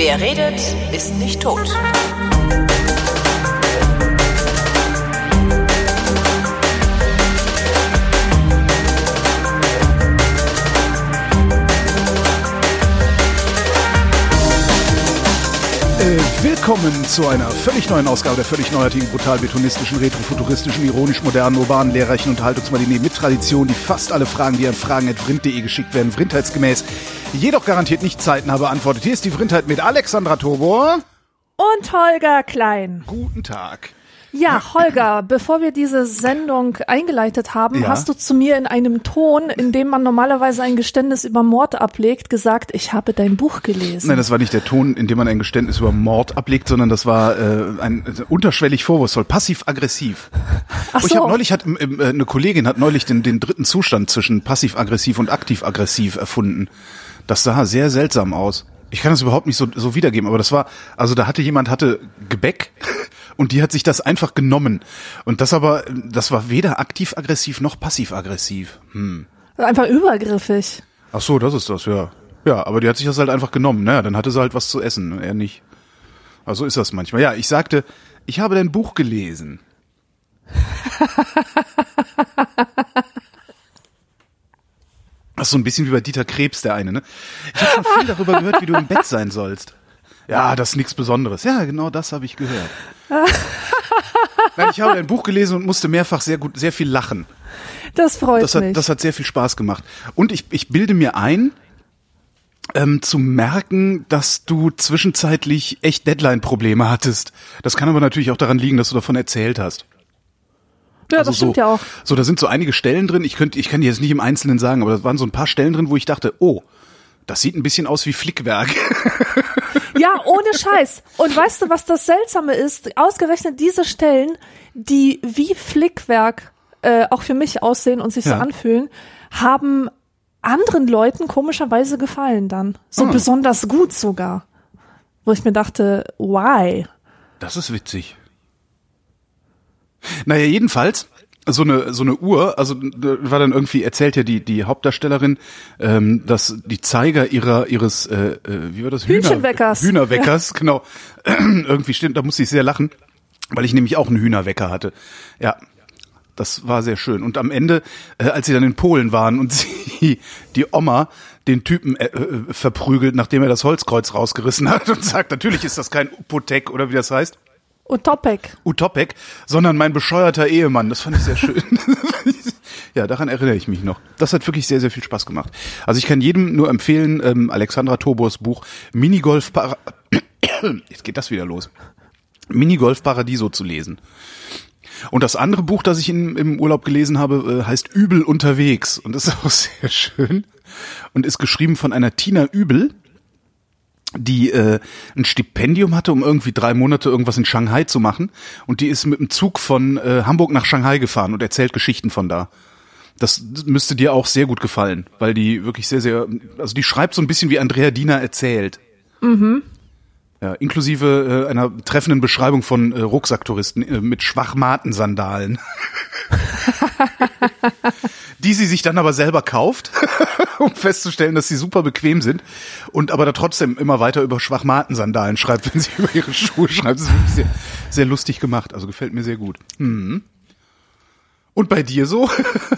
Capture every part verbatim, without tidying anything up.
Wer redet, ist nicht tot. Willkommen zu einer völlig neuen Ausgabe der völlig neuartigen, brutal betonistischen, retrofuturistischen, ironisch modernen, urbanen, lehrreichen Unterhaltungsmatinee mit Tradition, die fast alle Fragen, die an fragen at vrind punkt de geschickt werden, vrindheitsgemäß, jedoch garantiert nicht zeitnah beantwortet. Hier ist die Vrindheit mit Alexandra Tobor und Holger Klein. Guten Tag. Ja, Holger, bevor wir diese Sendung eingeleitet haben, ja? hast du zu mir in einem Ton, in dem man normalerweise ein Geständnis über Mord ablegt, gesagt, ich habe dein Buch gelesen. Nein, das war nicht der Ton, in dem man ein Geständnis über Mord ablegt, sondern das war äh, ein äh, unterschwellig vorwurfsvoll, passiv-aggressiv. Ach so. Ich habe neulich, hat, äh, eine Kollegin hat neulich den, den dritten Zustand zwischen passiv-aggressiv und aktiv-aggressiv erfunden. Das sah sehr seltsam aus. Ich kann das überhaupt nicht so, so wiedergeben, aber das war, also da hatte jemand, hatte Gebäck und die hat sich das einfach genommen. Und das aber, das war weder aktiv-aggressiv noch passiv-aggressiv. Hm. Einfach übergriffig. Ach so, das ist das, ja. Ja, aber die hat sich das halt einfach genommen. Naja, dann hatte sie halt was zu essen, er nicht. Also so ist das manchmal. Ja, ich sagte, ich habe dein Buch gelesen. Das ist so ein bisschen wie bei Dieter Krebs, der eine, ne? Ich habe schon viel darüber gehört, wie du im Bett sein sollst. Ja, das ist nichts Besonderes. Ja, genau das habe ich gehört. Nein, ich habe ein Buch gelesen und musste mehrfach sehr gut, sehr viel lachen. Das freut das hat, mich. Das hat sehr viel Spaß gemacht. Und ich, ich bilde mir ein, ähm, zu merken, dass du zwischenzeitlich echt Deadline-Probleme hattest. Das kann aber natürlich auch daran liegen, dass du davon erzählt hast. Ja, also das stimmt so, ja auch. So, da sind so einige Stellen drin, ich könnte, ich kann dir jetzt nicht im Einzelnen sagen, aber da waren so ein paar Stellen drin, wo ich dachte, oh, das sieht ein bisschen aus wie Flickwerk. Ja, ohne Scheiß. Und weißt du, was das Seltsame ist? Ausgerechnet diese Stellen, die wie Flickwerk äh, auch für mich aussehen und sich ja. so anfühlen, haben anderen Leuten komischerweise gefallen dann. So ah. besonders gut sogar. Wo ich mir dachte, why? Das ist witzig. Naja, jedenfalls, so eine so eine Uhr, also war dann irgendwie, erzählt ja die die Hauptdarstellerin, ähm, dass die Zeiger ihrer ihres, äh, wie war das? Hühnchenweckers. Hühner, Hühnerweckers, ja. Genau. Irgendwie stimmt, da musste ich sehr lachen, weil ich nämlich auch einen Hühnerwecker hatte. Ja, das war sehr schön. Und am Ende, äh, als sie dann in Polen waren und sie, die Oma, den Typen äh, äh, verprügelt, nachdem er das Holzkreuz rausgerissen hat und sagt, natürlich ist das kein Upotek oder wie das heißt. Utopek. Utopek, sondern mein bescheuerter Ehemann. Das fand ich sehr schön. Ja, daran erinnere ich mich noch. Das hat wirklich sehr, sehr viel Spaß gemacht. Also ich kann jedem nur empfehlen, ähm, Alexandra Tobors Buch Minigolf Para- Jetzt geht das wieder los. Minigolf Paradiso zu lesen. Und das andere Buch, das ich in, im Urlaub gelesen habe, äh, heißt Übel unterwegs. Und das ist auch sehr schön. Und ist geschrieben von einer Tina Übel, die äh, ein Stipendium hatte, um irgendwie drei Monate irgendwas in Shanghai zu machen. Und die ist mit dem Zug von äh, Hamburg nach Shanghai gefahren und erzählt Geschichten von da. Das müsste dir auch sehr gut gefallen, weil die wirklich sehr, sehr, also die schreibt so ein bisschen wie Andrea Diener erzählt. Mhm. Ja, inklusive äh, einer treffenden Beschreibung von äh, Rucksacktouristen äh, mit Schwachmaten-Sandalen. Die sie sich dann aber selber kauft, um festzustellen, dass sie super bequem sind und aber da trotzdem immer weiter über Schwachmaten-Sandalen schreibt, wenn sie über ihre Schuhe schreibt. Das ist wirklich sehr, sehr lustig gemacht, also gefällt mir sehr gut. Hm. Und bei dir so?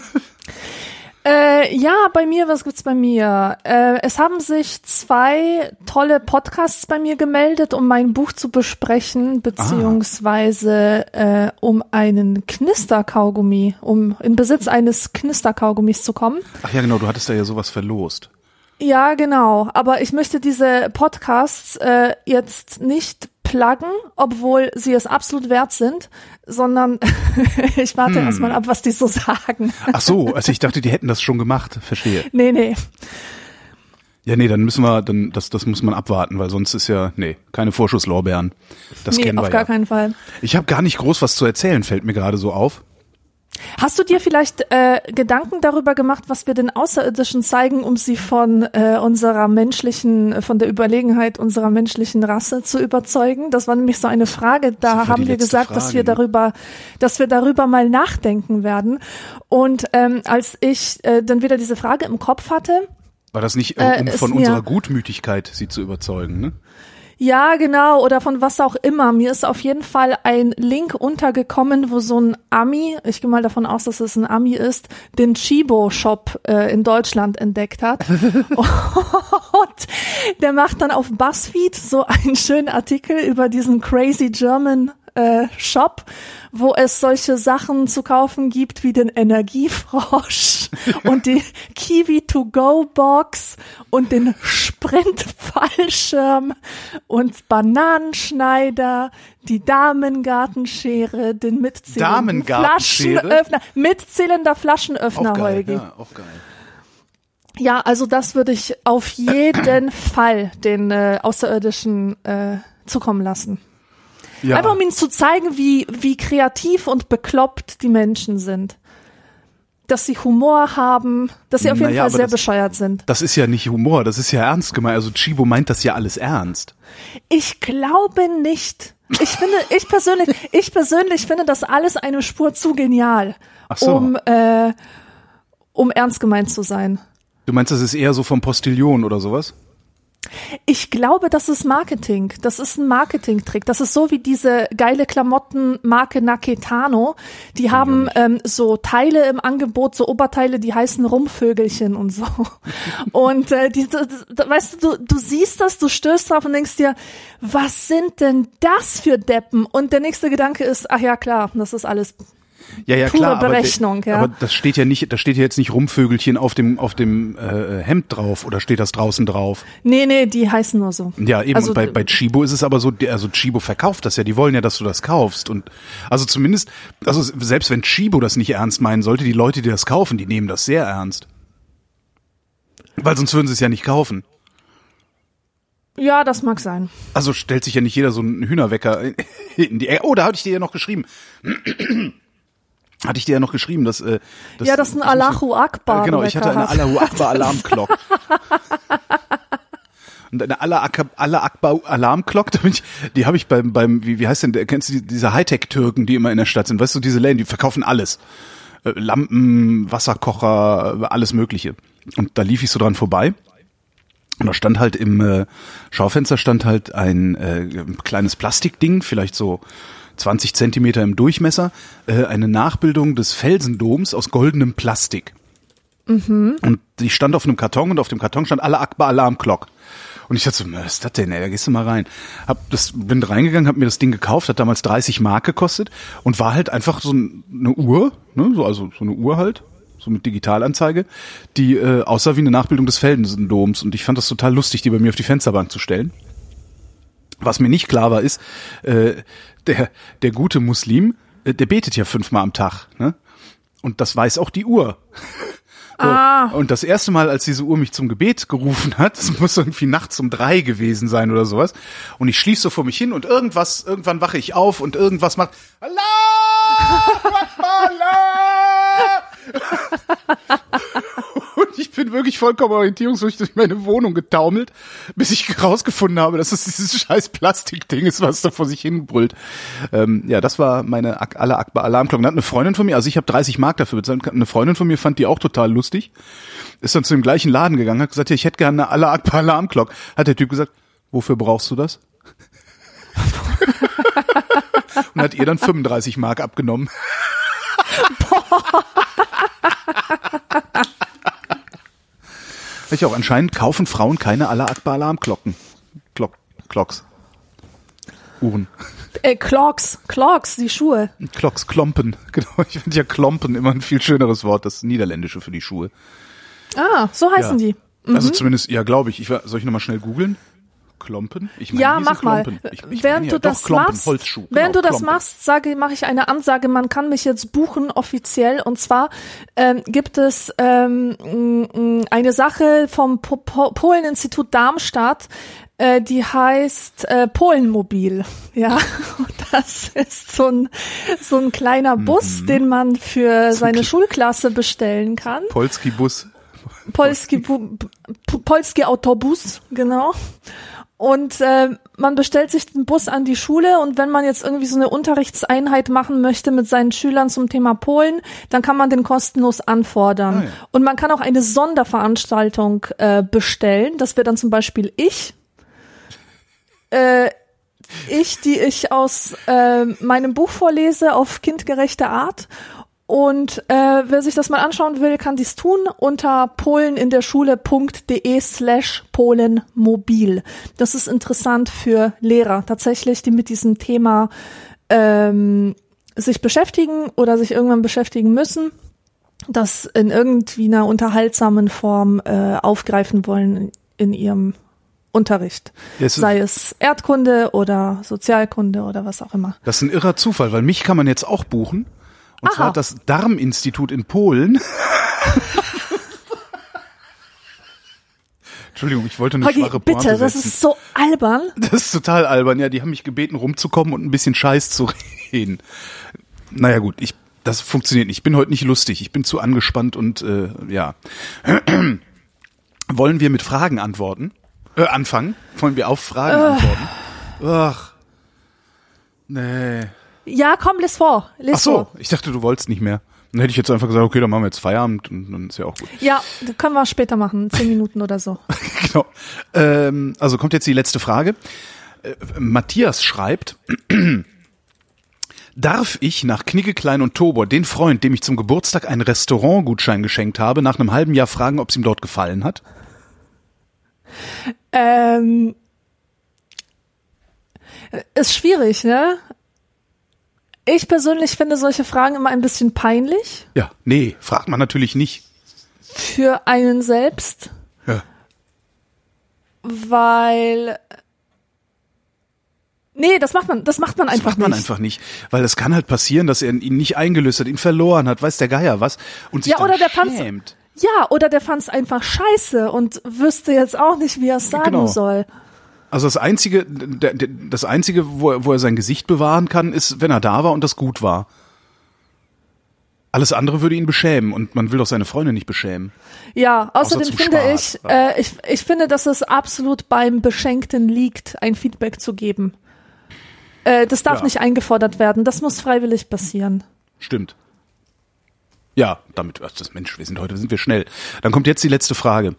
Äh, ja, bei mir, was gibt's bei mir? Äh, es haben sich zwei tolle Podcasts bei mir gemeldet, um mein Buch zu besprechen, beziehungsweise äh, um einen Knisterkaugummi, um in Besitz eines Knisterkaugummis zu kommen. Ach ja, genau, du hattest da ja sowas verlost. Ja, genau, aber ich möchte diese Podcasts äh, jetzt nicht pluggen, obwohl sie es absolut wert sind, sondern ich warte hm. erstmal ab, was die so sagen. Ach so, also ich dachte, die hätten das schon gemacht, verstehe. Nee, nee. Ja, nee, dann müssen wir, dann das das muss man abwarten, weil sonst ist ja, nee, keine Vorschusslorbeeren. Das nee, kennen wir auf gar ja. keinen Fall. Ich habe gar nicht groß was zu erzählen, fällt mir gerade so auf. Hast du dir vielleicht äh, Gedanken darüber gemacht, was wir den Außerirdischen zeigen, um sie von äh, unserer menschlichen, von der Überlegenheit unserer menschlichen Rasse zu überzeugen? Das war nämlich so eine Frage. Da haben wir gesagt, Frage, dass wir darüber, dass wir darüber mal nachdenken werden. Und ähm, als ich äh, dann wieder diese Frage im Kopf hatte, war das nicht, um äh, von mir, unserer Gutmütigkeit sie zu überzeugen, ne? Ja, genau, oder von was auch immer. Mir ist auf jeden Fall ein Link untergekommen, wo so ein Ami, ich gehe mal davon aus, dass es ein Ami ist, den Chibo-Shop äh, in Deutschland entdeckt hat. Und der macht dann auf BuzzFeed so einen schönen Artikel über diesen Crazy German äh, Shop, wo es solche Sachen zu kaufen gibt wie den Energiefrosch und die Kiwi-to-go-Box und den Sprint-Fallschirm und Bananenschneider, die Damengartenschere, den mitzählenden Flaschenöffner, mitzählender Flaschenöffner, auch geil, Holgi. ja, auch geil. Ja, also das würde ich auf jeden Fall den äh, Außerirdischen äh, zukommen lassen. Ja. Einfach um ihnen zu zeigen, wie, wie kreativ und bekloppt die Menschen sind. Dass sie Humor haben, dass sie auf jeden Naja, Fall aber sehr das- bescheuert sind. Das ist ja nicht Humor, das ist ja ernst gemeint. Also Chibo meint das ja alles ernst. Ich glaube nicht. Ich finde, ich persönlich, ich persönlich finde das alles eine Spur zu genial, Ach so. um, äh, um ernst gemeint zu sein. Du meinst, das ist eher so vom Postillon oder sowas? Ich glaube, das ist Marketing. Das ist ein Marketing-Trick. Das ist so wie diese geile Klamottenmarke Naketano. Die haben ähm, so Teile im Angebot, so Oberteile, die heißen Rumvögelchen und so. Und äh, die, das, das, weißt du, du, du siehst das, du stößt drauf und denkst dir, was sind denn das für Deppen? Und der nächste Gedanke ist, ach ja, klar, das ist alles Ja, ja, pure klar. Berechnung. Aber, Ja. aber das steht ja nicht, da steht ja jetzt nicht Rumvögelchen auf dem auf dem äh, Hemd drauf oder steht das draußen drauf? Nee, nee, die heißen nur so. Ja, eben. Also, und bei, bei Chibo ist es aber so, der- also Chibo verkauft das ja, die wollen ja, dass du das kaufst. Und also zumindest, also selbst wenn Chibo das nicht ernst meinen sollte, die Leute, die das kaufen, die nehmen das sehr ernst. Weil sonst würden sie es ja nicht kaufen. Ja, das mag sein. Also stellt sich ja nicht jeder so einen Hühnerwecker in die Ecke. Oh, da hatte ich dir ja noch geschrieben. Hatte ich dir ja noch geschrieben, dass, äh, dass Ja, das ist ein ich musste- Allahu Akbar. Äh, Genau, ich hatte eine hast. Allahu Akbar Alarmglocke. Und eine Allah Ak- Allah Akbar Alarmglocke, da bin ich- die habe ich beim, beim wie, wie heißt denn, der- kennst du die, diese Hightech-Türken, die immer in der Stadt sind? Weißt du, diese Läden, die verkaufen alles. Äh, Lampen, Wasserkocher, äh, alles Mögliche. Und da lief ich so dran vorbei. Und da stand halt im äh, Schaufenster stand halt ein äh, kleines Plastikding, vielleicht so zwanzig Zentimeter im Durchmesser, äh, eine Nachbildung des Felsendoms aus goldenem Plastik. Mhm. Und die stand auf einem Karton und auf dem Karton stand Allah Akbar Alarmglock. Und ich dachte so, was ist das denn, ey? Da gehst du mal rein. Hab das, bin reingegangen, hab mir das Ding gekauft, hat damals dreißig Mark gekostet und war halt einfach so eine Uhr, ne, so, also so eine Uhr halt, so mit Digitalanzeige, die äh, aussah wie eine Nachbildung des Felsendoms. Und ich fand das total lustig, die bei mir auf die Fensterbank zu stellen. Was mir nicht klar war, ist, äh, der, der gute Muslim, äh, der betet ja fünfmal am Tag, ne? Und das weiß auch die Uhr. So. Ah. Und das erste Mal, als diese Uhr mich zum Gebet gerufen hat, das muss irgendwie nachts um drei gewesen sein oder sowas. Und ich schließe so vor mich hin und irgendwas, irgendwann wache ich auf und irgendwas macht Allah! Allah! Und ich bin wirklich vollkommen orientierungslos durch meine Wohnung getaumelt, bis ich rausgefunden habe, dass es dieses scheiß Plastikding ist, was da vor sich hin brüllt. Ähm, ja, das war meine Ak- Allah Akbar Alarmglocke. Da hat eine Freundin von mir, also ich habe dreißig Mark dafür bezahlt, eine Freundin von mir fand die auch total lustig, ist dann zu dem gleichen Laden gegangen, hat gesagt, ja, ich hätte gerne eine Allah Akbar Alarmglocke. Hat der Typ gesagt, wofür brauchst du das? Und hat ihr dann fünfunddreißig Mark abgenommen. Ich auch, anscheinend kaufen Frauen keine Allah Akbar Alarmglocken. Glock, Glocks. Uhren. Äh, Clogs, Clogs, die Schuhe. Glocks, Klompen. Genau, ich finde ja Klompen immer ein viel schöneres Wort, das Niederländische für die Schuhe. Ah, so heißen Ja. die. Also zumindest, ja, glaube ich. ich. war- Soll ich nochmal schnell googeln? Klompen? Ich meine, Ja, diese mach mal. Klompen. Ich, ich Während meine du ja, doch, das Klompen, machst, Holzschuh. während Genau, du das Klompen. machst, sage, mache ich eine Ansage. Man kann mich jetzt buchen offiziell. Und zwar ähm, gibt es ähm, m- eine Sache vom po po Polen-Institut Darmstadt, äh, die heißt äh, Polenmobil. Ja, und das ist so ein so ein kleiner Bus, den man für seine Schulklasse bestellen kann. Polski-Bus. Polski, Bu- P- Polski Autobus, genau. Und äh, man bestellt sich den Bus an die Schule und wenn man jetzt irgendwie so eine Unterrichtseinheit machen möchte mit seinen Schülern zum Thema Polen, dann kann man den kostenlos anfordern. Ah, ja. Und man kann auch eine Sonderveranstaltung äh, bestellen. Das wäre dann zum Beispiel ich. äh, ich, die ich aus äh, meinem Buch vorlese auf kindgerechte Art. Und äh, wer sich das mal anschauen will, kann dies tun unter poleninderschule.de slash polenmobil. Das ist interessant für Lehrer tatsächlich, die mit diesem Thema ähm, sich beschäftigen oder sich irgendwann beschäftigen müssen, das in irgendwie einer unterhaltsamen Form äh, aufgreifen wollen in, in ihrem Unterricht. Es sei es Erdkunde oder Sozialkunde oder was auch immer. Das ist ein irrer Zufall, weil mich kann man jetzt auch buchen. Und Aha. zwar das Darminstitut in Polen. Entschuldigung, ich wollte eine Hagi, schwache Pointe bitte, das setzen. ist so albern. Das ist total albern. Ja, die haben mich gebeten, rumzukommen und ein bisschen Scheiß zu reden. Naja gut, ich, das funktioniert nicht. Ich bin heute nicht lustig. Ich bin zu angespannt und äh, ja. Wollen wir mit Fragen antworten? Äh, anfangen? Wollen wir auf Fragen uh. antworten? Ach. Nee. Ja, komm, lies vor. Lies Ach so, vor. ich dachte, du wolltest nicht mehr. Dann hätte ich jetzt einfach gesagt, okay, dann machen wir jetzt Feierabend und dann ist ja auch gut. Ja, das können wir später machen, zehn Minuten oder so. Genau. Ähm, also kommt jetzt die letzte Frage. Äh, Matthias schreibt, darf ich nach Knigge, Klein und Tobor den Freund, dem ich zum Geburtstag einen Restaurantgutschein geschenkt habe, nach einem halben Jahr fragen, ob es ihm dort gefallen hat? Ähm, ist schwierig, ne? Ich persönlich finde solche Fragen immer ein bisschen peinlich. Ja, nee, fragt man natürlich nicht. Für einen selbst. Ja. Weil, nee, das macht man, das macht man das einfach nicht. Das macht man nicht. einfach nicht. Weil es kann halt passieren, dass er ihn nicht eingelöst hat, ihn verloren hat, weiß der Geier was. Und sich ja, oder dann der schämt. fand's, ja, oder der fand's einfach scheiße und wüsste jetzt auch nicht, wie er es sagen genau. soll. Also das Einzige, das Einzige, wo er, wo er sein Gesicht bewahren kann, ist, wenn er da war und das gut war. Alles andere würde ihn beschämen und man will doch seine Freunde nicht beschämen. Ja, außerdem Außer finde Spaß. ich, äh, ich, ich finde, dass es absolut beim Beschenkten liegt, ein Feedback zu geben. Äh, das darf Ja. nicht eingefordert werden, das muss freiwillig passieren. Stimmt. Ja, damit, ach, das Mensch, wir sind heute, sind wir schnell. Dann kommt jetzt die letzte Frage.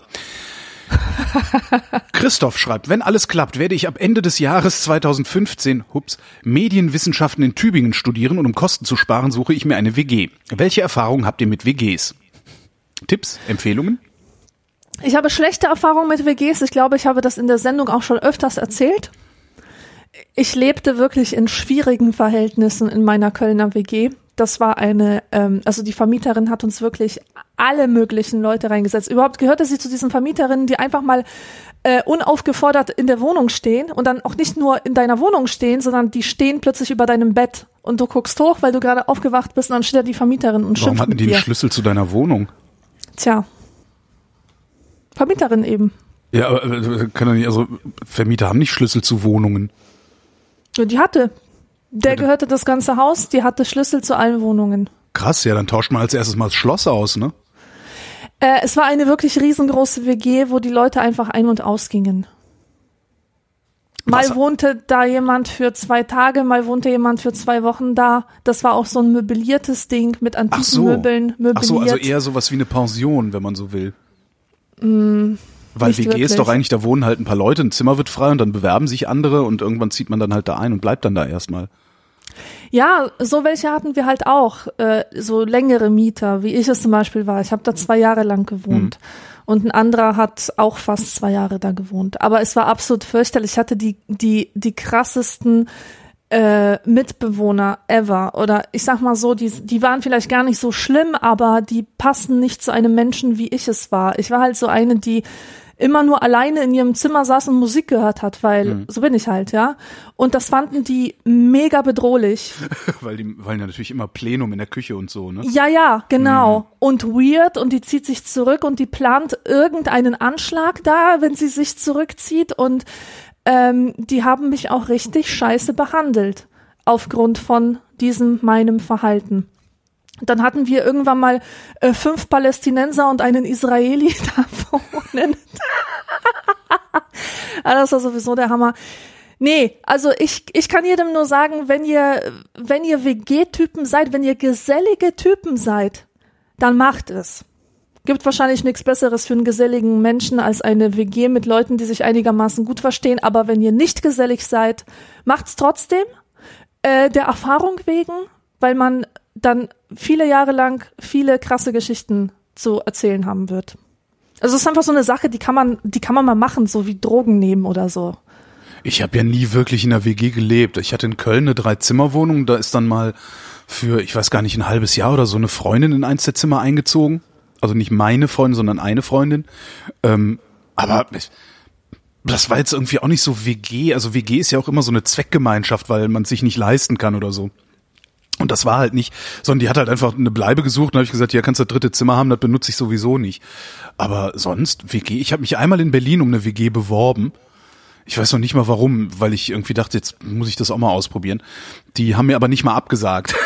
Christoph schreibt, wenn alles klappt, werde ich ab Ende des Jahres zweitausendfünfzehn, hups, Medienwissenschaften in Tübingen studieren und um Kosten zu sparen, suche ich mir eine W G. Welche Erfahrungen habt ihr mit W Gs? Tipps, Empfehlungen? Ich habe schlechte Erfahrungen mit W Gs. Ich glaube, ich habe das in der Sendung auch schon öfters erzählt. Ich lebte wirklich in schwierigen Verhältnissen in meiner Kölner W G. Das war eine, ähm, also die Vermieterin hat uns wirklich alle möglichen Leute reingesetzt. Überhaupt gehörte sie zu diesen Vermieterinnen, die einfach mal äh, unaufgefordert in der Wohnung stehen und dann auch nicht nur in deiner Wohnung stehen, sondern die stehen plötzlich über deinem Bett und du guckst hoch, weil du gerade aufgewacht bist und dann steht da die Vermieterin und Warum schimpft hatten mit die dir. den Schlüssel zu deiner Wohnung? Tja, Vermieterin eben. Ja, aber äh, kann doch nicht, also Vermieter haben nicht Schlüssel zu Wohnungen. Ja, die hatte. Der gehörte das ganze Haus, die hatte Schlüssel zu allen Wohnungen. Krass, ja, dann tauscht man als erstes mal das Schloss aus, ne? Äh, es war eine wirklich riesengroße W G, wo die Leute einfach ein- und ausgingen. Mal Was? wohnte da jemand für zwei Tage, mal wohnte jemand für zwei Wochen da. Das war auch so ein möbliertes Ding mit antiken Ach so. Möbeln, möbliert. Ach so, also eher sowas wie eine Pension, wenn man so will. Mm, Weil nicht W G ist wirklich. doch eigentlich, da wohnen halt ein paar Leute, ein Zimmer wird frei und dann bewerben sich andere und irgendwann zieht man dann halt da ein und bleibt dann da erstmal. Ja, so welche hatten wir halt auch, äh, so längere Mieter, wie ich es zum Beispiel war. Ich habe da zwei Jahre lang gewohnt. Mhm. Und ein anderer hat auch fast zwei Jahre da gewohnt. Aber es war absolut fürchterlich. Ich hatte die, die, die krassesten äh, Mitbewohner ever. Oder ich sag mal so, die, die waren vielleicht gar nicht so schlimm, aber die passen nicht zu einem Menschen, wie ich es war. Ich war halt so eine, die immer nur alleine in ihrem Zimmer saß und Musik gehört hat, weil mhm. so bin ich halt, ja. Und das fanden die mega bedrohlich. weil die, weil ja natürlich immer Plenum in der Küche und so, ne? Ja, ja, genau. Mhm. Und weird und die zieht sich zurück und die plant irgendeinen Anschlag da, wenn sie sich zurückzieht und ähm, die haben mich auch richtig scheiße behandelt aufgrund von diesem meinem Verhalten. Dann hatten wir irgendwann mal äh, fünf Palästinenser und einen Israeli da wohnen. Das war sowieso der Hammer. Nee, also ich ich kann jedem nur sagen, wenn ihr wenn ihr W G-Typen seid, wenn ihr gesellige Typen seid, dann macht es. Gibt wahrscheinlich nichts Besseres für einen geselligen Menschen als eine W G mit Leuten, die sich einigermaßen gut verstehen. Aber wenn ihr nicht gesellig seid, macht's trotzdem, äh, der Erfahrung wegen, weil man dann viele Jahre lang viele krasse Geschichten zu erzählen haben wird. Also es ist einfach so eine Sache, die kann man, die kann man mal machen, so wie Drogen nehmen oder so. Ich habe ja nie wirklich in einer W G gelebt. Ich hatte in Köln eine Drei-Zimmer-Wohnung, da ist dann mal für, ich weiß gar nicht, ein halbes Jahr oder so eine Freundin in eins der Zimmer eingezogen. Also nicht meine Freundin, sondern eine Freundin. Ähm, aber das war jetzt irgendwie auch nicht so W G. Also W G ist ja auch immer so eine Zweckgemeinschaft, weil man sich nicht leisten kann oder so. Und das war halt nicht, sondern die hat halt einfach eine Bleibe gesucht und habe ich gesagt, ja, kannst du das dritte Zimmer haben, das benutze ich sowieso nicht. Aber sonst, W G, ich habe mich einmal in Berlin um eine W G beworben. Ich weiß noch nicht mal warum, weil ich irgendwie dachte, jetzt muss ich das auch mal ausprobieren. Die haben mir aber nicht mal abgesagt.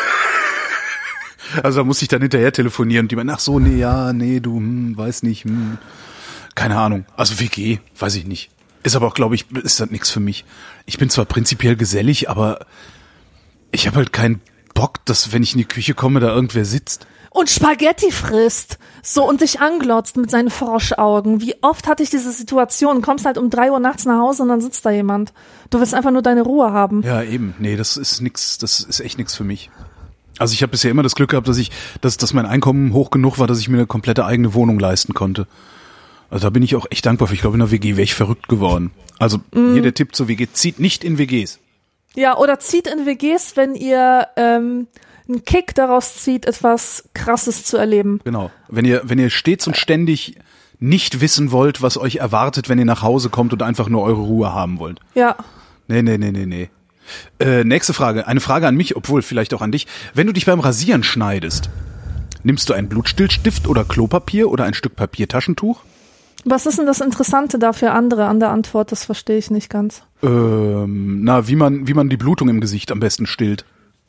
Also da musste ich dann hinterher telefonieren und die meinen, ach so, nee, ja, nee, du, hm, weiß nicht, hm. Keine Ahnung. Also W G, weiß ich nicht. Ist aber auch, glaube ich, ist das nichts für mich. Ich bin zwar prinzipiell gesellig, aber ich habe halt keinen Bock, dass, wenn ich in die Küche komme, da irgendwer sitzt. Und Spaghetti frisst, so und dich anglotzt mit seinen Froschaugen. Wie oft hatte ich diese Situation, kommst halt um drei Uhr nachts nach Hause und dann sitzt da jemand. Du willst einfach nur deine Ruhe haben. Ja, eben. Nee, das ist nix, das ist echt nix für mich. Also ich habe bisher immer das Glück gehabt, dass ich, dass, dass mein Einkommen hoch genug war, dass ich mir eine komplette eigene Wohnung leisten konnte. Also da bin ich auch echt dankbar für. Ich glaube, in der W G wäre ich verrückt geworden. Also mm. hier der Tipp zur W G, zieht nicht in W Gs. Ja, oder zieht in W Gs, wenn ihr ähm, einen Kick daraus zieht, etwas Krasses zu erleben. Genau. Wenn ihr, wenn ihr stets und ständig nicht wissen wollt, was euch erwartet, wenn ihr nach Hause kommt und einfach nur eure Ruhe haben wollt. Ja. Nee, nee, nee, nee, nee. Äh, nächste Frage. Eine Frage an mich, obwohl vielleicht auch an dich. Wenn du dich beim Rasieren schneidest, nimmst du einen Blutstillstift oder Klopapier oder ein Stück Papiertaschentuch? Was ist denn das Interessante da für andere an der Antwort? Das verstehe ich nicht ganz. Ähm, na, wie man, wie man die Blutung im Gesicht am besten stillt.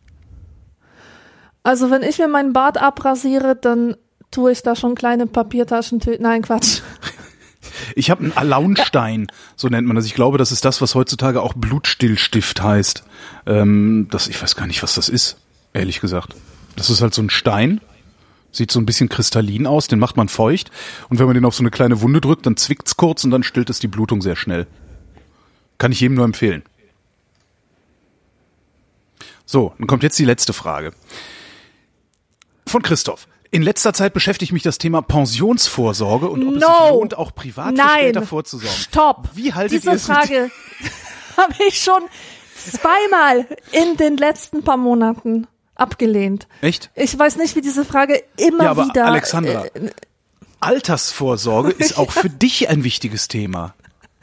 Also wenn ich mir meinen Bart abrasiere, dann tue ich da schon kleine Papiertaschentücher. Nein, Quatsch. Ich habe einen Alaunstein, so nennt man das. Ich glaube, das ist das, was heutzutage auch Blutstillstift heißt. Ähm, das, ich weiß gar nicht, was das ist, ehrlich gesagt. Das ist halt so ein Stein, sieht so ein bisschen kristallin aus, den macht man feucht. Und wenn man den auf so eine kleine Wunde drückt, dann zwickt's kurz und dann stillt es die Blutung sehr schnell. Kann ich jedem nur empfehlen. So, dann kommt jetzt die letzte Frage. Von Christoph. In letzter Zeit beschäftigt mich das Thema Pensionsvorsorge und ob no. es sich lohnt, auch privat für später vorzusorgen. Stopp. Wie haltet Diese ihr es mit Frage habe ich schon zweimal in den letzten paar Monaten abgelehnt. Echt? Ich weiß nicht, wie diese Frage immer ja, aber wieder... Alexandra, äh, Altersvorsorge ist auch für dich ein wichtiges Thema.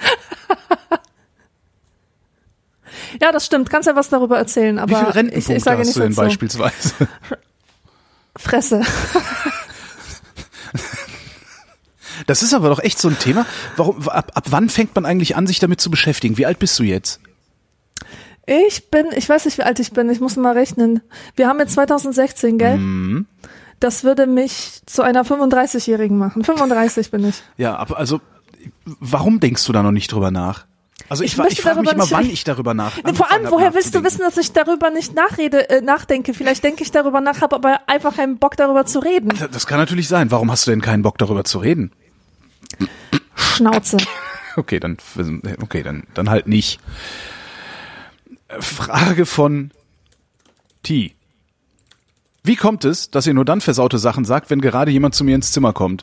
Ja, das stimmt. Kannst ja was darüber erzählen. Aber Wie viele Rentenpunkte ich, ich sage hast nicht du denn dazu. beispielsweise? Fresse. Das ist aber doch echt so ein Thema. Warum, ab, ab wann fängt man eigentlich an, sich damit zu beschäftigen? Wie alt bist du jetzt? Ich bin, ich weiß nicht, wie alt ich bin. Ich muss mal rechnen. Wir haben jetzt zwanzig sechzehn, gell? Mhm. Das würde mich zu einer fünfunddreißigjährigen machen. fünfunddreißig bin ich. Ja, aber also, warum denkst du da noch nicht drüber nach? Also ich, Ich ich, ich frage mich immer, nicht wann reden. ich darüber nach. Vor allem, habe, woher willst du nachzudenken. wissen, dass ich darüber nicht nachrede, äh, nachdenke? Vielleicht denke ich darüber nach, habe aber einfach keinen Bock darüber zu reden. Das kann natürlich sein. Warum hast du denn keinen Bock darüber zu reden? Schnauze. Okay, dann, okay, dann, dann halt nicht. Frage von T. Wie kommt es, dass ihr nur dann versaute Sachen sagt, wenn gerade jemand zu mir ins Zimmer kommt?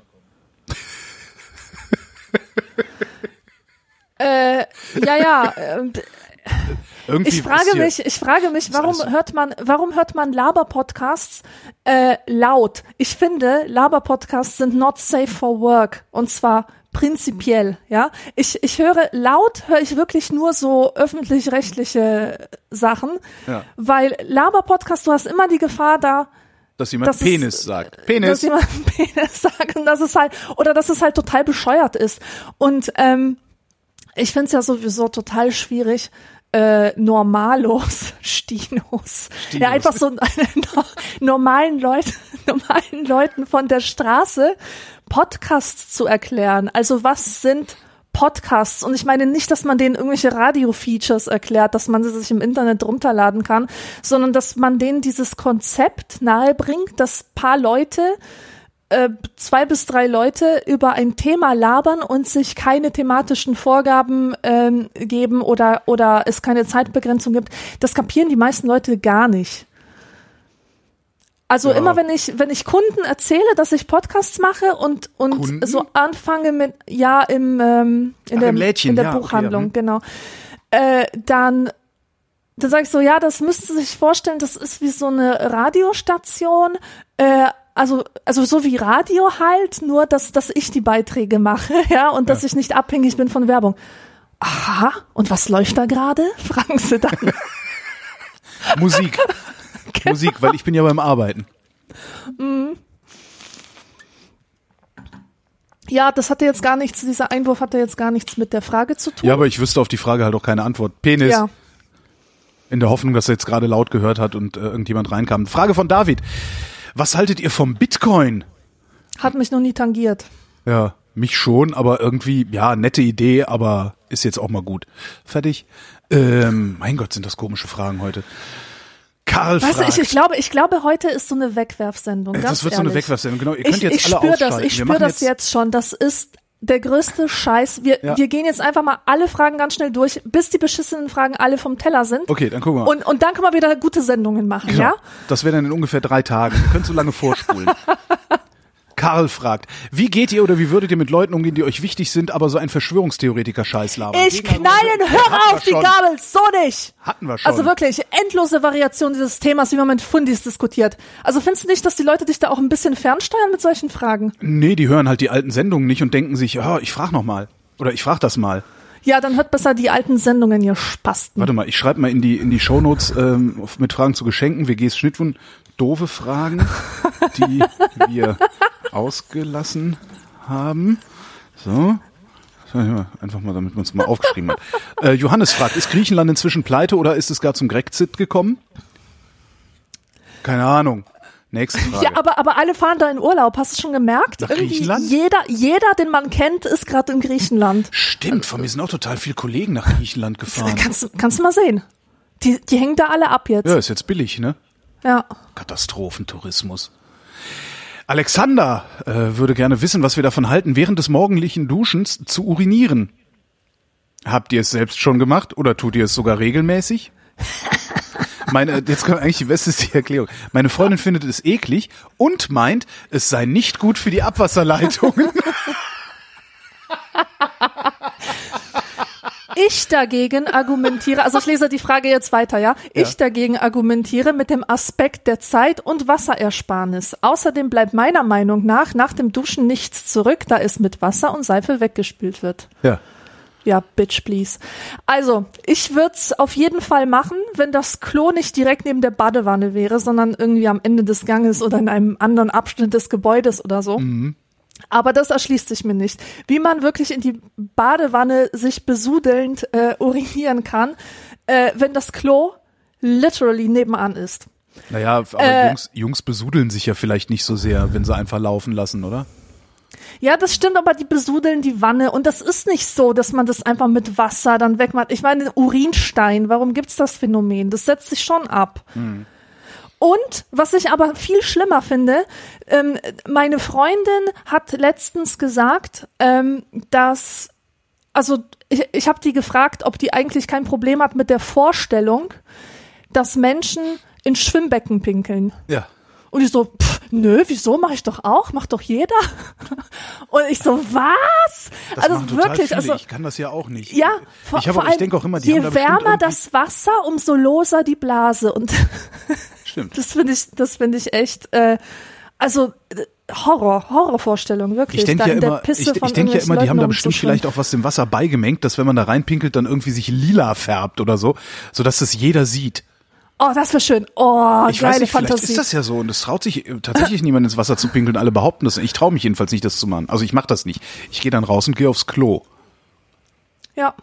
äh, ja, ja. Äh, Irgendwie ich frage ist hier- mich, ich frage mich, warum alles- hört man, warum hört man Laber-Podcasts äh, laut? Ich finde, Laber-Podcasts sind not safe for work. Und zwar prinzipiell, ja. Ich, ich höre laut, höre ich wirklich nur so öffentlich-rechtliche Sachen, Ja. weil Laber-Podcast, du hast immer die Gefahr da, dass jemand das Penis ist, sagt. dass Penis. jemand Penis sagt und dass es halt, oder dass es halt total bescheuert ist. Und ähm, ich find's ja sowieso total schwierig, äh, Normalos, Stinos, Stinos. ja einfach so no, normalen Leuten, normalen Leuten von der Straße Podcasts zu erklären. Also was sind Podcasts? Und ich meine nicht, dass man denen irgendwelche Radio-Features erklärt, dass man sie sich im Internet runterladen kann, sondern dass man denen dieses Konzept nahebringt, dass paar Leute äh, zwei bis drei Leute über ein Thema labern und sich keine thematischen Vorgaben ähm, geben oder oder es keine Zeitbegrenzung gibt, das kapieren die meisten Leute gar nicht. Also ja. immer wenn ich wenn ich Kunden erzähle, dass ich Podcasts mache und und Kunden? so anfange mit ja im ähm, in Ach, der im Lädchen, in der ja, Buchhandlung, okay, genau. Äh, dann dann sage ich so, ja, das müssten Sie sich vorstellen, das ist wie so eine Radiostation, äh, also also so wie Radio halt, nur dass dass ich die Beiträge mache, ja, und dass ja. ich nicht abhängig bin von Werbung. Aha, und was läuft da gerade? Fragen Sie dann. Musik. Genau. Musik, weil ich bin ja beim Arbeiten. Mhm. Ja, das hatte jetzt gar nichts, dieser Einwurf hatte jetzt gar nichts mit der Frage zu tun. Ja, aber ich wüsste auf die Frage halt auch keine Antwort. Penis. Ja. In der Hoffnung, dass er jetzt gerade laut gehört hat und äh, irgendjemand reinkam. Frage von David. Was haltet ihr vom Bitcoin? Hat mich noch nie tangiert. Ja, mich schon, aber irgendwie, ja, nette Idee, aber ist jetzt auch mal gut. Fertig. Ähm, mein Gott, sind das komische Fragen heute. Karl weißt fragt. du, ich, ich glaube, ich glaube, heute ist so eine Wegwerfsendung. Ganz das wird ehrlich. so eine Wegwerfsendung, genau. Ihr könnt ich, jetzt ich alle spür ausschalten. das, ich Wir spüre machen das jetzt schon. Das ist der größte Scheiß. Wir, Ja. wir gehen jetzt einfach mal alle Fragen ganz schnell durch, bis die beschissenen Fragen alle vom Teller sind. Okay, dann gucken wir mal. Und, und dann können wir wieder gute Sendungen machen, Genau. ja? Das wäre dann in ungefähr drei Tagen. Ihr könnt so lange vorspulen. Karl fragt, wie geht ihr oder wie würdet ihr mit Leuten umgehen, die euch wichtig sind, aber so ein Verschwörungstheoretiker-Scheiß labern? Ich knall den Hörer auf die Gabel, so nicht! Hatten wir schon. Also wirklich, endlose Variation dieses Themas, wie man mit Fundis diskutiert. Also findest du nicht, dass die Leute dich da auch ein bisschen fernsteuern mit solchen Fragen? Nee, die hören halt die alten Sendungen nicht und denken sich, oh, ich frag noch mal. Oder ich frag das mal. Ja, dann hört besser die alten Sendungen, ihr Spasten. Warte mal, ich schreibe mal in die in die Shownotes ähm, mit Fragen zu Geschenken, W Gs Schnittwund, doofe Fragen, die wir ausgelassen haben. So. Einfach mal, damit man es mal aufgeschrieben hat. Äh, Johannes fragt, ist Griechenland inzwischen pleite oder ist es gar zum Grexit gekommen? Keine Ahnung. Nächste Frage. Ja, aber, aber alle fahren da in Urlaub, hast du schon gemerkt? Nach Irgendwie Griechenland? Jeder, jeder, den man kennt, ist gerade in Griechenland. Stimmt, von mir sind auch total viele Kollegen nach Griechenland gefahren. Kannst, kannst du mal sehen. Die, die hängen da alle ab jetzt. Ja, ist jetzt billig, ne? Ja. Katastrophentourismus. Alexander äh, würde gerne wissen, was wir davon halten, während des morgendlichen Duschens zu urinieren. Habt ihr es selbst schon gemacht oder tut ihr es sogar regelmäßig? Meine, jetzt kommt eigentlich die beste Erklärung. Meine Freundin findet es eklig und meint, es sei nicht gut für die Abwasserleitungen. Ich dagegen argumentiere, also ich lese die Frage jetzt weiter, ja? Ich Ja. dagegen argumentiere mit dem Aspekt der Zeit- und Wasserersparnis. Außerdem bleibt meiner Meinung nach nach dem Duschen nichts zurück, da es mit Wasser und Seife weggespült wird. Ja. Ja, bitch, please. Also, ich würde es auf jeden Fall machen, wenn das Klo nicht direkt neben der Badewanne wäre, sondern irgendwie am Ende des Ganges oder in einem anderen Abschnitt des Gebäudes oder so. Mhm. Aber das erschließt sich mir nicht. Wie man wirklich in die Badewanne sich besudelnd äh, urinieren kann, äh, wenn das Klo literally nebenan ist. Naja, aber Äh, Jungs, Jungs besudeln sich ja vielleicht nicht so sehr, wenn sie einfach laufen lassen, oder? Ja, das stimmt, aber die besudeln die Wanne und das ist nicht so, dass man das einfach mit Wasser dann wegmacht. Ich meine, Urinstein, warum gibt's das Phänomen? Das setzt sich schon ab. Hm. Und was ich aber viel schlimmer finde, ähm, meine Freundin hat letztens gesagt, ähm, dass, also ich, ich habe die gefragt, ob die eigentlich kein Problem hat mit der Vorstellung, dass Menschen in Schwimmbecken pinkeln. Ja. Und ich so, pff, nö, wieso, mache ich doch auch, macht doch jeder. Und ich so, was? Das also machen total wirklich, viele. also Ich kann das ja auch nicht. ja, vor, ich, habe, vor ich allem, denke auch immer, die je haben da bestimmt wärmer irgendwie- das Wasser, umso loser die Blase. Und Stimmt. das finde ich, das finde ich echt, äh, also äh, Horror, Horrorvorstellung, wirklich. Ich denke da ja in der immer, Pisse ich, von ich denke ja irgendwelchen immer, die haben da Leuten bestimmt rumzuschwimmen. vielleicht auch was dem Wasser beigemengt, dass wenn man da reinpinkelt, dann irgendwie sich lila färbt oder so, sodass das jeder sieht. Oh, das wäre schön. Oh, Ich geile weiß nicht, vielleicht Fantasie. ist das ja so und es traut sich äh, tatsächlich niemand ins Wasser zu pinkeln. Alle behaupten das. Ich traue mich jedenfalls nicht, das zu machen. Also ich mache das nicht. Ich gehe dann raus und gehe aufs Klo. Ja.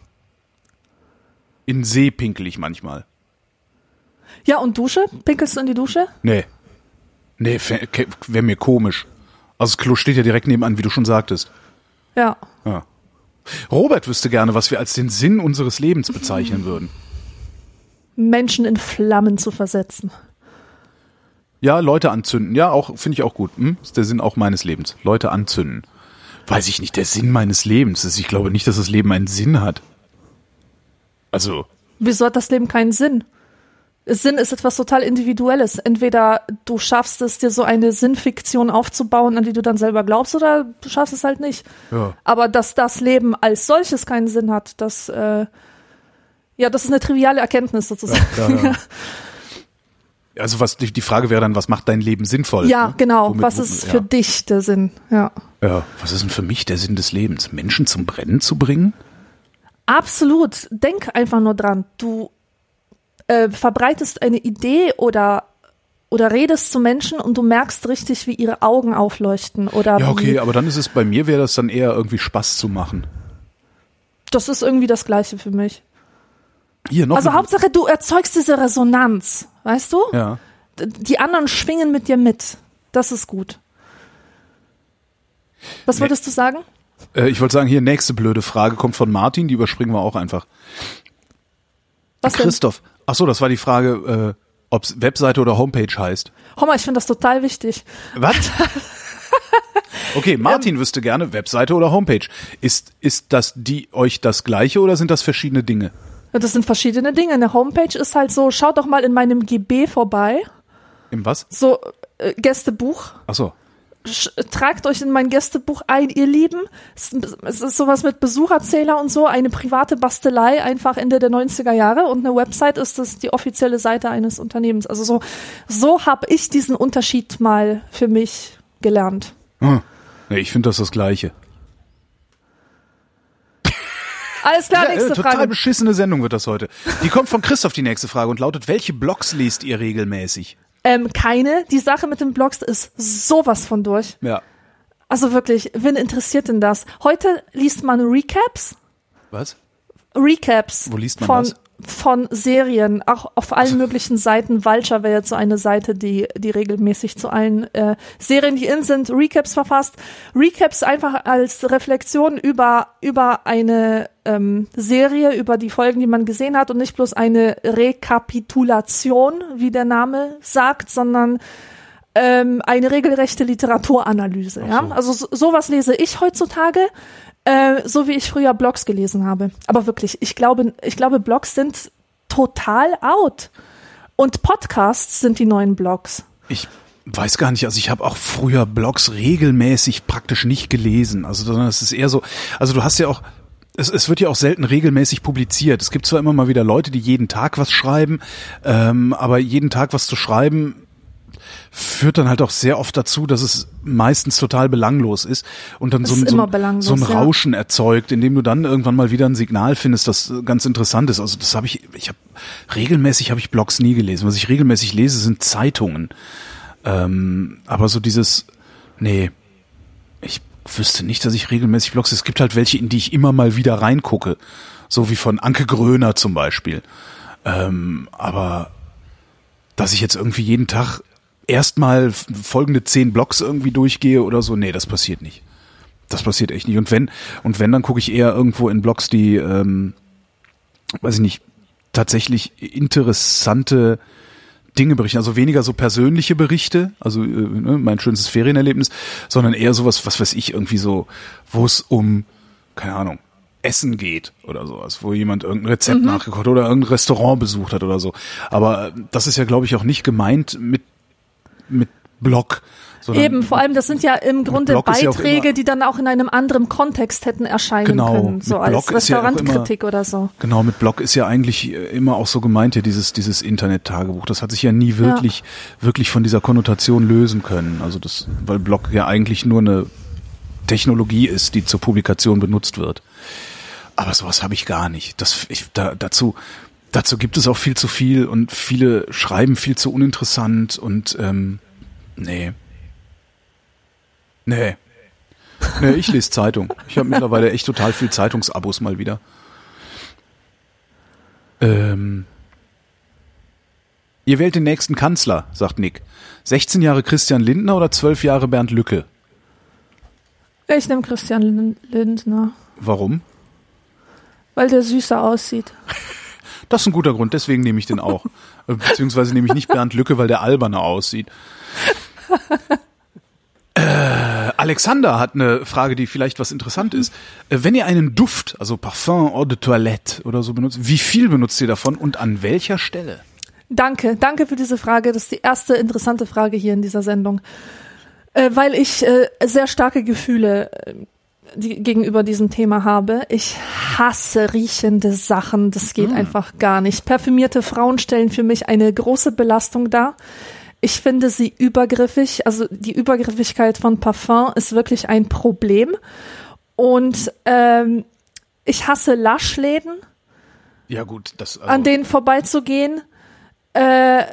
In See pinkel ich manchmal. Ja, und Dusche? Pinkelst du in die Dusche? Nee. Nee, wäre mir komisch. Also das Klo steht ja direkt nebenan, wie du schon sagtest. Ja. Ja. Robert wüsste gerne, was wir als den Sinn unseres Lebens bezeichnen würden. Menschen in Flammen zu versetzen. Ja, Leute anzünden. Ja, auch finde ich auch gut. Hm? Ist der Sinn auch meines Lebens. Leute anzünden. Weiß ich nicht, der Sinn meines Lebens ist. Ich glaube nicht, dass das Leben einen Sinn hat. Also. Wieso hat das Leben keinen Sinn? Sinn ist etwas total Individuelles. Entweder du schaffst es, dir so eine Sinnfiktion aufzubauen, an die du dann selber glaubst, oder du schaffst es halt nicht. Ja. Aber dass das Leben als solches keinen Sinn hat, das, äh, ja, das ist eine triviale Erkenntnis sozusagen. Ja, ja, ja. Also was die, die Frage wäre dann, was macht dein Leben sinnvoll? Ja, ne? genau. Womit, was wo, ist ja. für dich der Sinn? Ja. Ja. Was ist denn für mich der Sinn des Lebens? Menschen zum Brennen zu bringen? Absolut. Denk einfach nur dran. Du äh, verbreitest eine Idee oder oder redest zu Menschen und du merkst richtig, wie ihre Augen aufleuchten. Oder Ja, okay, wie, aber dann ist es, bei mir wäre das dann eher irgendwie Spaß zu machen. das ist irgendwie das Gleiche für mich. Hier noch. Also eine- Hauptsache, du erzeugst diese Resonanz, weißt du? Ja. D- Die anderen schwingen mit dir mit. Das ist gut. Was Nee. wolltest du sagen? Äh, ich wollte sagen, hier nächste blöde Frage kommt von Martin, die überspringen wir auch einfach. Was denn? Christoph. Ach so, das war die Frage, äh, ob es Webseite oder Homepage heißt. Homma, ich finde das total wichtig. Was? Okay, Martin wüsste gerne Webseite oder Homepage. Ist ist das die euch das Gleiche oder sind das verschiedene Dinge? Das sind verschiedene Dinge. Eine Homepage ist halt so, schaut doch mal in meinem G B vorbei. Im was? So, äh, Gästebuch. Ach so. Sch- Tragt euch in mein Gästebuch ein, ihr Lieben. Es es ist sowas mit Besucherzähler und so, eine private Bastelei, einfach Ende der neunziger Jahre. Und eine Website ist das die offizielle Seite eines Unternehmens. Also so, so habe ich diesen Unterschied mal für mich gelernt. Hm. Nee, ich finde das das Gleiche. Alles klar, Ja, nächste äh, total Frage. beschissene Sendung wird das heute. Die kommt von Christoph, die nächste Frage, und lautet, welche Blogs lest ihr regelmäßig? Ähm, keine. Die Sache mit den Blogs ist sowas von durch. Ja. Also wirklich, wen interessiert denn das? Heute liest man Recaps. Was? Recaps Wo liest man von, das? von Serien, auch auf allen möglichen Seiten. Vulture wäre jetzt so eine Seite, die, die regelmäßig zu allen äh, Serien, die in sind, Recaps verfasst. Recaps einfach als Reflexion über, über eine ähm, Serie, über die Folgen, die man gesehen hat und nicht bloß eine Rekapitulation, wie der Name sagt, sondern ähm, eine regelrechte Literaturanalyse. Ja? so. Also so, sowas lese ich heutzutage. Äh, so wie ich früher Blogs gelesen habe. Aber wirklich, ich glaube, ich glaube, Blogs sind total out. Und Podcasts sind die neuen Blogs. Ich weiß gar nicht, also ich habe auch früher Blogs regelmäßig praktisch nicht gelesen. Also sondern es ist eher so, also du hast ja auch, es, es wird ja auch selten regelmäßig publiziert. Es gibt zwar immer mal wieder Leute, die jeden Tag was schreiben, ähm, aber jeden Tag was zu schreiben führt dann halt auch sehr oft dazu, dass es meistens total belanglos ist und dann Es so ein, ist so immer ein, belanglos, so ein ja. Rauschen erzeugt, indem du dann irgendwann mal wieder ein Signal findest, das ganz interessant ist. Also das habe ich, ich habe regelmäßig habe ich Blogs nie gelesen. Was ich regelmäßig lese, sind Zeitungen. Ähm, aber so dieses, nee, ich wüsste nicht, dass ich regelmäßig Blogs, es gibt halt welche, in die ich immer mal wieder reingucke. So wie von Anke Gröner zum Beispiel. Ähm, aber dass ich jetzt irgendwie jeden Tag erstmal folgende zehn Blogs irgendwie durchgehe oder so, nee, das passiert nicht. Das passiert echt nicht. Und wenn, und wenn, dann gucke ich eher irgendwo in Blogs, die, ähm, weiß ich nicht, tatsächlich interessante Dinge berichten. Also weniger so persönliche Berichte, also äh, ne, mein schönstes Ferienerlebnis, sondern eher sowas, was weiß ich, irgendwie so, wo es um, keine Ahnung, Essen geht oder sowas, wo jemand irgendein Rezept Mhm. nachgekocht oder irgendein Restaurant besucht hat oder so. Aber äh, das ist ja, glaube ich, auch nicht gemeint mit mit Blog. Sondern Eben, vor allem, das sind ja im Grunde Blog ist ja auch Beiträge, immer- die dann auch in einem anderen Kontext hätten erscheinen Genau, können, so mit als Blog ist ja auch Restaurantkritik oder so. Genau, mit Blog ist ja eigentlich immer auch so gemeint, ja, dieses, dieses Internet-Tagebuch. Das hat sich ja nie wirklich, wirklich von dieser Konnotation lösen können. Also das, weil Blog ja eigentlich nur eine Technologie ist, die zur Publikation benutzt wird. Aber sowas habe ich gar nicht. Das, ich, da, dazu, dazu gibt es auch viel zu viel und viele schreiben viel zu uninteressant und, ähm, nee. Nee. Nee, ich lese Zeitung. Ich habe mittlerweile echt total viel Zeitungsabos mal wieder. Ähm. Ihr wählt den nächsten Kanzler, sagt Nick. sechzehn Jahre Christian Lindner oder zwölf Jahre Bernd Lücke? Ich nehme Christian Lindner, Warum? weil der süßer aussieht. Das ist ein guter Grund, deswegen nehme ich den auch. Beziehungsweise nehme ich nicht Bernd Lücke, weil der alberner aussieht. äh, Alexander hat eine Frage, die vielleicht was interessant ist. Äh, wenn ihr einen Duft, also Parfum, Eau de Toilette oder so benutzt, wie viel benutzt ihr davon und an welcher Stelle? Danke, danke für diese Frage. Das ist die erste interessante Frage hier in dieser Sendung. Äh, weil ich äh, sehr starke Gefühle äh, die, gegenüber diesem Thema habe. Ich hasse riechende Sachen. Das geht hm. einfach gar nicht. Parfümierte Frauen stellen für mich eine große Belastung dar. Ich finde sie übergriffig. Also die Übergriffigkeit von Parfum ist wirklich ein Problem. Und ähm, ich hasse Laschläden. Ja gut, das also an denen vorbeizugehen. Äh,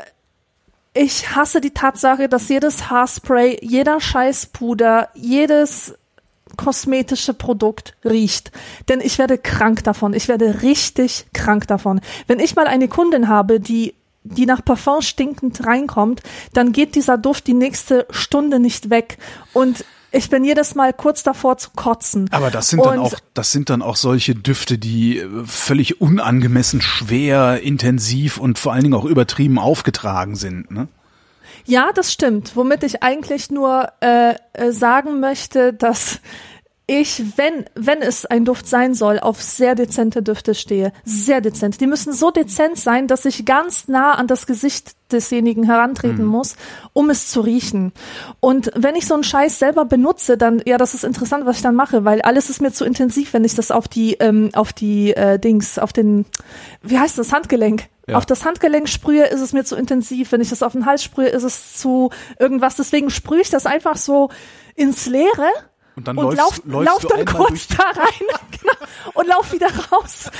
ich hasse die Tatsache, dass jedes Haarspray, jeder Scheißpuder, jedes kosmetische Produkt riecht. Denn ich werde krank davon. Ich werde richtig krank davon. Wenn ich mal eine Kundin habe, die die nach Parfum stinkend reinkommt, dann geht dieser Duft die nächste Stunde nicht weg. Und ich bin jedes Mal kurz davor zu kotzen. Aber das sind dann auch, das sind dann auch solche Düfte, die völlig unangemessen schwer, intensiv und vor allen Dingen auch übertrieben aufgetragen sind, ne? Ja, das stimmt. Womit ich eigentlich nur äh, äh, sagen möchte, dass ich, wenn wenn es ein Duft sein soll, auf sehr dezente Düfte stehe. Sehr dezent. Die müssen so dezent sein, dass ich ganz nah an das Gesicht desjenigen herantreten mhm. muss, um es zu riechen. Und wenn ich so einen Scheiß selber benutze, dann, ja, das ist interessant, was ich dann mache, weil alles ist mir zu intensiv, wenn ich das auf die, ähm, auf die äh, Dings, auf den, wie heißt das, Handgelenk. Ja. Auf das Handgelenk sprühe, ist es mir zu intensiv. Wenn ich das auf den Hals sprühe, ist es zu irgendwas. Deswegen sprühe ich das einfach so ins Leere. Und dann und läufst, lauf, läufst lauf du dann kurz da rein genau, und lauf wieder raus.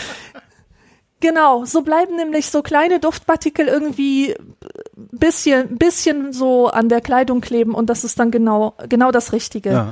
Genau, so bleiben nämlich so kleine Duftpartikel irgendwie bisschen, bisschen so an der Kleidung kleben und das ist dann genau, genau das Richtige. Ja.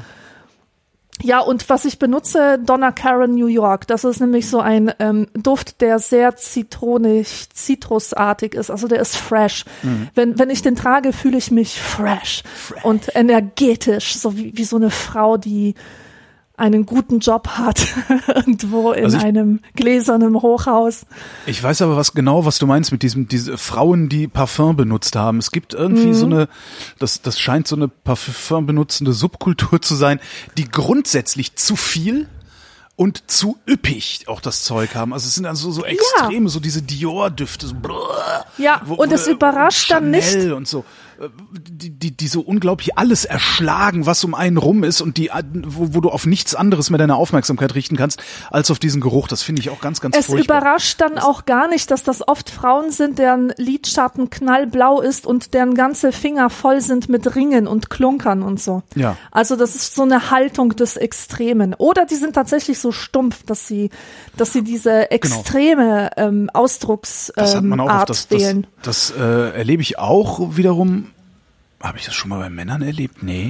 Ja, und was ich benutze, Donna Karan New York. Das ist nämlich so ein ähm, Duft, der sehr zitronig, zitrusartig ist. Also der ist fresh. Mhm. Wenn wenn ich den trage, fühle ich mich fresh, fresh. Und energetisch, so wie, wie so eine Frau, die einen guten Job hat, irgendwo in also ich, einem gläsernen Hochhaus. Ich weiß aber was genau, was du meinst mit diesem, diese Frauen, die Parfum benutzt haben. Es gibt irgendwie mhm. so eine, das, das scheint so eine Parfum benutzende Subkultur zu sein, die grundsätzlich zu viel und zu üppig auch das Zeug haben. Also es sind dann so, so Extreme, ja. so diese Dior-Düfte. So ja, wo, und es überrascht dann nicht. Und so. Die, die, die so unglaublich alles erschlagen, was um einen rum ist und die, wo, wo du auf nichts anderes mehr deine Aufmerksamkeit richten kannst, als auf diesen Geruch. Das finde ich auch ganz, ganz es furchtbar. Es überrascht dann auch gar nicht, dass das oft Frauen sind, deren Lidschatten knallblau ist und deren ganze Finger voll sind mit Ringen und Klunkern und so. Ja. Also das ist so eine Haltung des Extremen. Oder die sind tatsächlich so stumpf, dass sie, dass sie diese extreme genau. ähm, Ausdrucksart das hat man auch Art das, wählen. Das, das äh, erlebe ich auch wiederum. Habe ich das schon mal bei Männern erlebt? Nee.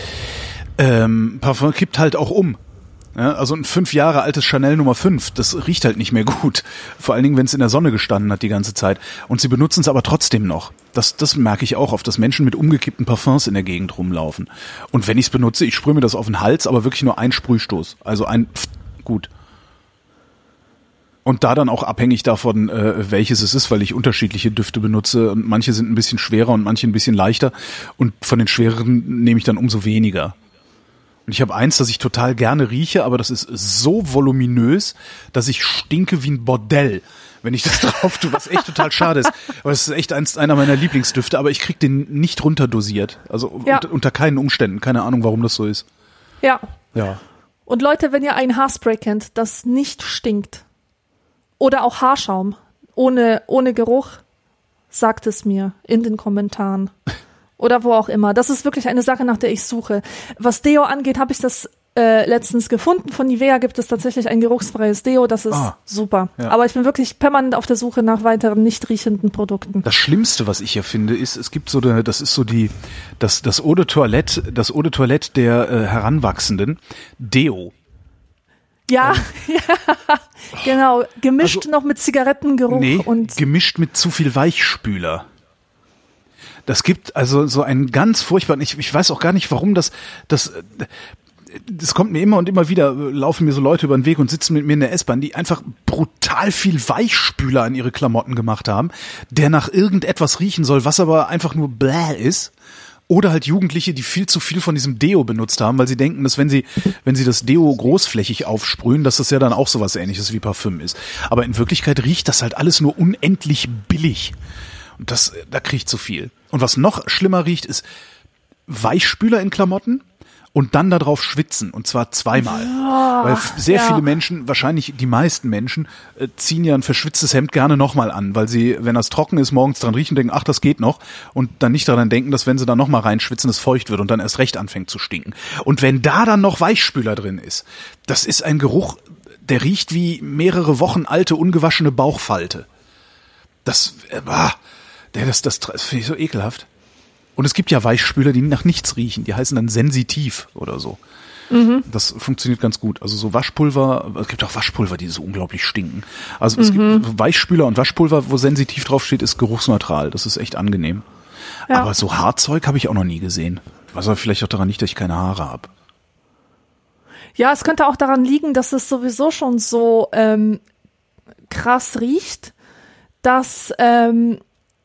Ähm, Parfum kippt halt auch um. Ja, also ein fünf Jahre altes Chanel Nummer fünf, das riecht halt nicht mehr gut. Vor allen Dingen, wenn es in der Sonne gestanden hat die ganze Zeit. Und sie benutzen es aber trotzdem noch. Das, das merke ich auch oft, dass Menschen mit umgekippten Parfums in der Gegend rumlaufen. Und wenn ich es benutze, ich sprühe mir das auf den Hals, aber wirklich nur ein Sprühstoß. Also ein Pft, gut. Und da dann auch abhängig davon, äh, welches es ist, weil ich unterschiedliche Düfte benutze und manche sind ein bisschen schwerer und manche ein bisschen leichter und von den schwereren nehme ich dann umso weniger. Und ich habe eins, das ich total gerne rieche, aber das ist so voluminös, dass ich stinke wie ein Bordell, wenn ich das drauf tue, was echt total schade ist. Aber es ist echt eins, einer meiner Lieblingsdüfte, aber ich krieg den nicht runterdosiert. Also ja. unter, unter keinen Umständen. Keine Ahnung, warum das so ist. Ja. Ja. Und Leute, wenn ihr ein Haarspray kennt, das nicht stinkt, oder auch Haarschaum, ohne, ohne Geruch, sagt es mir in den Kommentaren. Oder wo auch immer. Das ist wirklich eine Sache, nach der ich suche. Was Deo angeht, habe ich das äh, letztens gefunden. Von Nivea gibt es tatsächlich ein geruchsfreies Deo. Das ist ah, super. Ja. Aber ich bin wirklich permanent auf der Suche nach weiteren nicht riechenden Produkten. Das Schlimmste, was ich hier finde, ist, es gibt so eine, das ist so die, das, das Eau de Toilette, das Eau de Toilette der äh, Heranwachsenden. Deo. Ja, ähm. ja, genau. Gemischt also, noch mit Zigarettengeruch. Nee, und gemischt mit zu viel Weichspüler. Das gibt also so einen ganz furchtbaren, ich, ich weiß auch gar nicht, warum das, das, das kommt mir immer und immer wieder, laufen mir so Leute über den Weg und sitzen mit mir in der S-Bahn, die einfach brutal viel Weichspüler an ihre Klamotten gemacht haben, der nach irgendetwas riechen soll, was aber einfach nur bläh ist. Oder halt Jugendliche, die viel zu viel von diesem Deo benutzt haben, weil sie denken, dass wenn sie, wenn sie das Deo großflächig aufsprühen, dass das ja dann auch sowas Ähnliches wie Parfüm ist. Aber in Wirklichkeit riecht das halt alles nur unendlich billig. Und das, da kriege ich zu viel. Und was noch schlimmer riecht, ist Weichspüler in Klamotten und dann darauf schwitzen. Und zwar zweimal. Oh, weil sehr ja. viele Menschen, wahrscheinlich die meisten Menschen, äh, ziehen ja ein verschwitztes Hemd gerne nochmal an, weil sie, wenn das trocken ist, morgens dran riechen und denken, ach, das geht noch. Und dann nicht daran denken, dass wenn sie da nochmal reinschwitzen, es feucht wird und dann erst recht anfängt zu stinken. Und wenn da dann noch Weichspüler drin ist, das ist ein Geruch, der riecht wie mehrere Wochen alte, ungewaschene Bauchfalte. Das, äh, bah, das, das, das finde ich so ekelhaft. Und es gibt ja Weichspüler, die nach nichts riechen. Die heißen dann sensitiv oder so. Mhm. Das funktioniert ganz gut. Also so Waschpulver, es gibt auch Waschpulver, die so unglaublich stinken. Also es mhm. gibt Weichspüler und Waschpulver, wo sensitiv draufsteht, ist geruchsneutral. Das ist echt angenehm. Ja. Aber so Haarzeug habe ich auch noch nie gesehen. Was aber vielleicht auch daran liegt, dass ich keine Haare habe. Ja, es könnte auch daran liegen, dass es sowieso schon so ähm, krass riecht, dass ähm,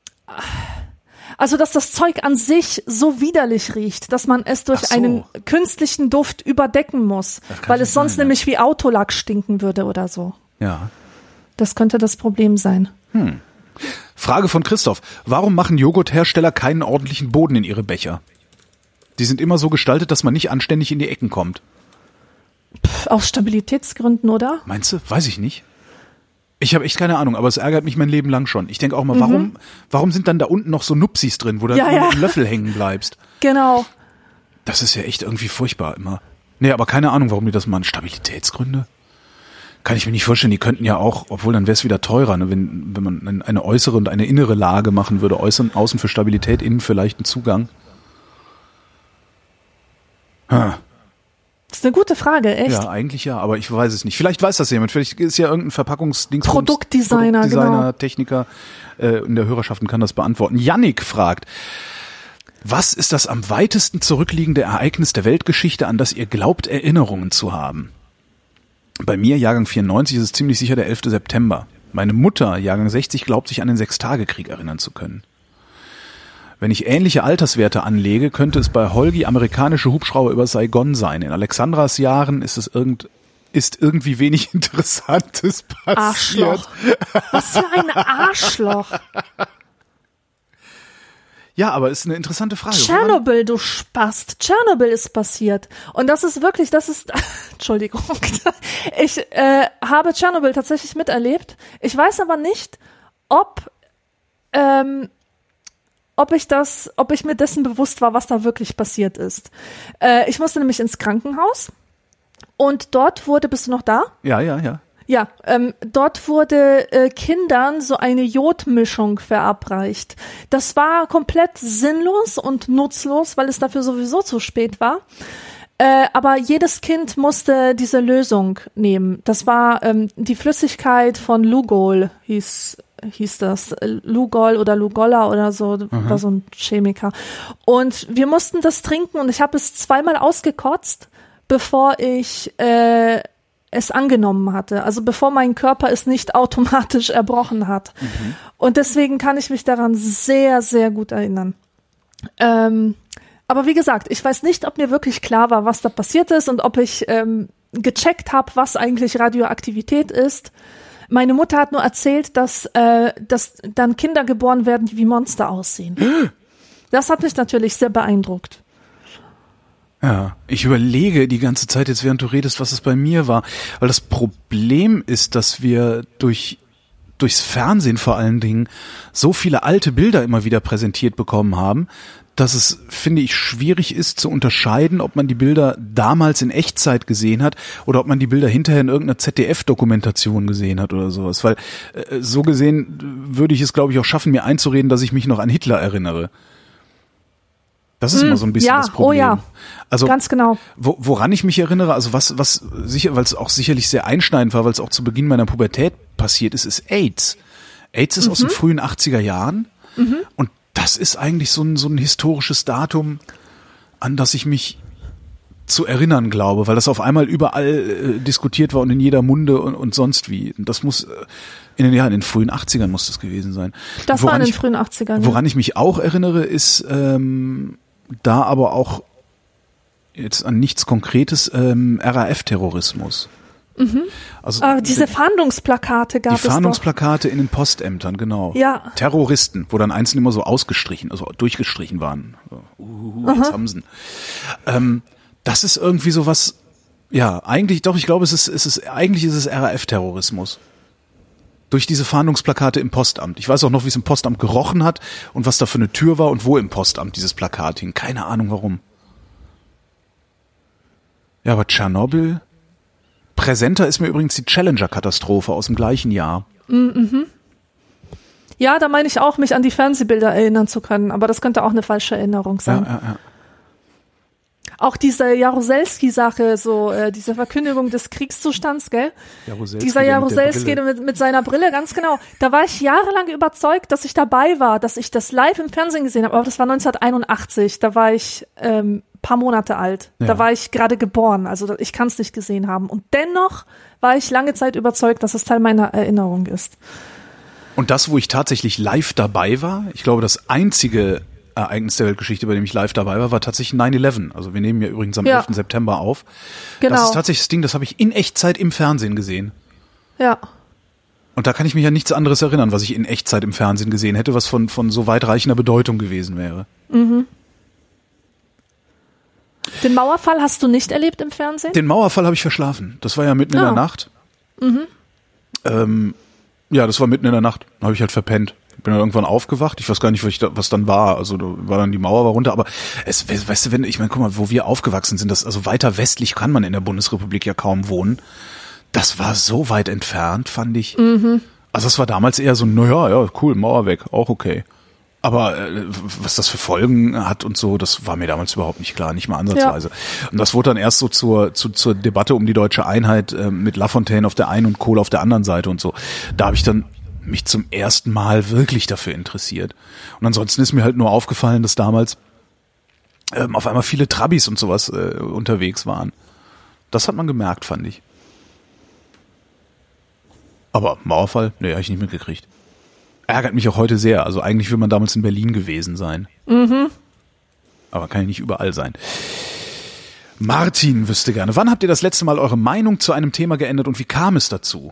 also dass das Zeug an sich so widerlich riecht, dass man es durch so. einen künstlichen Duft überdecken muss, weil es sonst sein, nämlich ja. wie Autolack stinken würde oder so. Ja. Das könnte das Problem sein. Hm. Frage von Christoph. Warum machen Joghurthersteller keinen ordentlichen Boden in ihre Becher? Die sind immer so gestaltet, dass man nicht anständig in die Ecken kommt. Pff, aus Stabilitätsgründen, oder? Meinst du? Weiß ich nicht. Ich habe echt keine Ahnung, aber es ärgert mich mein Leben lang schon. Ich denke auch mal, warum, mhm. warum sind dann da unten noch so Nupsis drin, wo du ja, ja. mit dem Löffel hängen bleibst? Genau. Das ist ja echt irgendwie furchtbar immer. Nee, aber keine Ahnung, warum die das machen. Stabilitätsgründe? Kann ich mir nicht vorstellen. Die könnten ja auch, obwohl dann wäre es wieder teurer, ne? wenn, wenn man eine äußere und eine innere Lage machen würde. Äußern, außen für Stabilität, innen für leichten Zugang. Hm. Das ist eine gute Frage, echt? Ja, eigentlich ja, aber ich weiß es nicht. Vielleicht weiß das jemand. Vielleicht ist ja irgendein Verpackungsdings. Produktdesigner, Produktdesigner, genau. Techniker äh, in der Hörerschaft und kann das beantworten. Yannick fragt, was ist das am weitesten zurückliegende Ereignis der Weltgeschichte, an das ihr glaubt, Erinnerungen zu haben? Bei mir, Jahrgang vierundneunzig, ist es ziemlich sicher der elfte September. Meine Mutter, Jahrgang sechzig, glaubt sich an den Sechstagekrieg erinnern zu können. Wenn ich ähnliche Alterswerte anlege, könnte es bei Holgi amerikanische Hubschrauber über Saigon sein. In Alexandras Jahren ist es irgend, ist irgendwie wenig Interessantes passiert. Arschloch. Was für ein Arschloch. Ja, aber ist eine interessante Frage. Tschernobyl, du Spast. Tschernobyl ist passiert. Und das ist wirklich, das ist, Entschuldigung. Ich äh, habe Tschernobyl tatsächlich miterlebt. Ich weiß aber nicht, ob, ähm, ob ich das, ob ich mir dessen bewusst war, was da wirklich passiert ist. Äh, ich musste nämlich ins Krankenhaus und dort wurde, bist du noch da? Ja, ja, ja. Ja, ähm, dort wurde äh, Kindern so eine Jodmischung verabreicht. Das war komplett sinnlos und nutzlos, weil es dafür sowieso zu spät war. Äh, aber jedes Kind musste diese Lösung nehmen. Das war ähm, die Flüssigkeit von Lugol, hieß hieß das. Lugol oder Lugola oder so, mhm. war so ein Chemiker. Und wir mussten das trinken und ich habe es zweimal ausgekotzt, bevor ich äh, es angenommen hatte. Also bevor mein Körper es nicht automatisch erbrochen hat. Mhm. Und deswegen kann ich mich daran sehr, sehr gut erinnern. Ähm, aber wie gesagt, ich weiß nicht, ob mir wirklich klar war, was da passiert ist und ob ich ähm, gecheckt habe, was eigentlich Radioaktivität ist. Meine Mutter hat nur erzählt, dass, äh, dass dann Kinder geboren werden, die wie Monster aussehen. Das hat mich natürlich sehr beeindruckt. Ja, ich überlege die ganze Zeit jetzt, während du redest, was es bei mir war. Weil das Problem ist, dass wir durch durchs Fernsehen vor allen Dingen so viele alte Bilder immer wieder präsentiert bekommen haben, dass es, finde ich, schwierig ist zu unterscheiden, ob man die Bilder damals in Echtzeit gesehen hat oder ob man die Bilder hinterher in irgendeiner Z D F-Dokumentation gesehen hat oder sowas. Weil äh, so gesehen würde ich es, glaube ich, auch schaffen, mir einzureden, dass ich mich noch an Hitler erinnere. Das ist hm, immer so ein bisschen ja, das Problem. Oh ja, also, ganz genau. Wo, woran ich mich erinnere, also was, was sicher, weil es auch sicherlich sehr einschneidend war, weil es auch zu Beginn meiner Pubertät passiert ist, ist AIDS. AIDS ist mhm. aus den frühen achtziger Jahren mhm. und das ist eigentlich so ein, so ein historisches Datum, an das ich mich zu erinnern glaube, weil das auf einmal überall äh, diskutiert war und in jeder Munde und, und sonst wie. Das muss äh, in den Jahren, in den frühen achtzigern muss das gewesen sein. Das war in den ich, frühen achtzigern. Woran ja. ich mich auch erinnere, ist ähm, da aber auch jetzt an nichts Konkretes, ähm, R A F-Terrorismus. Mhm. Also ah, diese Fahndungsplakate gab es Die Fahndungsplakate in den Postämtern, genau. Ja. Terroristen, wo dann einzelne immer so ausgestrichen, also durchgestrichen waren. Uh, jetzt haben sie. Ähm, das ist irgendwie sowas, ja, eigentlich, doch, ich glaube, es ist, es ist, eigentlich ist es R A F-Terrorismus. Durch diese Fahndungsplakate im Postamt. Ich weiß auch noch, wie es im Postamt gerochen hat und was da für eine Tür war und wo im Postamt dieses Plakat hing. Keine Ahnung warum. Ja, aber Tschernobyl. Präsenter ist mir übrigens die Challenger-Katastrophe aus dem gleichen Jahr. Mhm. Ja, da meine ich auch, mich an die Fernsehbilder erinnern zu können, aber das könnte auch eine falsche Erinnerung sein. Ja, ja, ja. Auch diese Jaruzelski-Sache, so äh, diese Verkündigung des Kriegszustands, gell? Jaruzelski, Dieser Jaruzelski mit, mit seiner Brille, ganz genau. Da war ich jahrelang überzeugt, dass ich dabei war, dass ich das live im Fernsehen gesehen habe, aber das war neunzehnhunderteinundachtzig, da war ich ähm, paar Monate alt. Ja. Da war ich gerade geboren, also ich kann es nicht gesehen haben. Und dennoch war ich lange Zeit überzeugt, dass es Teil meiner Erinnerung ist. Und das, wo ich tatsächlich live dabei war, ich glaube, das einzige Ereignis der Weltgeschichte, bei dem ich live dabei war, war tatsächlich neun elf. Also wir nehmen ja übrigens am ja. elften September auf. Genau. Das ist tatsächlich das Ding, das habe ich in Echtzeit im Fernsehen gesehen. Ja. Und da kann ich mich an nichts anderes erinnern, was ich in Echtzeit im Fernsehen gesehen hätte, was von, von so weitreichender Bedeutung gewesen wäre. Mhm. Den Mauerfall hast du nicht erlebt im Fernsehen? Den Mauerfall habe ich verschlafen. Das war ja mitten oh. in der Nacht. Mhm. Ähm, ja, das war mitten in der Nacht. Da habe ich halt verpennt. Bin dann irgendwann aufgewacht. Ich weiß gar nicht, was, ich da, was dann war. Also da war dann die Mauer war runter. Aber es, weißt du, wenn ich meine, guck mal, wo wir aufgewachsen sind, das also weiter westlich kann man in der Bundesrepublik ja kaum wohnen. Das war so weit entfernt, fand ich. Mhm. Also es war damals eher so, naja, ja, cool, Mauer weg, auch okay. Aber äh, was das für Folgen hat und so, das war mir damals überhaupt nicht klar, nicht mal ansatzweise. Ja. Und das wurde dann erst so zur zu, zur Debatte um die deutsche Einheit äh, mit Lafontaine auf der einen und Kohl auf der anderen Seite und so. Da habe ich dann mich zum ersten Mal wirklich dafür interessiert. Und ansonsten ist mir halt nur aufgefallen, dass damals ähm, auf einmal viele Trabis und sowas äh, unterwegs waren. Das hat man gemerkt, fand ich. Aber Mauerfall, nee, habe ich nicht mitgekriegt. Ärgert mich auch heute sehr. Also eigentlich will man damals in Berlin gewesen sein. Mhm. Aber kann ja nicht überall sein. Martin wüsste gerne, wann habt ihr das letzte Mal eure Meinung zu einem Thema geändert und wie kam es dazu?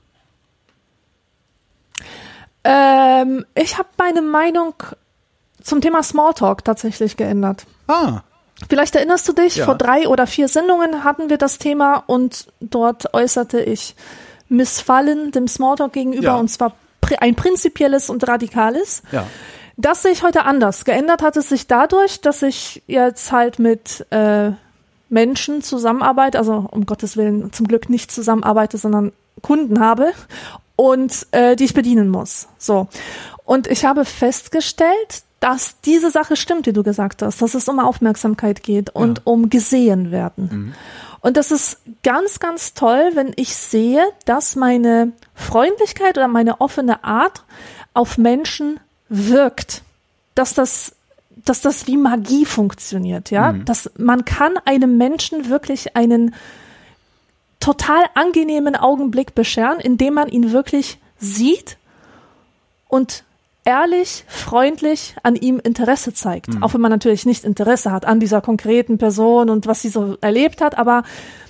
Ähm, ich habe meine Meinung zum Thema Smalltalk tatsächlich geändert. Ah. Vielleicht erinnerst du dich, ja. vor drei oder vier Sendungen hatten wir das Thema und dort äußerte ich Missfallen dem Smalltalk gegenüber ja. und zwar ein prinzipielles und radikales. Ja. Das sehe ich heute anders. Geändert hat es sich dadurch, dass ich jetzt halt mit äh, Menschen zusammenarbeite, also um Gottes Willen zum Glück nicht zusammenarbeite, sondern Kunden habe und äh, die ich bedienen muss. So. Und ich habe festgestellt, dass diese Sache stimmt, wie du gesagt hast, dass es um Aufmerksamkeit geht und ja. um gesehen werden. Mhm. Und das ist ganz, ganz toll, wenn ich sehe, dass meine Freundlichkeit oder meine offene Art auf Menschen wirkt. Dass das, dass das wie Magie funktioniert, ja. Mhm. Dass man kann einem Menschen wirklich einen total angenehmen Augenblick bescheren, indem man ihn wirklich sieht und ehrlich, freundlich an ihm Interesse zeigt. Mhm. Auch wenn man natürlich nicht Interesse hat an dieser konkreten Person und was sie so erlebt hat, aber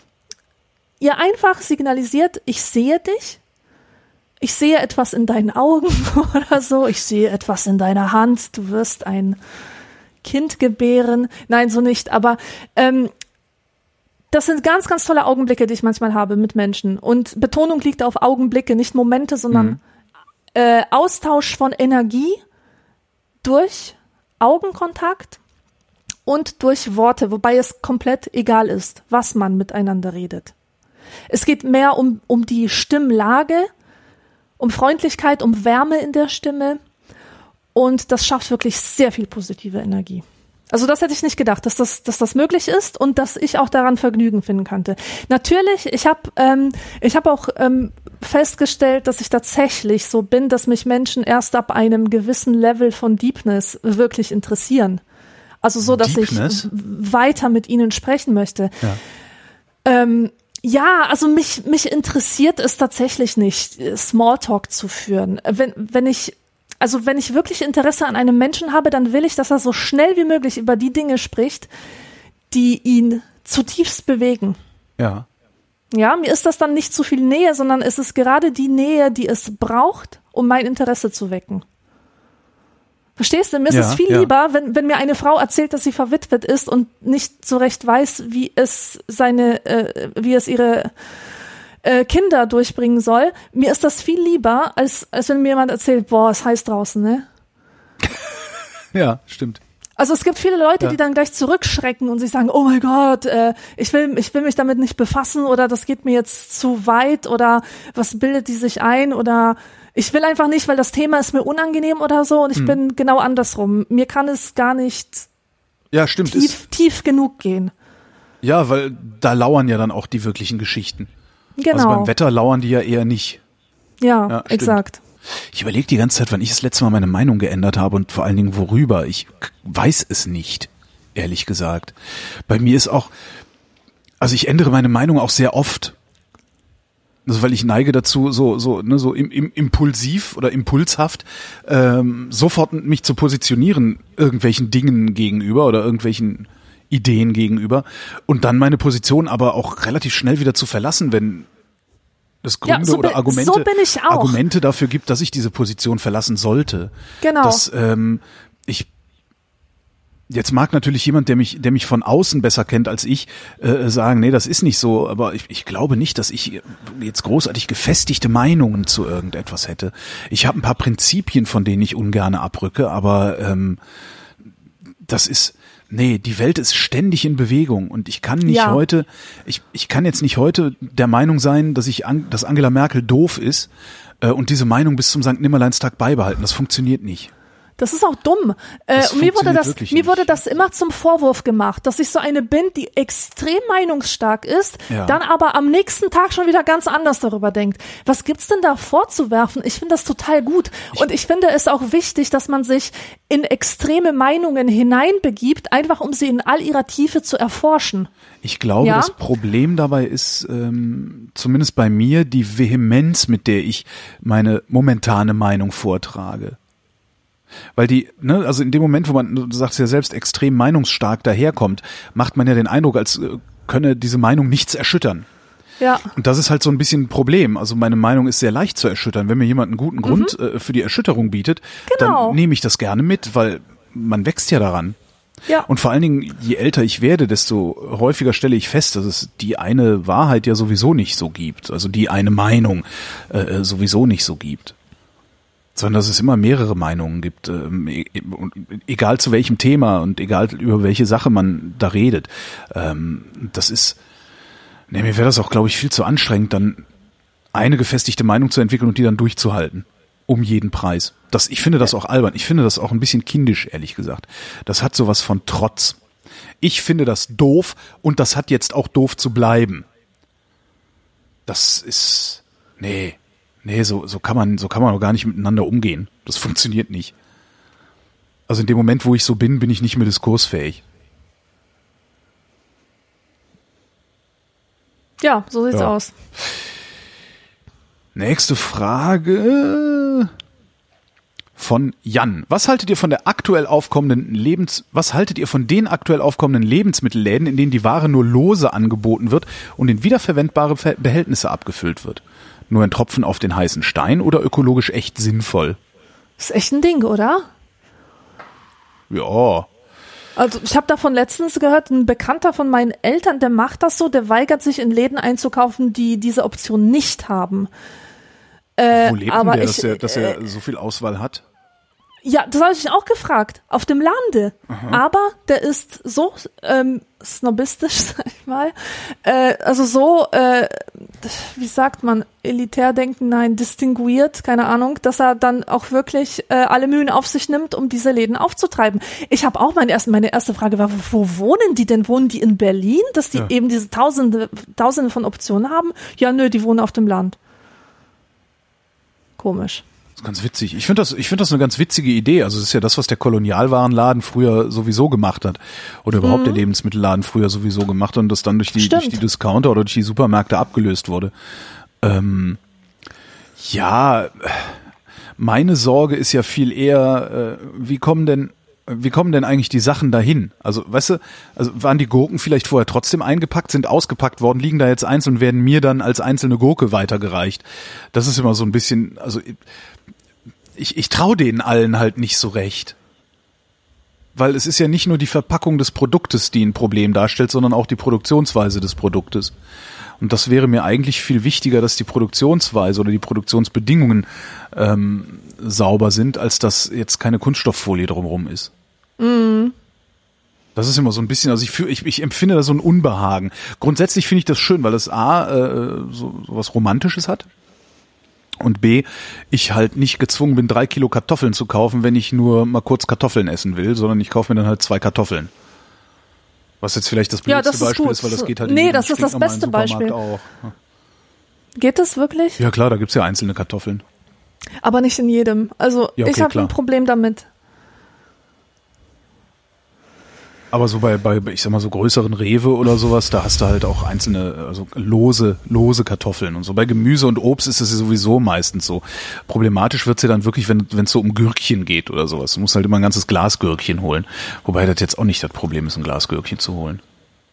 ihr einfach signalisiert, ich sehe dich, ich sehe etwas in deinen Augen oder so, ich sehe etwas in deiner Hand, du wirst ein Kind gebären. Nein, so nicht, aber ähm, das sind ganz, ganz tolle Augenblicke, die ich manchmal habe mit Menschen. Und Betonung liegt auf Augenblicke, nicht Momente, sondern mhm. Äh, Austausch von Energie durch Augenkontakt und durch Worte, wobei es komplett egal ist, was man miteinander redet. Es geht mehr um, um die Stimmlage, um Freundlichkeit, um Wärme in der Stimme und das schafft wirklich sehr viel positive Energie. Also das hätte ich nicht gedacht, dass das, dass das möglich ist und dass ich auch daran Vergnügen finden könnte. Natürlich, ich habe ähm, ich habe auch ähm, festgestellt, dass ich tatsächlich so bin, dass mich Menschen erst ab einem gewissen Level von Deepness wirklich interessieren. Also so, dass Deepness? ich weiter mit ihnen sprechen möchte. Ja. Ähm, ja, also mich, mich interessiert es tatsächlich nicht, Smalltalk zu führen. Wenn, wenn ich, also wenn ich wirklich Interesse an einem Menschen habe, dann will ich, dass er so schnell wie möglich über die Dinge spricht, die ihn zutiefst bewegen. Ja. Ja, mir ist das dann nicht zu viel Nähe, sondern es ist gerade die Nähe, die es braucht, um mein Interesse zu wecken. Verstehst du? Mir ist Ja, es viel ja. lieber, wenn, wenn mir eine Frau erzählt, dass sie verwitwet ist und nicht so recht weiß, wie es seine, äh, wie es ihre äh, Kinder durchbringen soll. Mir ist das viel lieber, als, als wenn mir jemand erzählt, boah, es heiß draußen, ne? Ja, stimmt. Also es gibt viele Leute, Ja. die dann gleich zurückschrecken und sich sagen, oh mein Gott, äh, ich will, ich will mich damit nicht befassen oder das geht mir jetzt zu weit oder was bildet die sich ein oder ich will einfach nicht, weil das Thema ist mir unangenehm oder so und ich Hm. bin genau andersrum. Mir kann es gar nicht Ja, stimmt. tief, Ist, tief genug gehen. ja, weil da lauern ja dann auch die wirklichen Geschichten. Genau. Also beim Wetter lauern die ja eher nicht. ja, Ja, stimmt. exakt. Ich überlege die ganze Zeit, wann ich das letzte Mal meine Meinung geändert habe und vor allen Dingen worüber. Ich k- weiß es nicht, ehrlich gesagt. Bei mir ist auch, also ich ändere meine Meinung auch sehr oft. Also weil ich neige dazu, so so ne, so im, im, impulsiv oder impulshaft ähm, sofort mich zu positionieren irgendwelchen Dingen gegenüber oder irgendwelchen Ideen gegenüber und dann meine Position aber auch relativ schnell wieder zu verlassen, wenn es Gründe Ja, so oder bin- Argumente, so bin ich auch. Argumente dafür gibt, dass ich diese Position verlassen sollte. Genau. Das, ähm, ich Jetzt mag natürlich jemand, der mich, der mich von außen besser kennt als ich, äh, sagen, nee, das ist nicht so, aber ich, ich glaube nicht, dass ich jetzt großartig gefestigte Meinungen zu irgendetwas hätte. Ich habe ein paar Prinzipien, von denen ich ungerne abrücke, aber ähm, das ist, nee, die Welt ist ständig in Bewegung und ich kann nicht Ja. heute, ich, ich kann jetzt nicht heute der Meinung sein, dass ich, An- dass Angela Merkel doof ist äh, und diese Meinung bis zum Sankt Nimmerleinstag beibehalten. Das funktioniert nicht. Das ist auch dumm. Äh, Das und mir wurde funktioniert das, wirklich mir wurde nicht. das immer zum Vorwurf gemacht, dass ich so eine bin, die extrem meinungsstark ist, Ja. dann aber am nächsten Tag schon wieder ganz anders darüber denkt. Was gibt's denn da vorzuwerfen? Ich finde das total gut. Und ich finde es auch wichtig, dass man sich in extreme Meinungen hineinbegibt, einfach um sie in all ihrer Tiefe zu erforschen. Ich glaube, Ja? das Problem dabei ist, ähm, zumindest bei mir, die Vehemenz, mit der ich meine momentane Meinung vortrage. Weil die, ne, also in dem Moment, wo man, du sagst ja selbst, extrem meinungsstark daherkommt, macht man ja den Eindruck, als äh, könne diese Meinung nichts erschüttern. Ja. Und das ist halt so ein bisschen ein Problem. Also meine Meinung ist sehr leicht zu erschüttern. Wenn mir jemand einen guten Grund äh, für die Erschütterung bietet, Genau. dann nehme ich das gerne mit, weil man wächst ja daran. Ja. Und vor allen Dingen, je älter ich werde, desto häufiger stelle ich fest, dass es die eine Wahrheit ja sowieso nicht so gibt. Also die eine Meinung äh, sowieso nicht so gibt. Sondern dass es immer mehrere Meinungen gibt, ähm, e- und egal zu welchem Thema und egal über welche Sache man da redet. Ähm, das ist, ne, mir wäre das auch, glaube ich, viel zu anstrengend, dann eine gefestigte Meinung zu entwickeln und die dann durchzuhalten. Um jeden Preis. Das, ich finde das auch albern. Ich finde das auch ein bisschen kindisch, ehrlich gesagt. Das hat sowas von Trotz. Ich finde das doof und das hat jetzt auch doof zu bleiben. Das ist, nee, nee, so, so kann man, so kann man auch gar nicht miteinander umgehen. Das funktioniert nicht. Also in dem Moment, wo ich so bin, bin ich nicht mehr diskursfähig. Ja, so sieht's Ja. aus. Nächste Frage von Jan. Was haltet ihr von der aktuell aufkommenden Lebens, was haltet ihr von den aktuell aufkommenden Lebensmittelläden, in denen die Ware nur lose angeboten wird und in wiederverwendbare Ver- Behältnisse abgefüllt wird? Nur ein Tropfen auf den heißen Stein oder ökologisch echt sinnvoll? Ist echt ein Ding, oder? Ja. Also ich habe davon letztens gehört, ein Bekannter von meinen Eltern, der macht das so, der weigert sich in Läden einzukaufen, die diese Option nicht haben. Äh, Wo lebt aber denn der, ich, dass er, dass er äh, so viel Auswahl hat? Ja, das habe ich ihn auch gefragt. Auf dem Lande. Aber der ist so ähm, snobistisch, sag ich mal. Äh, also so, äh, wie sagt man, elitär denken, nein, distinguiert, keine Ahnung, dass er dann auch wirklich äh, alle Mühen auf sich nimmt, um diese Läden aufzutreiben. Ich habe auch meine erste, meine erste Frage war, wo wohnen die denn? Wohnen die in Berlin, dass die Ja. eben diese Tausende, Tausende von Optionen haben? Ja, nö, die wohnen auf dem Land. Komisch. Das ist ganz witzig. Ich finde das, ich finde das eine ganz witzige Idee. Also es ist ja das, was der Kolonialwarenladen früher sowieso gemacht hat. Oder überhaupt mhm. der Lebensmittelladen früher sowieso gemacht hat und das dann durch die, durch die Discounter oder durch die Supermärkte abgelöst wurde. Ähm, ja, meine Sorge ist ja viel eher, äh, wie kommen denn Wie kommen denn eigentlich die Sachen dahin? Also, weißt du, also waren die Gurken vielleicht vorher trotzdem eingepackt, sind ausgepackt worden, liegen da jetzt einzeln und werden mir dann als einzelne Gurke weitergereicht? Das ist immer so ein bisschen, also ich, ich traue denen allen halt nicht so recht. Weil es ist ja nicht nur die Verpackung des Produktes, die ein Problem darstellt, sondern auch die Produktionsweise des Produktes. Und das wäre mir eigentlich viel wichtiger, dass die Produktionsweise oder die Produktionsbedingungen ähm, sauber sind, als dass jetzt keine Kunststofffolie drumherum ist. Mhm. Das ist immer so ein bisschen, also ich, fühl, ich, ich empfinde da so ein Unbehagen. Grundsätzlich finde ich das schön, weil es A, äh, so, so was Romantisches hat und B, ich halt nicht gezwungen bin, drei Kilo Kartoffeln zu kaufen, wenn ich nur mal kurz Kartoffeln essen will, sondern ich kaufe mir dann halt zwei Kartoffeln. Was jetzt vielleicht das blödste ja, Beispiel gut. ist, weil das geht halt in Nee, das ist das beste Beispiel. Auch. Geht das wirklich? Ja klar, da gibt's ja einzelne Kartoffeln. Aber nicht in jedem. Also ja, okay, ich habe ein Problem damit. Aber so bei, bei, ich sag mal, so größeren Rewe oder sowas, da hast du halt auch einzelne, also lose, lose Kartoffeln und so. Bei Gemüse und Obst ist es ja sowieso meistens so. Problematisch wird's ja dann wirklich, wenn wenn es so um Gürkchen geht oder sowas. Du musst halt immer ein ganzes Glas Gürkchen holen. Wobei das jetzt auch nicht das Problem ist, ein Glas Gürkchen zu holen.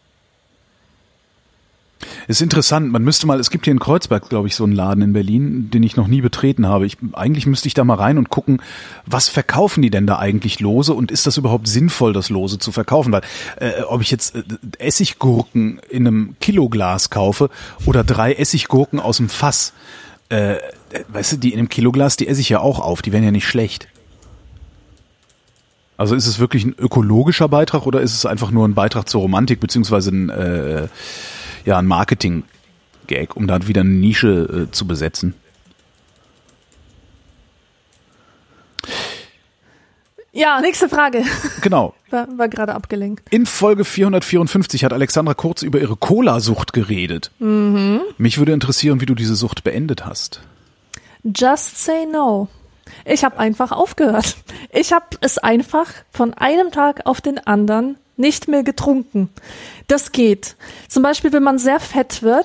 Ist interessant, man müsste mal, es gibt hier in Kreuzberg, glaube ich, so einen Laden in Berlin, den ich noch nie betreten habe. Ich, eigentlich müsste ich da mal rein und gucken, was verkaufen die denn da eigentlich lose und ist das überhaupt sinnvoll, das lose zu verkaufen? Weil äh, ob ich jetzt äh, Essiggurken in einem Kiloglas kaufe oder drei Essiggurken aus dem Fass, äh, weißt du, die in einem Kiloglas, die esse ich ja auch auf, die werden ja nicht schlecht. Also ist es wirklich ein ökologischer Beitrag oder ist es einfach nur ein Beitrag zur Romantik, beziehungsweise ein äh, ja, ein Marketing-Gag, um da wieder eine Nische äh, zu besetzen. Ja, nächste Frage. Genau. War, war gerade abgelenkt. In Folge vierhundertvierundfünfzig hat Alexandra kurz über ihre Cola-Sucht geredet. Mhm. Mich würde interessieren, wie du diese Sucht beendet hast. Just say no. Ich habe einfach aufgehört. Ich habe es einfach von einem Tag auf den anderen nicht mehr getrunken. Das geht. Zum Beispiel, wenn man sehr fett wird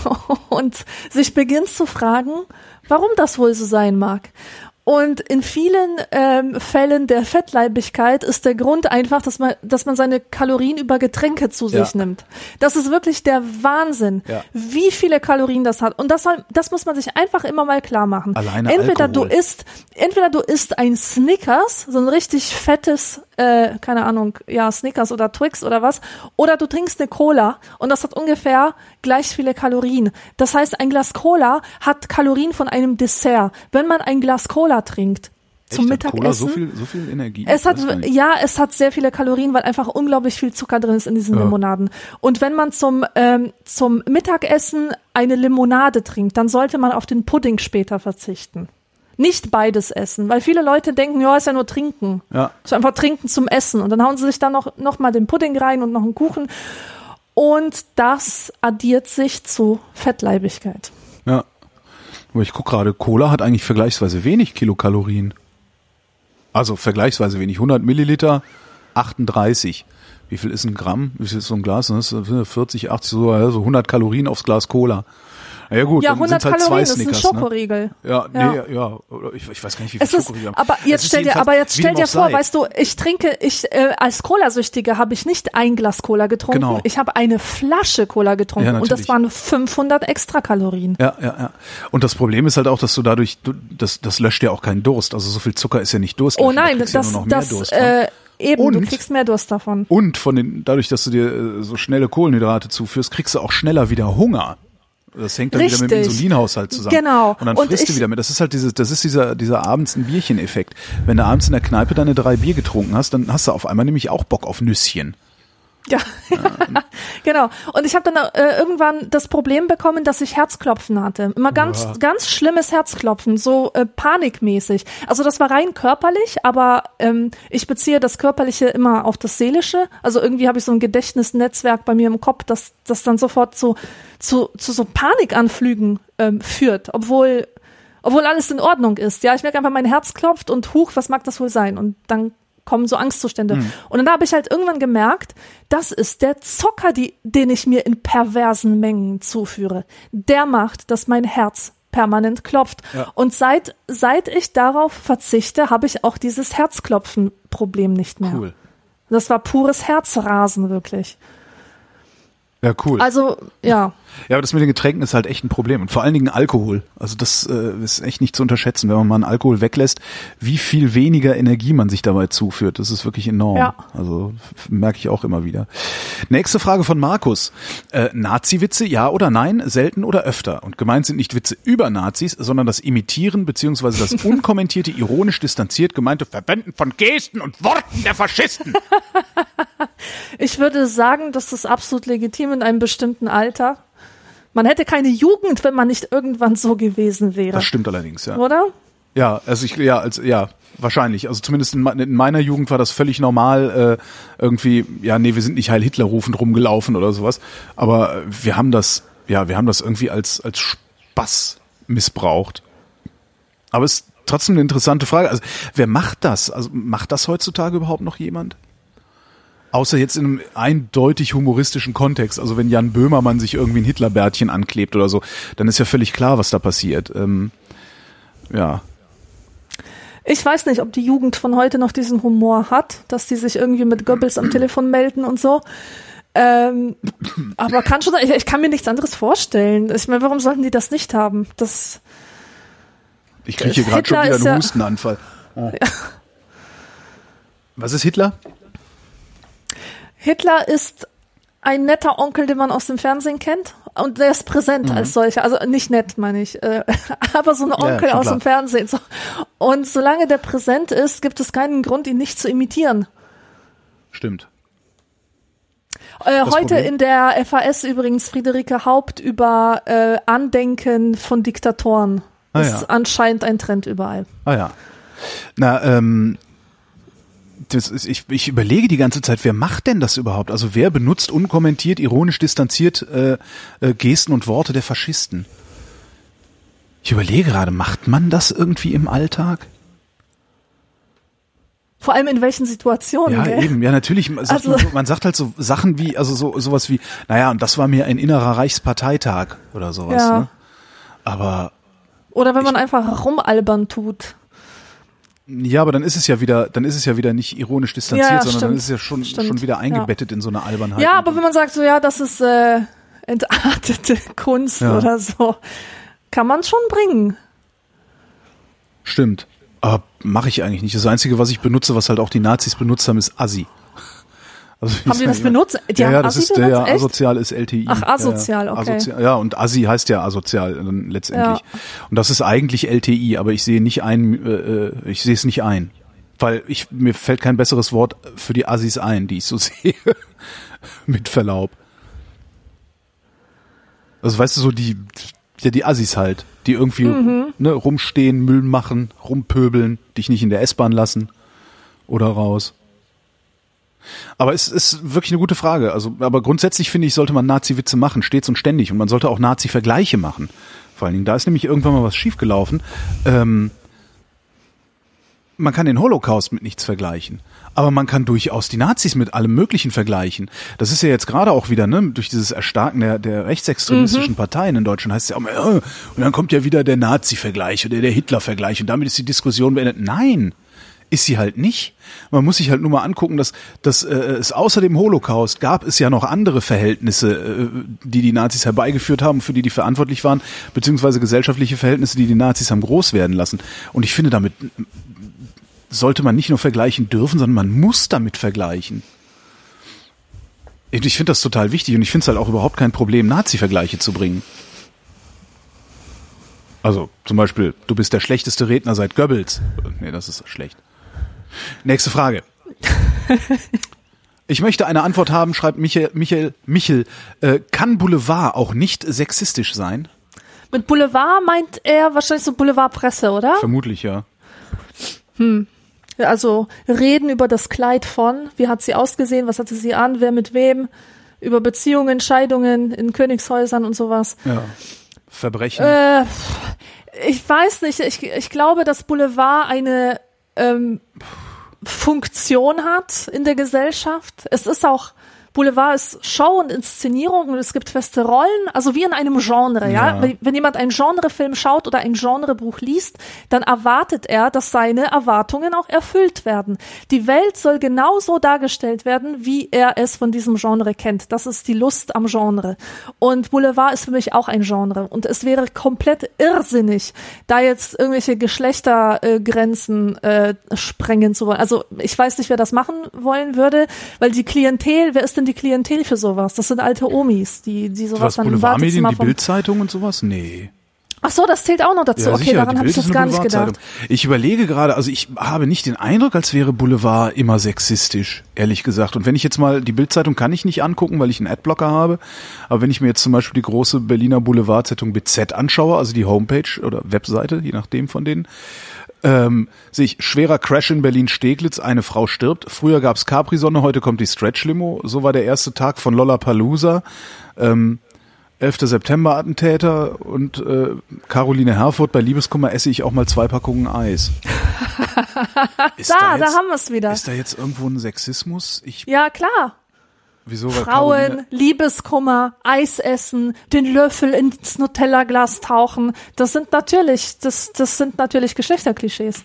und sich beginnt zu fragen, warum das wohl so sein mag. Und in vielen ähm, Fällen der Fettleibigkeit ist der Grund einfach, dass man, dass man seine Kalorien über Getränke zu sich ja. nimmt. Das ist wirklich der Wahnsinn, ja. wie viele Kalorien das hat. Und das, soll, das muss man sich einfach immer mal klar machen. Alleine entweder Alkohol. du isst, entweder du isst ein Snickers, so ein richtig fettes, äh, keine Ahnung, ja Snickers oder Twix oder was, oder du trinkst eine Cola und das hat ungefähr gleich viele Kalorien. Das heißt, ein Glas Cola hat Kalorien von einem Dessert. Wenn man ein Glas Cola trinkt zum Echt? Mittagessen. Cola so viel, so viel Energie? Es hat, ja, es hat sehr viele Kalorien, weil einfach unglaublich viel Zucker drin ist in diesen ja. Limonaden. Und wenn man zum, ähm, zum Mittagessen eine Limonade trinkt, dann sollte man auf den Pudding später verzichten. Nicht beides essen, weil viele Leute denken, ja, ist ja nur trinken. Ja. Ist einfach trinken zum Essen. Und dann hauen sie sich dann noch, noch mal den Pudding rein und noch einen Kuchen. Und das addiert sich zu Fettleibigkeit. Ja. Aber ich gucke gerade, Cola hat eigentlich vergleichsweise wenig Kilokalorien. Also vergleichsweise wenig. hundert Milliliter, achtunddreißig. Wie viel ist ein Gramm? Wie viel ist so ein Glas? Das ist vierzig, achtzig, so, also hundert Kalorien aufs Glas Cola. Ja gut, ja, dann hundert sind's halt Kalorien, zwei Snickers, das ist ein Schokoriegel. Ne? Ja, ja, nee, ja, ich, ich weiß gar nicht, wie viel es ist, Schokoriegel haben. Aber jetzt stell dir, aber jetzt stell dir vor, sei. weißt du, ich trinke, ich äh, als Cola-Süchtige habe ich nicht ein Glas Cola getrunken, genau. ich habe eine Flasche Cola getrunken ja, und das waren fünfhundert extra Kalorien. Ja, ja, ja. Und das Problem ist halt auch, dass du dadurch, du, das, das löscht ja auch keinen Durst. Also so viel Zucker ist ja nicht Durst. Oh nein, da das, ja nur noch das, mehr Durst äh, eben, und, du kriegst mehr Durst davon. Und von den, dadurch, dass du dir äh, so schnelle Kohlenhydrate zuführst, kriegst du auch schneller wieder Hunger. Das hängt dann Richtig. wieder mit dem Insulinhaushalt zusammen. Genau. Und dann und frisst ich, du wieder mit. Das ist halt dieses, das ist dieser, dieser abends ein Bierchen-Effekt. Wenn du abends in der Kneipe deine drei Bier getrunken hast, dann hast du auf einmal nämlich auch Bock auf Nüsschen. Ja, ja. Genau. Und ich habe dann äh, irgendwann das Problem bekommen, dass ich Herzklopfen hatte. Immer ganz, ja. ganz schlimmes Herzklopfen, so äh, panikmäßig. Also das war rein körperlich, aber ähm, ich beziehe das Körperliche immer auf das Seelische. Also irgendwie habe ich so ein Gedächtnisnetzwerk bei mir im Kopf, das das dann sofort zu zu zu so Panikanflügen ähm, führt, obwohl Obwohl alles in Ordnung ist. Ja, ich merke einfach, mein Herz klopft und huch, was mag das wohl sein? Und dann kommen so Angstzustände. Mhm. Und dann habe ich halt irgendwann gemerkt, das ist der Zucker, die, den ich mir in perversen Mengen zuführe. Der macht, dass mein Herz permanent klopft. Ja. Und seit, seit ich darauf verzichte, habe ich auch dieses Herzklopfen-Problem nicht mehr. Cool. Das war pures Herzrasen, wirklich. Ja, cool. Also, ja. Ja, aber das mit den Getränken ist halt echt ein Problem. Und vor allen Dingen Alkohol. Also das äh, ist echt nicht zu unterschätzen, wenn man mal einen Alkohol weglässt, wie viel weniger Energie man sich dabei zuführt. Das ist wirklich enorm. Ja. Also merke ich auch immer wieder. Nächste Frage von Markus. Äh, Nazi-Witze, ja oder nein, selten oder öfter? Und gemeint sind nicht Witze über Nazis, sondern das Imitieren beziehungsweise das unkommentierte, ironisch distanziert gemeinte Verwenden von Gesten und Worten der Faschisten. Ich würde sagen, das ist absolut legitim in einem bestimmten Alter. Man hätte keine Jugend, wenn man nicht irgendwann so gewesen wäre. Das stimmt allerdings, ja. Oder? Ja, also ich, ja, als, ja, wahrscheinlich. Also zumindest in, in meiner Jugend war das völlig normal, äh, irgendwie, ja, nee, wir sind nicht Heil Hitler rufend rumgelaufen oder sowas. Aber wir haben das, ja, wir haben das irgendwie als, als Spaß missbraucht. Aber es ist trotzdem eine interessante Frage. Also, wer macht das? Also, macht das heutzutage überhaupt noch jemand? Außer jetzt in einem eindeutig humoristischen Kontext. Also wenn Jan Böhmermann sich irgendwie ein Hitlerbärtchen anklebt oder so, dann ist ja völlig klar, was da passiert. Ähm, ja. Ich weiß nicht, ob die Jugend von heute noch diesen Humor hat, dass die sich irgendwie mit Goebbels am Telefon melden und so. Ähm, aber kann schon, ich, ich kann mir nichts anderes vorstellen. Ich meine, warum sollten die das nicht haben? Das. Ich kriege hier gerade schon wieder einen ja, Hustenanfall. Oh. Ja. Was ist Hitler? Hitler ist ein netter Onkel, den man aus dem Fernsehen kennt. Und der ist präsent mhm. als solcher. Also nicht nett, meine ich. Äh, aber so ein Onkel ja, aus klar. dem Fernsehen. So. Und solange der präsent ist, gibt es keinen Grund, ihn nicht zu imitieren. Stimmt. Äh, heute Problem? In der F A S übrigens Friederike Haupt über äh, Andenken von Diktatoren. Ah, ist ja. anscheinend ein Trend überall. Ah ja. Na, ähm... Das ist, ich, ich überlege die ganze Zeit, wer macht denn das überhaupt? Also wer benutzt unkommentiert, ironisch distanziert äh, äh, Gesten und Worte der Faschisten? Ich überlege gerade, macht man das irgendwie im Alltag? Vor allem in welchen Situationen? Ja, gell? eben. Ja, natürlich. Sagt also, man, so, man sagt halt so Sachen wie, also so sowas wie, naja, und das war mir ein innerer Reichsparteitag oder sowas. Ja. Ne? Aber oder wenn man ich, einfach rumalbern tut. Ja, aber dann ist es ja wieder, dann ist es ja wieder nicht ironisch distanziert, ja, sondern stimmt. dann ist es ja schon stimmt. schon wieder eingebettet ja. in so eine Albernheit. Ja, aber wenn man sagt so, ja, das ist äh, entartete Kunst ja. oder so, kann man schon bringen. Stimmt. Aber mache ich eigentlich nicht. Das Einzige, was ich benutze, was halt auch die Nazis benutzt haben, ist Assi. Also, haben die das benutzt? Die ja, haben ja, das Assi ist der ja, asozial ist L T I. Ach, asozial, ja, okay. Asozial, ja, und Assi heißt ja asozial dann letztendlich. Ja. Und das ist eigentlich L T I, aber ich sehe nicht ein, äh, ich sehe es nicht ein. Weil ich, mir fällt kein besseres Wort für die Assis ein, die ich so sehe. Mit Verlaub. Also weißt du, so die, ja, die Assis halt, die irgendwie mhm. ne, rumstehen, Müll machen, rumpöbeln, dich nicht in der S-Bahn lassen oder raus. Aber es ist wirklich eine gute Frage. Also, aber grundsätzlich finde ich, sollte man Nazi-Witze machen, stets und ständig. Und man sollte auch Nazi-Vergleiche machen. Vor allen Dingen, da ist nämlich irgendwann mal was schiefgelaufen. Ähm, man kann den Holocaust mit nichts vergleichen. Aber man kann durchaus die Nazis mit allem Möglichen vergleichen. Das ist ja jetzt gerade auch wieder, ne, durch dieses Erstarken der, der rechtsextremistischen mhm. Parteien in Deutschland heißt es ja auch mal, äh, und dann kommt ja wieder der Nazi-Vergleich oder der Hitler-Vergleich und damit ist die Diskussion beendet. Nein! Ist sie halt nicht. Man muss sich halt nur mal angucken, dass, dass äh, es außer dem Holocaust gab es ja noch andere Verhältnisse, äh, die die Nazis herbeigeführt haben, für die die verantwortlich waren, beziehungsweise gesellschaftliche Verhältnisse, die die Nazis haben groß werden lassen. Und ich finde, damit sollte man nicht nur vergleichen dürfen, sondern man muss damit vergleichen. Ich finde das total wichtig und ich finde es halt auch überhaupt kein Problem, Nazi-Vergleiche zu bringen. Also zum Beispiel, du bist der schlechteste Redner seit Goebbels. Nee, das ist schlecht. Nächste Frage. Ich möchte eine Antwort haben, schreibt Michael, Michael Michel. Äh, kann Boulevard auch nicht sexistisch sein? Mit Boulevard meint er wahrscheinlich so Boulevardpresse, oder? Vermutlich, ja. Hm. Also reden über das Kleid von, wie hat sie ausgesehen, was hatte sie an, wer mit wem, über Beziehungen, Scheidungen in Königshäusern und sowas. Ja. Verbrechen. Äh, ich weiß nicht, ich, ich glaube, dass Boulevard eine ähm, Funktion hat in der Gesellschaft. Es ist auch, Boulevard ist Show und Inszenierung und es gibt feste Rollen, also wie in einem Genre, ja. ja? Wenn jemand einen Genrefilm schaut oder ein Genrebuch liest, dann erwartet er, dass seine Erwartungen auch erfüllt werden. Die Welt soll genauso dargestellt werden, wie er es von diesem Genre kennt. Das ist die Lust am Genre. Und Boulevard ist für mich auch ein Genre. Und es wäre komplett irrsinnig, da jetzt irgendwelche Geschlechtergrenzen äh, sprengen zu wollen. Also ich weiß nicht, wer das machen wollen würde, weil die Klientel, wer ist denn die Klientel für sowas? Das sind alte Omis, die, die sowas was, dann im Boulevardmedien, Wartezimmer die vom... Bildzeitung und sowas? Nee. Ach so, das zählt auch noch dazu. Ja, okay, sicher, daran habe ich jetzt gar nicht gedacht. Ich überlege gerade, also ich habe nicht den Eindruck, als wäre Boulevard immer sexistisch, ehrlich gesagt. Und wenn ich jetzt mal, die Bildzeitung kann ich nicht angucken, weil ich einen Adblocker habe, aber wenn ich mir jetzt zum Beispiel die große Berliner Boulevardzeitung B Z anschaue, also die Homepage oder Webseite, je nachdem von denen, Ähm, sehe ich, schwerer Crash in Berlin-Steglitz, eine Frau stirbt. Früher gab's Capri-Sonne, heute kommt die Stretch-Limo. So war der erste Tag von Lollapalooza. Ähm, elfter September Attentäter und äh, Caroline Herfurth, bei Liebeskummer esse ich auch mal zwei Packungen Eis. Ist da, da, jetzt, da haben wir es wieder. Ist da jetzt irgendwo ein Sexismus? Ich, ja, klar. Wieso? Weil Frauen, Caroline, Liebeskummer, Eis essen, den Löffel ins Nutella-Glas tauchen. Das sind natürlich, das, das sind natürlich Geschlechterklischees.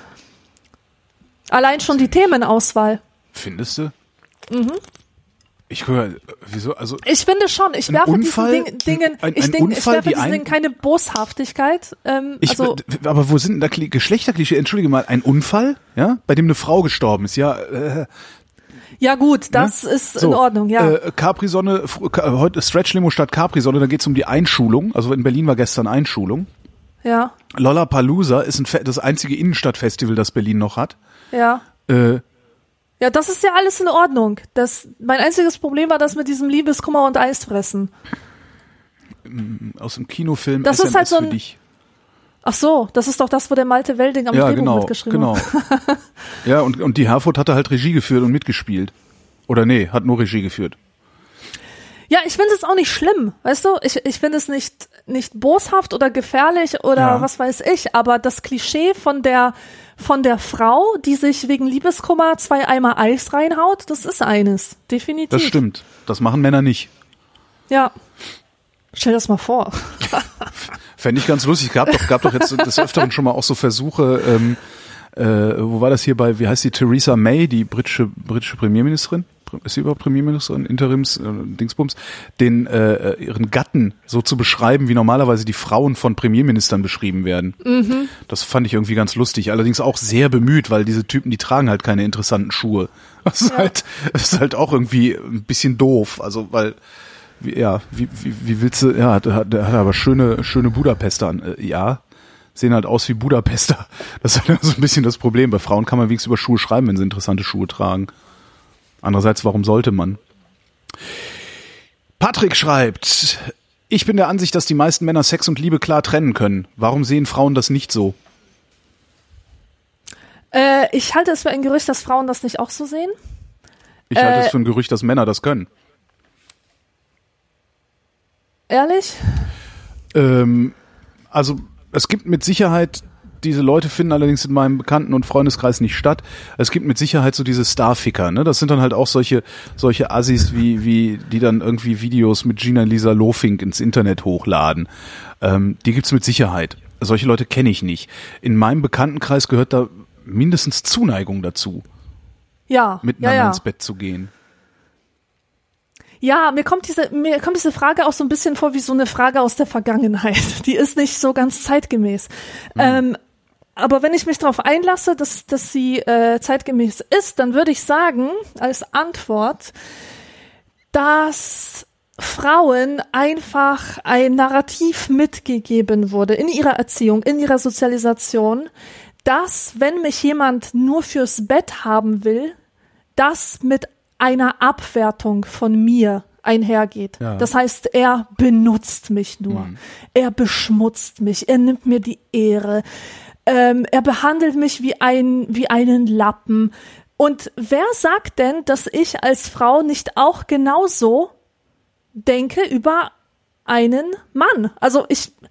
Allein schon die Themenauswahl. Findest du? Mhm. Ich höre, wieso, also. Ich finde schon, ich ein werfe Unfall, diesen Ding, Dingen, ein, ich, ein denk, Unfall, ich werfe die diesen ein, Dingen keine Boshaftigkeit. Ähm, ich, also, aber wo sind denn da Kli- Geschlechterklischee? Entschuldige mal, ein Unfall, ja, bei dem eine Frau gestorben ist, ja, äh, ja gut, das ne? ist so, in Ordnung, ja. Äh, Capri-Sonne, fr- heute Stretch-Limo statt Capri-Sonne, da geht's um die Einschulung, also in Berlin war gestern Einschulung. Ja, Lollapalooza ist ein Fe- das einzige Innenstadtfestival, das Berlin noch hat. ja. Äh, Ja, das ist ja alles in Ordnung. Das, mein einziges Problem war das mit diesem Liebeskummer und Eisfressen. aus dem Kinofilm Das S M S ist halt so für ein- dich. Ach so, das ist doch das, wo der Malte Welding am Ja, Drehbuch genau, mitgeschrieben genau. hat. Ja, und, und die Herfurth hatte halt Regie geführt und mitgespielt. Oder nee, hat nur Regie geführt. Ja, ich finde es auch nicht schlimm, weißt du? Ich, ich finde es nicht, nicht boshaft oder gefährlich oder Ja. was weiß ich, aber das Klischee von der, von der Frau, die sich wegen Liebeskummer zwei Eimer Eis reinhaut, das ist eines. Definitiv. Das stimmt. Das machen Männer nicht. Ja. Stell das mal vor. Fände ich ganz lustig. Gab doch, gab doch jetzt des Öfteren schon mal auch so Versuche, ähm, äh, wo war das hier bei, wie heißt die, Theresa May, die britische, britische Premierministerin? Ist sie überhaupt Premierministerin? Interims, äh, Dingsbums? Den, äh, ihren Gatten so zu beschreiben, wie normalerweise die Frauen von Premierministern beschrieben werden. Mhm. Das fand ich irgendwie ganz lustig. Allerdings auch sehr bemüht, weil diese Typen, die tragen halt keine interessanten Schuhe. Das ist Ja. halt, das ist halt auch irgendwie ein bisschen doof. Also, weil, wie, ja, wie, wie, wie willst du, ja, der hat, der hat aber schöne, schöne Budapester an. Äh, ja, sehen halt aus wie Budapester. Das ist halt so ein bisschen das Problem. Bei Frauen kann man wenigstens über Schuhe schreiben, wenn sie interessante Schuhe tragen. Andererseits, warum sollte man? Patrick schreibt, ich bin der Ansicht, dass die meisten Männer Sex und Liebe klar trennen können. Warum sehen Frauen das nicht so? Äh, ich halte es für ein Gerücht, dass Frauen das nicht auch so sehen. Ich halte Äh, es für ein Gerücht, dass Männer das können. Ehrlich? Ähm, also es gibt mit Sicherheit, diese Leute finden allerdings in meinem Bekannten- und Freundeskreis nicht statt. Es gibt mit Sicherheit so diese Starficker, ne? Das sind dann halt auch solche solche Assis, wie wie die dann irgendwie Videos mit Gina Lisa Lofink ins Internet hochladen. Ähm, die gibt's mit Sicherheit. Solche Leute kenne ich nicht. In meinem Bekanntenkreis gehört da mindestens Zuneigung dazu, Ja. miteinander ja, ja. ins Bett zu gehen. Ja, mir kommt diese, mir kommt diese Frage auch so ein bisschen vor wie so eine Frage aus der Vergangenheit. Die ist nicht so ganz zeitgemäß. Mhm. Ähm, aber wenn ich mich darauf einlasse, dass, dass sie äh, zeitgemäß ist, dann würde ich sagen, als Antwort, dass Frauen einfach ein Narrativ mitgegeben wurde in ihrer Erziehung, in ihrer Sozialisation, dass, wenn mich jemand nur fürs Bett haben will, das mit einer Abwertung von mir einhergeht. Ja. Das heißt, er benutzt mich nur. Mhm. Er beschmutzt mich. Er nimmt mir die Ehre. Ähm, er behandelt mich wie ein, wie einen Lappen. Und wer sagt denn, dass ich als Frau nicht auch genauso denke über einen Mann? Also ich,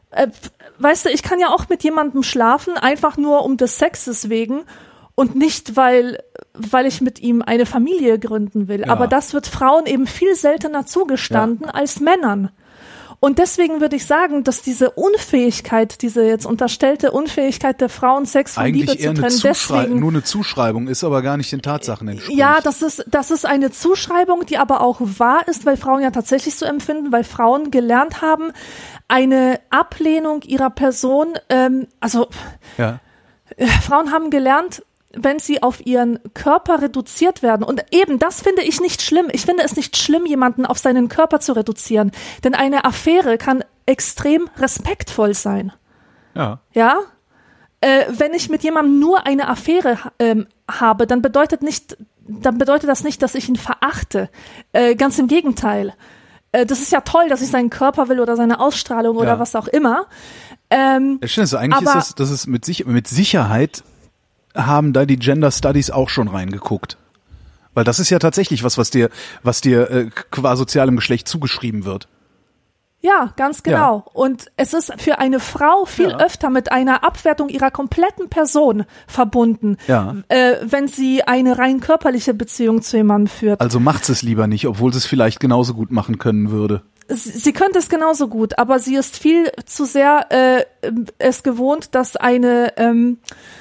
äh, weißt du, ich kann ja auch mit jemandem schlafen, einfach nur um des Sexes wegen und nicht, weil, weil ich mit ihm eine Familie gründen will. Ja. Aber das wird Frauen eben viel seltener zugestanden ja. als Männern. Und deswegen würde ich sagen, dass diese Unfähigkeit, diese jetzt unterstellte Unfähigkeit der Frauen, Sex von Eigentlich Liebe eher zu trennen, eine Zuschrei- deswegen nur eine Zuschreibung ist, aber gar nicht den Tatsachen entspricht. ja, das ist das ist eine Zuschreibung, die aber auch wahr ist, weil Frauen ja tatsächlich so empfinden, weil Frauen gelernt haben, eine Ablehnung ihrer Person, ähm, also ja. äh, Frauen haben gelernt, wenn sie auf ihren Körper reduziert werden. Und eben, das finde ich nicht schlimm. Ich finde es nicht schlimm, jemanden auf seinen Körper zu reduzieren. Denn eine Affäre kann extrem respektvoll sein. Ja. Ja? Äh, wenn ich mit jemandem nur eine Affäre ähm, habe, dann bedeutet nicht, dann bedeutet das nicht, dass ich ihn verachte. Äh, ganz im Gegenteil. Äh, das ist ja toll, dass ich seinen Körper will oder seine Ausstrahlung oder Ja. was auch immer. Ähm, Ja, stimmt, also eigentlich aber- ist das, das ist mit, sich, mit Sicherheit haben da die Gender Studies auch schon reingeguckt. Weil das ist ja tatsächlich was, was dir, was dir äh, qua sozialem Geschlecht zugeschrieben wird. Ja, ganz genau. Und es ist für eine Frau viel Ja. öfter mit einer Abwertung ihrer kompletten Person verbunden, Ja. äh, wenn sie eine rein körperliche Beziehung zu jemandem führt. Also macht es lieber nicht, obwohl sie es vielleicht genauso gut machen können würde. Sie, sie könnte es genauso gut, aber sie ist viel zu sehr äh, es gewohnt, dass eine ähm,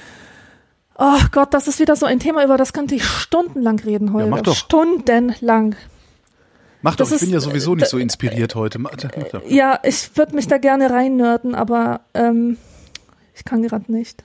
oh Gott, das ist wieder so ein Thema, über das könnte ich stundenlang reden heute. mach doch. Stundenlang. Mach doch, Das ich bin ist, ja sowieso nicht so äh, inspiriert heute. Mach, mach doch. Ja, ich würde mich da gerne reinnörden, aber ähm, ich kann gerade nicht.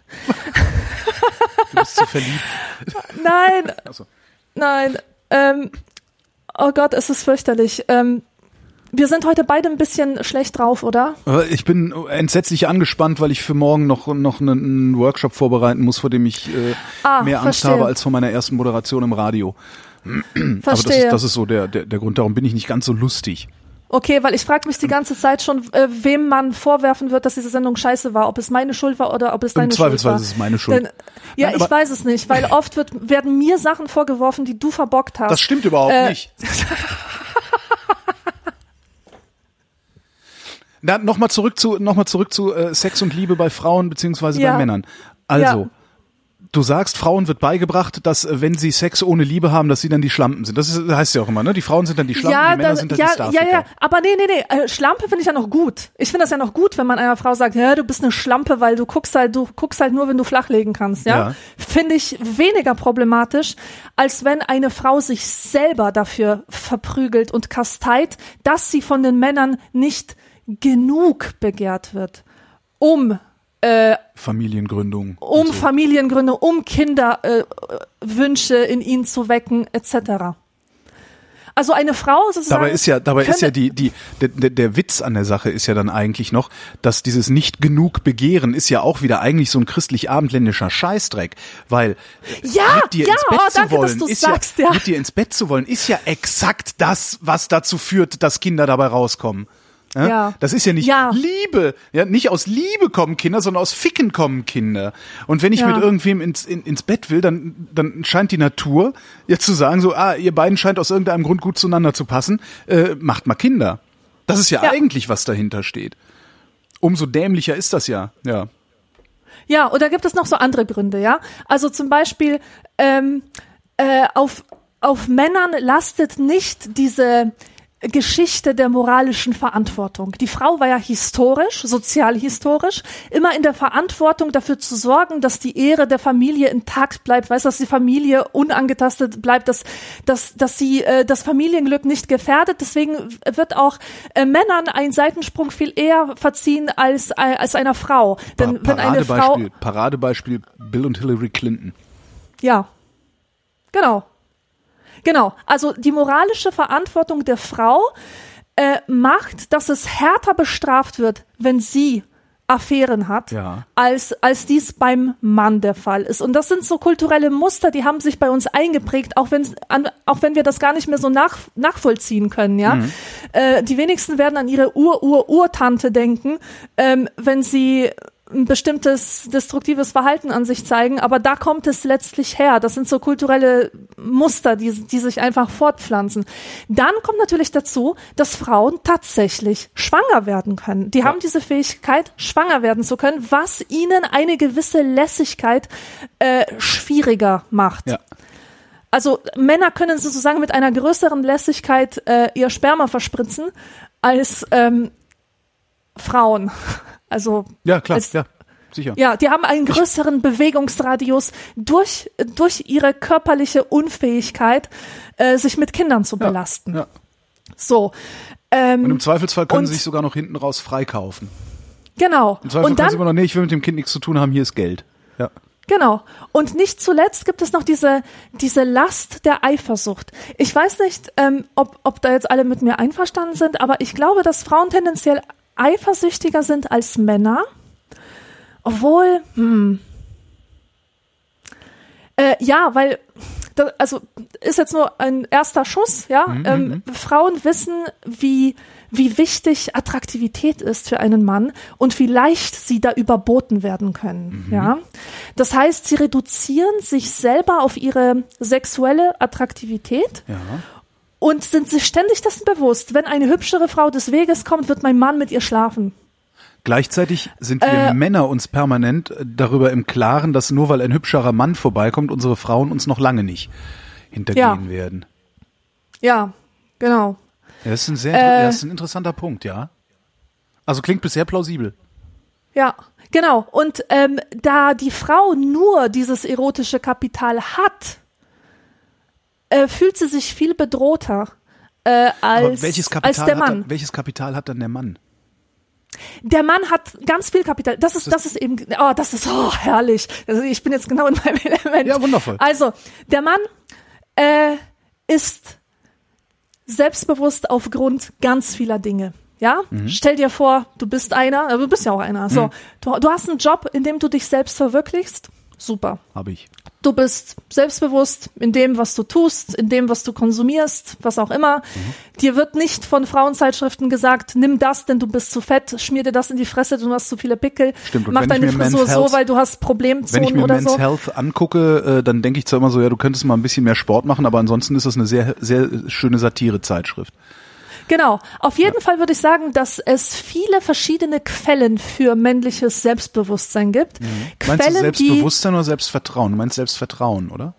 Du bist zu verliebt. Nein, Achso. nein. Ähm, oh Gott, es ist fürchterlich. Ähm, wir sind heute beide ein bisschen schlecht drauf, oder? Aber ich bin entsetzlich angespannt, weil ich für morgen noch, noch einen, einen Workshop vorbereiten muss, vor dem ich äh, Ah, mehr Angst verstehe. habe als vor meiner ersten Moderation im Radio. Aber das Verstehe. ist, das ist so der, der, der Grund, darum bin ich nicht ganz so lustig. Okay, weil ich frage mich die ganze Zeit schon, äh, wem man vorwerfen wird, dass diese Sendung scheiße war, ob es meine Schuld war oder ob es deine Im Schuld Zweifelsfall war. ist es meine Schuld. Denn, ja, Nein, ich aber- weiß es nicht, weil oft wird, werden mir Sachen vorgeworfen, die du verbockt hast. Das stimmt überhaupt Äh, nicht. Na, nochmal zurück zu, noch mal zurück zu äh, Sex und Liebe bei Frauen beziehungsweise Ja. bei Männern. Also, Ja. du sagst, Frauen wird beigebracht, dass äh, wenn sie Sex ohne Liebe haben, dass sie dann die Schlampen sind. Das ist, heißt ja auch immer, ne? Die Frauen sind dann die Schlampen, Ja, die Männer das, sind dann ja, die Starficker. ja, ja, aber nee, nee, nee, äh, Schlampe finde ich ja noch gut. Ich finde das ja noch gut, wenn man einer Frau sagt, ja, du bist eine Schlampe, weil du guckst halt, du guckst halt nur, wenn du flachlegen kannst, ja? Ja. Finde ich weniger problematisch, als wenn eine Frau sich selber dafür verprügelt und kasteit, dass sie von den Männern nicht genug begehrt wird, um äh, Familiengründung. um und so. Familiengründe, um Kinderwünsche äh, Wünsche in ihnen zu wecken, et cetera. Also eine Frau sozusagen. Dabei ist ja, dabei ist könnte- ja die, die, der, der, der Witz an der Sache ist ja dann eigentlich noch, dass dieses nicht genug Begehren ist ja auch wieder eigentlich so ein christlich-abendländischer Scheißdreck, weil Ja, mit dir ja, ins Bett oh, zu danke, wollen, dass du's ist sagst, ja, ja. mit dir ins Bett zu wollen, ist ja exakt das, was dazu führt, dass Kinder dabei rauskommen. Ja? Ja. Das ist ja nicht Ja. Liebe, ja, nicht aus Liebe kommen Kinder, sondern aus Ficken kommen Kinder. Und wenn ich Ja. mit irgendwem ins, in, ins Bett will, dann, dann scheint die Natur jetzt zu sagen, so, ah, ihr beiden scheint aus irgendeinem Grund gut zueinander zu passen, äh, macht mal Kinder. Das ist ja, Ja. eigentlich, was dahinter steht. Umso dämlicher ist das ja, ja. Ja, oder gibt es noch so andere Gründe, ja? Also zum Beispiel ähm, äh, auf, auf Männern lastet nicht diese Geschichte der moralischen Verantwortung. Die Frau war ja historisch, sozialhistorisch, immer in der Verantwortung dafür zu sorgen, dass die Ehre der Familie intakt bleibt, weißt, dass die Familie unangetastet bleibt, dass, dass, dass sie äh, das Familienglück nicht gefährdet. Deswegen wird auch äh, Männern ein Seitensprung viel eher verziehen als, äh, als einer Frau. Denn Pa- wenn eine Frau, Paradebeispiel, Paradebeispiel Bill und Hillary Clinton. ja, genau. Genau, also die moralische Verantwortung der Frau äh, macht, dass es härter bestraft wird, wenn sie Affären hat, Ja. als, als dies beim Mann der Fall ist. Und das sind so kulturelle Muster, die haben sich bei uns eingeprägt, auch, wenn's an, auch wenn wir das gar nicht mehr so nach, nachvollziehen können. Ja, Mhm. äh, die wenigsten werden an ihre Ur-Ur-Urtante denken, ähm, wenn sie ein bestimmtes destruktives Verhalten an sich zeigen, aber da kommt es letztlich her. Das sind so kulturelle Muster, die, die sich einfach fortpflanzen. Dann kommt natürlich dazu, dass Frauen tatsächlich schwanger werden können. Die ja. haben diese Fähigkeit, schwanger werden zu können, was ihnen eine gewisse Lässigkeit äh, schwieriger macht. Ja. Also Männer können sozusagen mit einer größeren Lässigkeit äh, ihr Sperma verspritzen als ähm, Frauen. Also ja, klar, als, ja, sicher. Ja, die haben einen größeren ich, Bewegungsradius durch durch ihre körperliche Unfähigkeit, äh, sich mit Kindern zu belasten. Ja, ja. So. Ähm, und im Zweifelsfall können sie sich sogar noch hinten raus freikaufen. Genau. Im Zweifelsfall und dann, können sie immer noch, nee, ich will mit dem Kind nichts zu tun haben, hier ist Geld. Ja. Genau. Und nicht zuletzt gibt es noch diese diese Last der Eifersucht. Ich weiß nicht, ähm, ob ob da jetzt alle mit mir einverstanden sind, aber ich glaube, dass Frauen tendenziell eifersüchtiger sind als Männer. Obwohl, hm. Äh, ja, weil, das, also ist jetzt nur ein erster Schuss, ja. Mhm. Ähm, Frauen wissen, wie wie wichtig Attraktivität ist für einen Mann und wie leicht sie da überboten werden können, mhm. ja. Das heißt, sie reduzieren sich selber auf ihre sexuelle Attraktivität. Ja. Und sind sich ständig dessen bewusst, wenn eine hübschere Frau des Weges kommt, wird mein Mann mit ihr schlafen. Gleichzeitig sind wir äh, Männer uns permanent darüber im Klaren, dass nur weil ein hübscherer Mann vorbeikommt, unsere Frauen uns noch lange nicht hintergehen ja. werden. Ja, genau. Ja, das ist ein sehr, äh, das ist ein interessanter Punkt, ja. Also klingt bisher plausibel. Ja, genau. Und ähm, da die Frau nur dieses erotische Kapital hat, äh, fühlt sie sich viel bedrohter äh, als, welches Kapital als der Mann. Hat dann, welches Kapital hat dann der Mann? Der Mann hat ganz viel Kapital. Das ist, das, das ist eben, oh, das ist oh, herrlich. Also ich bin jetzt genau in meinem Element. Ja, wundervoll. Also, der Mann äh, ist selbstbewusst aufgrund ganz vieler Dinge. Ja, mhm. Stell dir vor, du bist einer, du bist ja auch einer. So, mhm. du, du hast einen Job, in dem du dich selbst verwirklichst. Super. Hab ich. Du bist selbstbewusst in dem, was du tust, in dem, was du konsumierst, was auch immer. Mhm. Dir wird nicht von Frauenzeitschriften gesagt, nimm das, denn du bist zu fett, schmier dir das in die Fresse, du hast zu viele Pickel. Stimmt. Und mach deine Frisur so, weil du hast Problemzonen oder so. Wenn ich mir Men's Health angucke, äh, dann denke ich zwar immer so, ja, du könntest mal ein bisschen mehr Sport machen, aber ansonsten ist das eine sehr, sehr schöne Satirezeitschrift. Genau. Auf jeden ja. Fall würde ich sagen, dass es viele verschiedene Quellen für männliches Selbstbewusstsein gibt. Mhm. Quellen, meinst du Selbstbewusstsein die, oder Selbstvertrauen? Du meinst Selbstvertrauen, oder?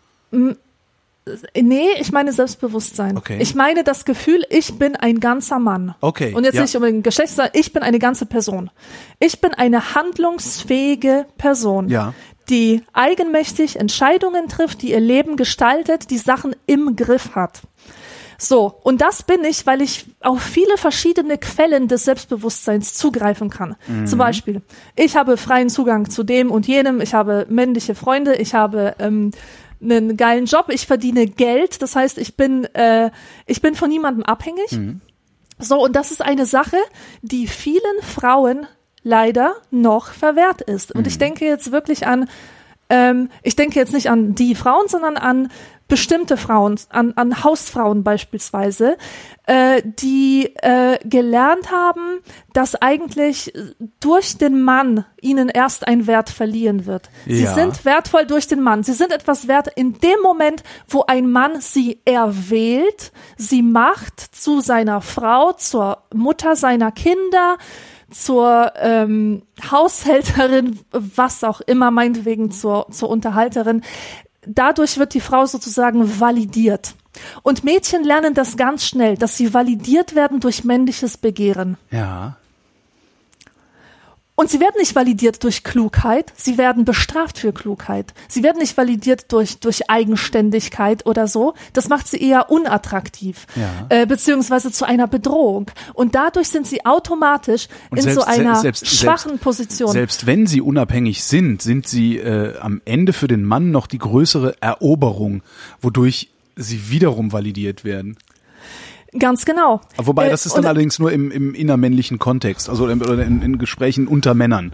Nee, ich meine Selbstbewusstsein. Okay. Ich meine das Gefühl, ich bin ein ganzer Mann. Okay. Und jetzt ja. nicht unbedingt Geschlecht, sondern ich bin eine ganze Person. Ich bin eine handlungsfähige Person. Ja. Die eigenmächtig Entscheidungen trifft, die ihr Leben gestaltet, die Sachen im Griff hat. So, und das bin ich, weil ich auf viele verschiedene Quellen des Selbstbewusstseins zugreifen kann. Mhm. Zum Beispiel, ich habe freien Zugang zu dem und jenem, ich habe männliche Freunde, ich habe ähm, einen geilen Job, ich verdiene Geld, das heißt, ich bin äh, ich bin von niemandem abhängig. Mhm. So, und das ist eine Sache, die vielen Frauen leider noch verwehrt ist. Und mhm. ich denke jetzt wirklich an, ähm, ich denke jetzt nicht an die Frauen, sondern an bestimmte Frauen, an, an Hausfrauen beispielsweise, äh, die äh, gelernt haben, dass eigentlich durch den Mann ihnen erst ein Wert verliehen wird. Sie ja. sind wertvoll durch den Mann. Sie sind etwas wert in dem Moment, wo ein Mann sie erwählt, sie macht zu seiner Frau, zur Mutter seiner Kinder, zur ähm, Haushälterin, was auch immer, meinetwegen zur, zur Unterhalterin. Dadurch wird die Frau sozusagen validiert. Und Mädchen lernen das ganz schnell, dass sie validiert werden durch männliches Begehren. Ja. Und sie werden nicht validiert durch Klugheit, sie werden bestraft für Klugheit. Sie werden nicht validiert durch, durch Eigenständigkeit oder so. Das macht sie eher unattraktiv, ja. äh, beziehungsweise zu einer Bedrohung. Und dadurch sind sie automatisch Und in selbst, so einer selbst, schwachen selbst, Position. Selbst wenn sie unabhängig sind, sind sie äh, am Ende für den Mann noch die größere Eroberung, wodurch sie wiederum validiert werden. Ganz genau. Wobei, das ist dann äh, allerdings nur im, im innermännlichen Kontext, also in, oder in, in Gesprächen unter Männern.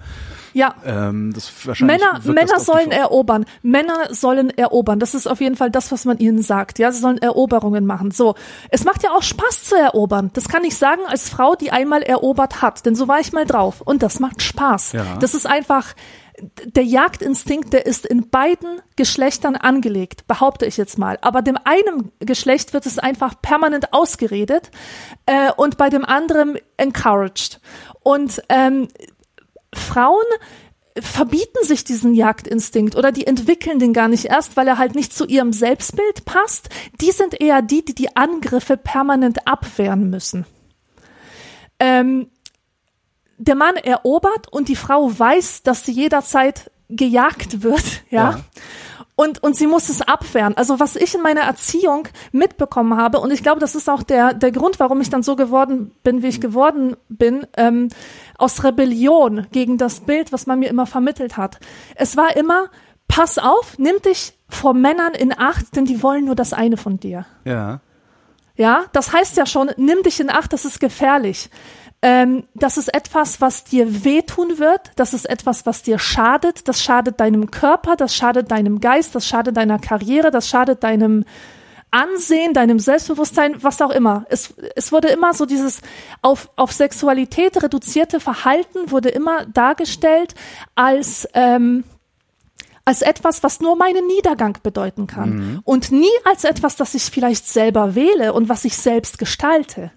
Ja. Ähm, das wahrscheinlich Männer, wird Männer das sollen auf die- erobern. Männer sollen erobern. Das ist auf jeden Fall das, was man ihnen sagt. Ja, sie sollen Eroberungen machen. So. Es macht ja auch Spaß zu erobern. Das kann ich sagen als Frau, die einmal erobert hat. Denn so war ich mal drauf. Und das macht Spaß. Ja. Das ist einfach, der Jagdinstinkt, der ist in beiden Geschlechtern angelegt, behaupte ich jetzt mal. Aber dem einen Geschlecht wird es einfach permanent ausgeredet, äh, und bei dem anderen encouraged. Und, ähm, Frauen verbieten sich diesen Jagdinstinkt oder die entwickeln den gar nicht erst, weil er halt nicht zu ihrem Selbstbild passt. Die sind eher die, die die Angriffe permanent abwehren müssen. Ähm, der Mann erobert und die Frau weiß, dass sie jederzeit gejagt wird, ja. ja. Und, und sie muss es abwehren. Also was ich in meiner Erziehung mitbekommen habe, und ich glaube, das ist auch der, der Grund, warum ich dann so geworden bin, wie ich geworden bin, ähm, aus Rebellion gegen das Bild, was man mir immer vermittelt hat. Es war immer, pass auf, nimm dich vor Männern in Acht, denn die wollen nur das eine von dir. Ja. Ja, das heißt ja schon, nimm dich in Acht, das ist gefährlich. Ähm, das ist etwas, was dir wehtun wird, das ist etwas, was dir schadet, das schadet deinem Körper, das schadet deinem Geist, das schadet deiner Karriere, das schadet deinem Ansehen, deinem Selbstbewusstsein, was auch immer. Es, es wurde immer so dieses auf, auf Sexualität reduzierte Verhalten wurde immer dargestellt als, ähm, als etwas, was nur meinen Niedergang bedeuten kann. Mhm. Und nie als etwas, das ich vielleicht selber wähle und was ich selbst gestalte.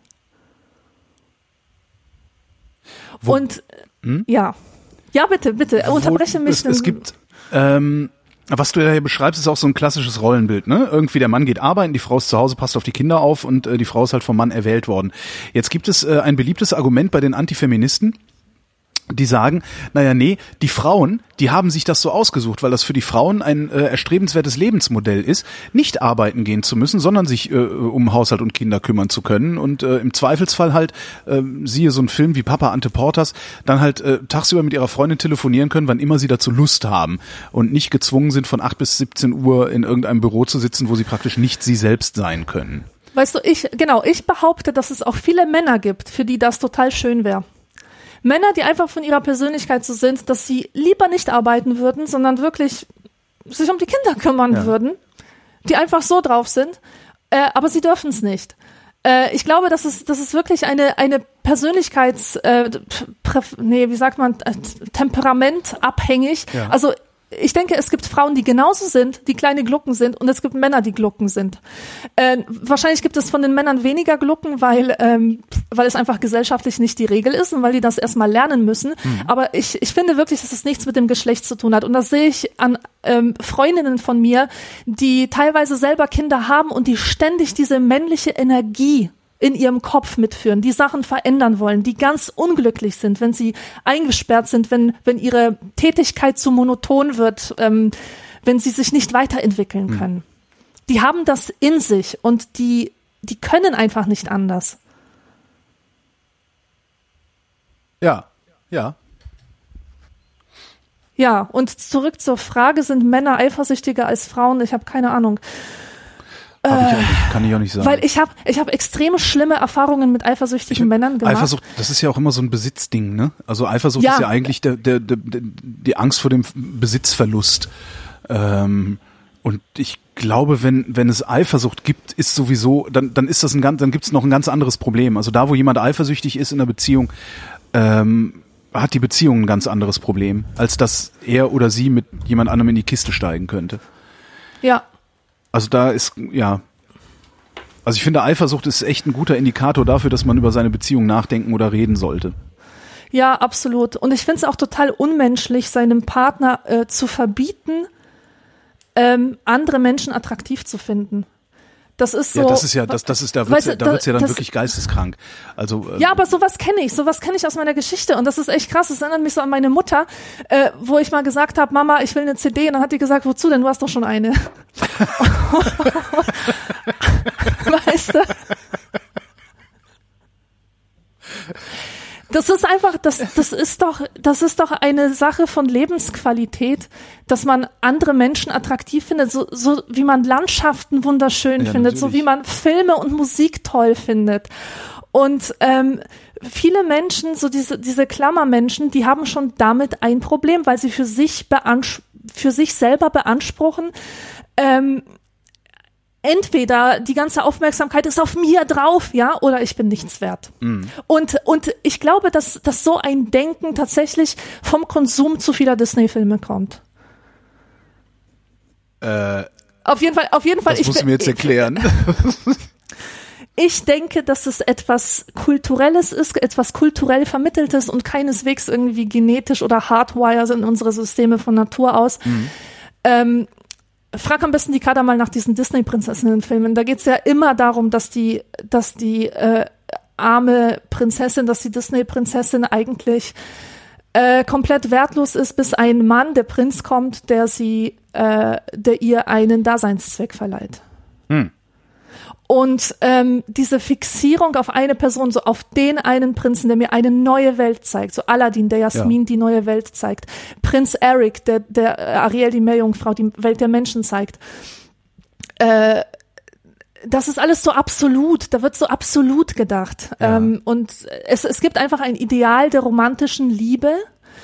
Wo, und hm? ja, ja bitte, bitte, unterbreche mich. Es, es gibt, ähm, was du ja hier beschreibst, ist auch so ein klassisches Rollenbild, ne? Irgendwie der Mann geht arbeiten, die Frau ist zu Hause, passt auf die Kinder auf und äh, die Frau ist halt vom Mann erwählt worden. Jetzt gibt es äh, ein beliebtes Argument bei den Antifeministen, die sagen, naja, nee, die Frauen, die haben sich das so ausgesucht, weil das für die Frauen ein äh, erstrebenswertes Lebensmodell ist, nicht arbeiten gehen zu müssen, sondern sich äh, um Haushalt und Kinder kümmern zu können und äh, im Zweifelsfall halt, äh, siehe so einen Film wie Papa Ante Portas, dann halt äh, tagsüber mit ihrer Freundin telefonieren können, wann immer sie dazu Lust haben und nicht gezwungen sind, von acht bis siebzehn Uhr in irgendeinem Büro zu sitzen, wo sie praktisch nicht sie selbst sein können. Weißt du, ich, genau, ich behaupte, dass es auch viele Männer gibt, für die das total schön wäre. Männer, die einfach von ihrer Persönlichkeit so sind, dass sie lieber nicht arbeiten würden, sondern wirklich sich um die Kinder kümmern ja. würden, die einfach so drauf sind, äh, aber sie dürfen es nicht. Äh, ich glaube, das ist, das ist wirklich eine, eine Persönlichkeits, äh, Präf- nee, wie sagt man, äh, temperamentabhängig. Ja. Also ich denke, es gibt Frauen, die genauso sind, die kleine Glucken sind, und es gibt Männer, die Glucken sind. Äh, wahrscheinlich gibt es von den Männern weniger Glucken, weil ähm, weil es einfach gesellschaftlich nicht die Regel ist und weil die das erstmal lernen müssen. Mhm. Aber ich ich finde wirklich, dass es nichts mit dem Geschlecht zu tun hat. Und das sehe ich an ähm, Freundinnen von mir, die teilweise selber Kinder haben und die ständig diese männliche Energie in ihrem Kopf mitführen, die Sachen verändern wollen, die ganz unglücklich sind, wenn sie eingesperrt sind, wenn wenn ihre Tätigkeit zu monoton wird, ähm, wenn sie sich nicht weiterentwickeln können. Mhm. Die haben das in sich und die die können einfach nicht anders. Ja, ja. Ja, und zurück zur Frage, sind Männer eifersüchtiger als Frauen? Ich habe keine Ahnung. Hab ich auch nicht, kann ich auch nicht sagen. Weil ich habe ich hab extreme schlimme Erfahrungen mit eifersüchtigen ich, Männern gemacht. Eifersucht, das ist ja auch immer so ein Besitzding, ne? Also Eifersucht ja. ist ja eigentlich der, der, der, der, die Angst vor dem Besitzverlust. Ähm, und ich glaube, wenn wenn es Eifersucht gibt, ist sowieso, dann dann ist das ein ganz, dann gibt's noch ein ganz anderes Problem. Also da, wo jemand eifersüchtig ist in einer Beziehung, ähm, hat die Beziehung ein ganz anderes Problem, als dass er oder sie mit jemand anderem in die Kiste steigen könnte. Ja. Also da ist, ja, also ich finde, Eifersucht ist echt ein guter Indikator dafür, dass man über seine Beziehung nachdenken oder reden sollte. Ja, absolut. Und ich finde es auch total unmenschlich, seinem Partner äh, zu verbieten, ähm, andere Menschen attraktiv zu finden. Das ist so. Ja, das ist ja, das, das ist, da wird's ja, da wird's ja dann das, wirklich geisteskrank. Also, ähm, ja, aber sowas kenne ich, sowas kenne ich aus meiner Geschichte und das ist echt krass. Das erinnert mich so an meine Mutter, äh, wo ich mal gesagt habe, Mama, ich will eine C D, und dann hat die gesagt, wozu denn? Du hast doch schon eine. Weißt du? Das ist einfach, das, das ist doch, das ist doch eine Sache von Lebensqualität, dass man andere Menschen attraktiv findet, so, so wie man Landschaften wunderschön ja, findet, natürlich. so wie man Filme und Musik toll findet. Und ähm, viele Menschen, so diese diese Klammermenschen, die haben schon damit ein Problem, weil sie für sich beanspruchen, für sich selber beanspruchen, ähm, entweder die ganze Aufmerksamkeit ist auf mir drauf, ja, oder ich bin nichts wert. Mhm. Und und ich glaube, dass dass so ein Denken tatsächlich vom Konsum zu vieler Disney-Filme kommt. Äh, auf jeden Fall, auf jeden Fall. Das musst du mir jetzt erklären. Ich denke, dass es etwas Kulturelles ist, etwas kulturell Vermitteltes und keineswegs irgendwie genetisch oder hardwired in unsere Systeme von Natur aus. Mhm. Ähm, frag am besten die Kader mal nach diesen Disney-Prinzessinnen-Filmen. Da geht's ja immer darum, dass die, dass die äh, arme Prinzessin, dass die Disney-Prinzessin eigentlich äh, komplett wertlos ist, bis ein Mann, der Prinz, kommt, der sie, äh, der ihr einen Daseinszweck verleiht. Mhm. Und ähm, diese Fixierung auf eine Person, so auf den einen Prinzen, der mir eine neue Welt zeigt, so Aladdin, der Jasmin ja. die neue Welt zeigt, Prinz Eric, der, der Ariel, die Meerjungfrau, die Welt der Menschen zeigt. Äh, das ist alles so absolut, da wird so absolut gedacht. Ja. Ähm, und es, es gibt einfach ein Ideal der romantischen Liebe,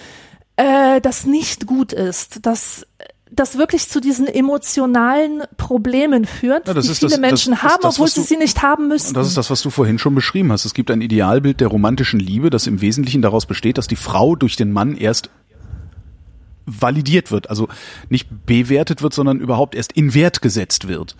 äh, das nicht gut ist, das das wirklich zu diesen emotionalen Problemen führt, ja, das die ist viele das, Menschen das, haben, das, obwohl du, sie sie nicht haben müssen. Das ist das, was du vorhin schon beschrieben hast. Es gibt ein Idealbild der romantischen Liebe, das im Wesentlichen daraus besteht, dass die Frau durch den Mann erst validiert wird, also nicht bewertet wird, sondern überhaupt erst in Wert gesetzt wird.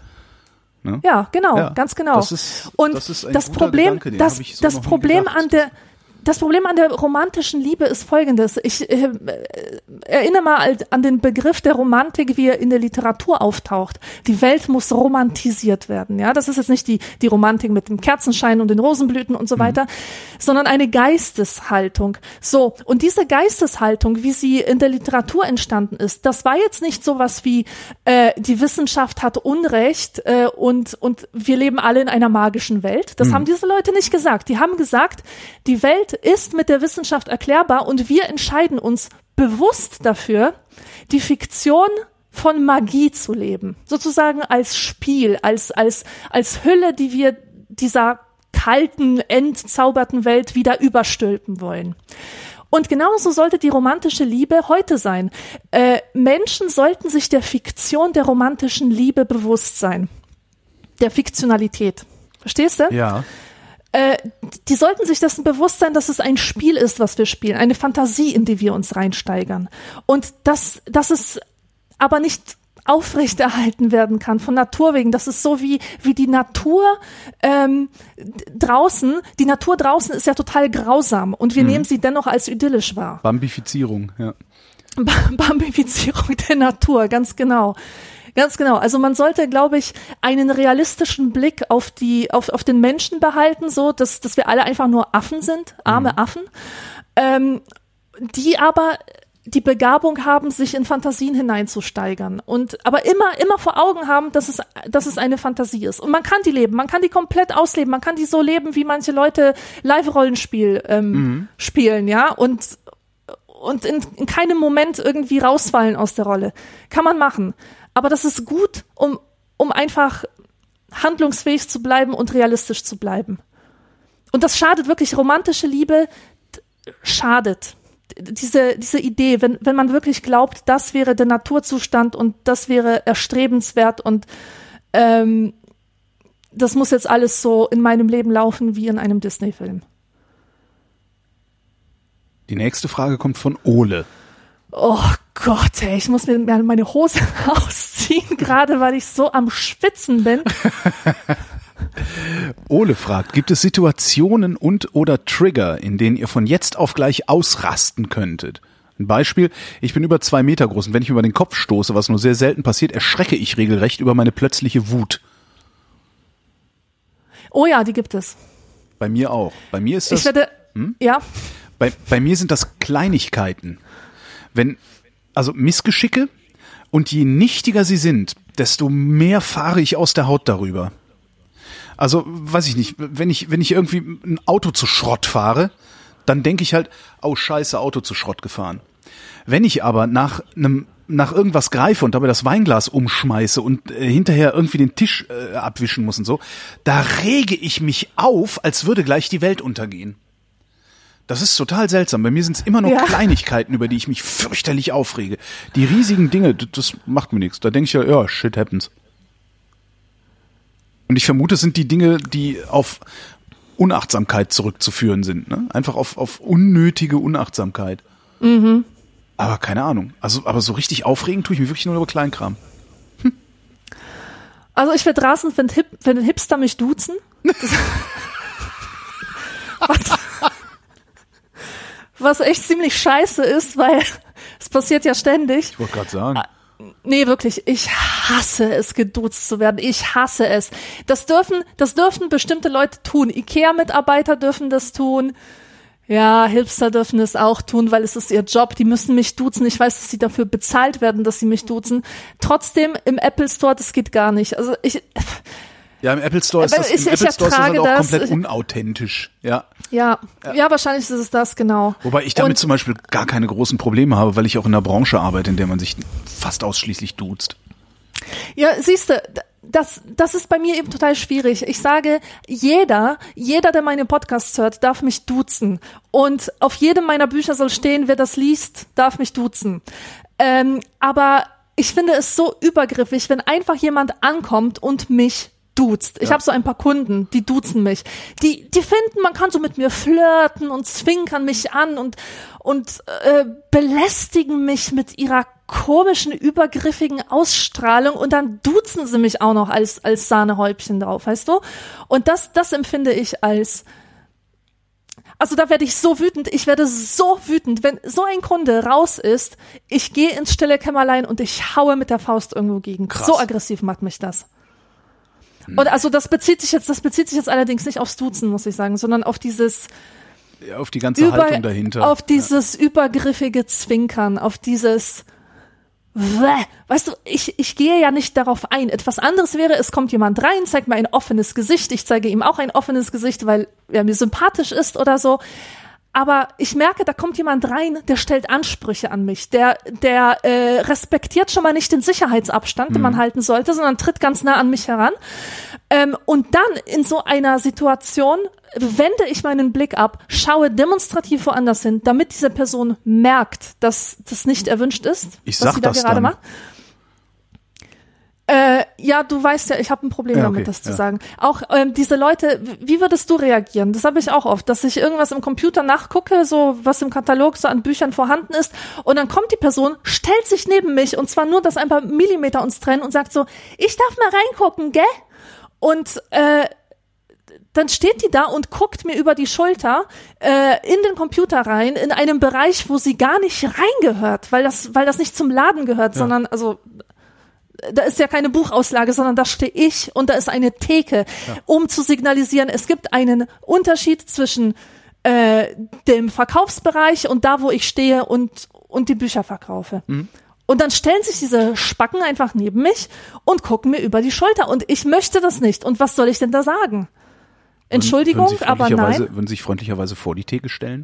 Ne? Ja, genau, ja, ganz genau. Das ist, Und das, ist ein das guter Problem, Gedanke, das, so das Problem an der Das Problem an der romantischen Liebe ist folgendes. Ich äh, erinnere mal an den Begriff der Romantik, wie er in der Literatur auftaucht. Die Welt muss romantisiert werden. Ja, das ist jetzt nicht die, die Romantik mit dem Kerzenschein und den Rosenblüten und so weiter, mhm. sondern eine Geisteshaltung. So, und diese Geisteshaltung, wie sie in der Literatur entstanden ist, das war jetzt nicht sowas wie äh, die Wissenschaft hat Unrecht äh, und, und wir leben alle in einer magischen Welt. Das mhm. haben diese Leute nicht gesagt. Die haben gesagt, die Welt ist mit der Wissenschaft erklärbar und wir entscheiden uns bewusst dafür, die Fiktion von Magie zu leben. Sozusagen als Spiel, als, als, als Hülle, die wir dieser kalten, entzauberten Welt wieder überstülpen wollen. Und genauso sollte die romantische Liebe heute sein. Äh, Menschen sollten sich der Fiktion der romantischen Liebe bewusst sein. Der Fiktionalität. Verstehst du? Ja. Äh, die sollten sich dessen bewusst sein, dass es ein Spiel ist, was wir spielen, eine Fantasie, in die wir uns reinsteigern. Und dass, dass es aber nicht aufrechterhalten werden kann von Natur wegen. Das ist so wie, wie die Natur ähm, draußen. Die Natur draußen ist ja total grausam und wir mhm. nehmen sie dennoch als idyllisch wahr. Bambifizierung, ja. Bambifizierung der Natur, ganz genau. Ganz genau. Also man sollte, glaube ich, einen realistischen Blick auf die, auf, auf den Menschen behalten, so, dass, dass wir alle einfach nur Affen sind, arme mhm. Affen, ähm, die aber die Begabung haben, sich in Fantasien hineinzusteigern und aber immer, immer vor Augen haben, dass es, dass es eine Fantasie ist. Und man kann die leben, man kann die komplett ausleben, man kann die so leben, wie manche Leute Live-Rollenspiel ähm, mhm. spielen, ja, und und in, in keinem Moment irgendwie rausfallen aus der Rolle. Kann man machen. Aber das ist gut, um, um einfach handlungsfähig zu bleiben und realistisch zu bleiben. Und das schadet wirklich. Romantische Liebe schadet. Diese, diese Idee, wenn, wenn man wirklich glaubt, das wäre der Naturzustand und das wäre erstrebenswert und ähm, das muss jetzt alles so in meinem Leben laufen wie in einem Disney-Film. Die nächste Frage kommt von Ole. Oh Gott, ey, ich muss mir meine Hose ausziehen, gerade weil ich so am Schwitzen bin. Ole fragt, gibt es Situationen und oder Trigger, in denen ihr von jetzt auf gleich ausrasten könntet? Ein Beispiel, ich bin über zwei Meter groß und wenn ich über den Kopf stoße, was nur sehr selten passiert, erschrecke ich regelrecht über meine plötzliche Wut. Oh ja, die gibt es. Bei mir auch. Bei mir ist das... Ich werde, hm? ja. Bei, bei mir sind das Kleinigkeiten. Wenn, also Missgeschicke, und je nichtiger sie sind, desto mehr fahre ich aus der Haut darüber. Also, weiß ich nicht, wenn ich, wenn ich irgendwie ein Auto zu Schrott fahre, dann denke ich halt, oh scheiße, Auto zu Schrott gefahren. Wenn ich aber nach einem nach irgendwas greife und dabei das Weinglas umschmeiße und äh, hinterher irgendwie den Tisch äh, abwischen muss und so, da rege ich mich auf, als würde gleich die Welt untergehen. Das ist total seltsam. Bei mir sind es immer nur Ja. Kleinigkeiten, über die ich mich fürchterlich aufrege. Die riesigen Dinge, das, das macht mir nichts. Da denke ich ja, ja, shit happens. Und ich vermute, es sind die Dinge, die auf Unachtsamkeit zurückzuführen sind. Ne? Einfach auf, auf unnötige Unachtsamkeit. Mhm. Aber keine Ahnung. Also, aber so richtig aufregen tue ich mich wirklich nur über Kleinkram. Hm. Also ich werde rasen, wenn, Hip, wenn Hipster mich duzen. Das, was, was echt ziemlich scheiße ist, weil es passiert ja ständig. Ich wollte gerade sagen. Nee, wirklich, ich hasse es, geduzt zu werden. Ich hasse es. Das dürfen, das dürfen bestimmte Leute tun. IKEA-Mitarbeiter dürfen das tun. Ja, Hipster dürfen es auch tun, weil es ist ihr Job. Die müssen mich duzen. Ich weiß, dass sie dafür bezahlt werden, dass sie mich duzen. Trotzdem im Apple Store, das geht gar nicht. Also ich... Ja, im Apple Store ist Aber das, ich- im ich Apple Store ist das halt ertrage auch das. komplett unauthentisch. Ja. Ja, ja, wahrscheinlich ist es das, genau. Wobei ich damit Und- zum Beispiel gar keine großen Probleme habe, weil ich auch in einer Branche arbeite, in der man sich fast ausschließlich duzt. Ja, siehste, das, das ist bei mir eben total schwierig. Ich sage, jeder, jeder, der meine Podcasts hört, darf mich duzen. Und auf jedem meiner Bücher soll stehen, wer das liest, darf mich duzen. Ähm, aber ich finde es so übergriffig, wenn einfach jemand ankommt und mich duzt. Ich Ja. habe so ein paar Kunden, die duzen mich. Die, die finden, man kann so mit mir flirten und zwinkern mich an und, und äh, belästigen mich mit ihrer komischen, übergriffigen Ausstrahlung und dann duzen sie mich auch noch als, als Sahnehäubchen drauf, weißt du? Und das, das empfinde ich als, also da werde ich so wütend, ich werde so wütend, wenn so ein Kunde raus ist, ich gehe ins stille Kämmerlein und ich haue mit der Faust irgendwo gegen. Krass. So aggressiv macht mich das. Und also das bezieht sich jetzt, das bezieht sich jetzt allerdings nicht aufs Duzen, muss ich sagen, sondern auf dieses Ja, auf die ganze über, Haltung dahinter. auf dieses übergriffige Zwinkern, auf dieses Bäh. Weißt du, ich, ich gehe ja nicht darauf ein. Etwas anderes wäre, es kommt jemand rein, zeigt mir ein offenes Gesicht. Ich zeige ihm auch ein offenes Gesicht, weil er mir sympathisch ist oder so. Aber ich merke, da kommt jemand rein, der stellt Ansprüche an mich. Der, der äh, respektiert schon mal nicht den Sicherheitsabstand, den man halten sollte, sondern tritt ganz nah an mich heran. Ähm, und dann in so einer Situation wende ich meinen Blick ab, schaue demonstrativ woanders hin, damit diese Person merkt, dass das nicht erwünscht ist, Ich was sag sie da das gerade dann. macht. Äh, ja, du weißt ja, ich habe ein Problem Ja, damit, okay, das zu ja. sagen. Auch ähm, diese Leute, wie würdest du reagieren? Das habe ich auch oft, dass ich irgendwas im Computer nachgucke, so was im Katalog so an Büchern vorhanden ist, und dann kommt die Person, stellt sich neben mich, und zwar nur, dass ein paar Millimeter uns trennen, und sagt so, ich darf mal reingucken, gell? Und äh, dann steht die da und guckt mir über die Schulter äh, in den Computer rein, in einem Bereich, wo sie gar nicht reingehört, weil das, weil das nicht zum Laden gehört, Ja. sondern, also da ist ja keine Buchauslage, sondern da stehe ich und da ist eine Theke, Ja. um zu signalisieren, es gibt einen Unterschied zwischen äh, dem Verkaufsbereich und da, wo ich stehe und, und die Bücher verkaufe. Mhm. Und dann stellen sich diese Spacken einfach neben mich und gucken mir über die Schulter. Und ich möchte das nicht. Und was soll ich denn da sagen? Entschuldigung, würden Sie aber freundlicherweise- nein. Würden Sie sich freundlicherweise vor die Theke stellen?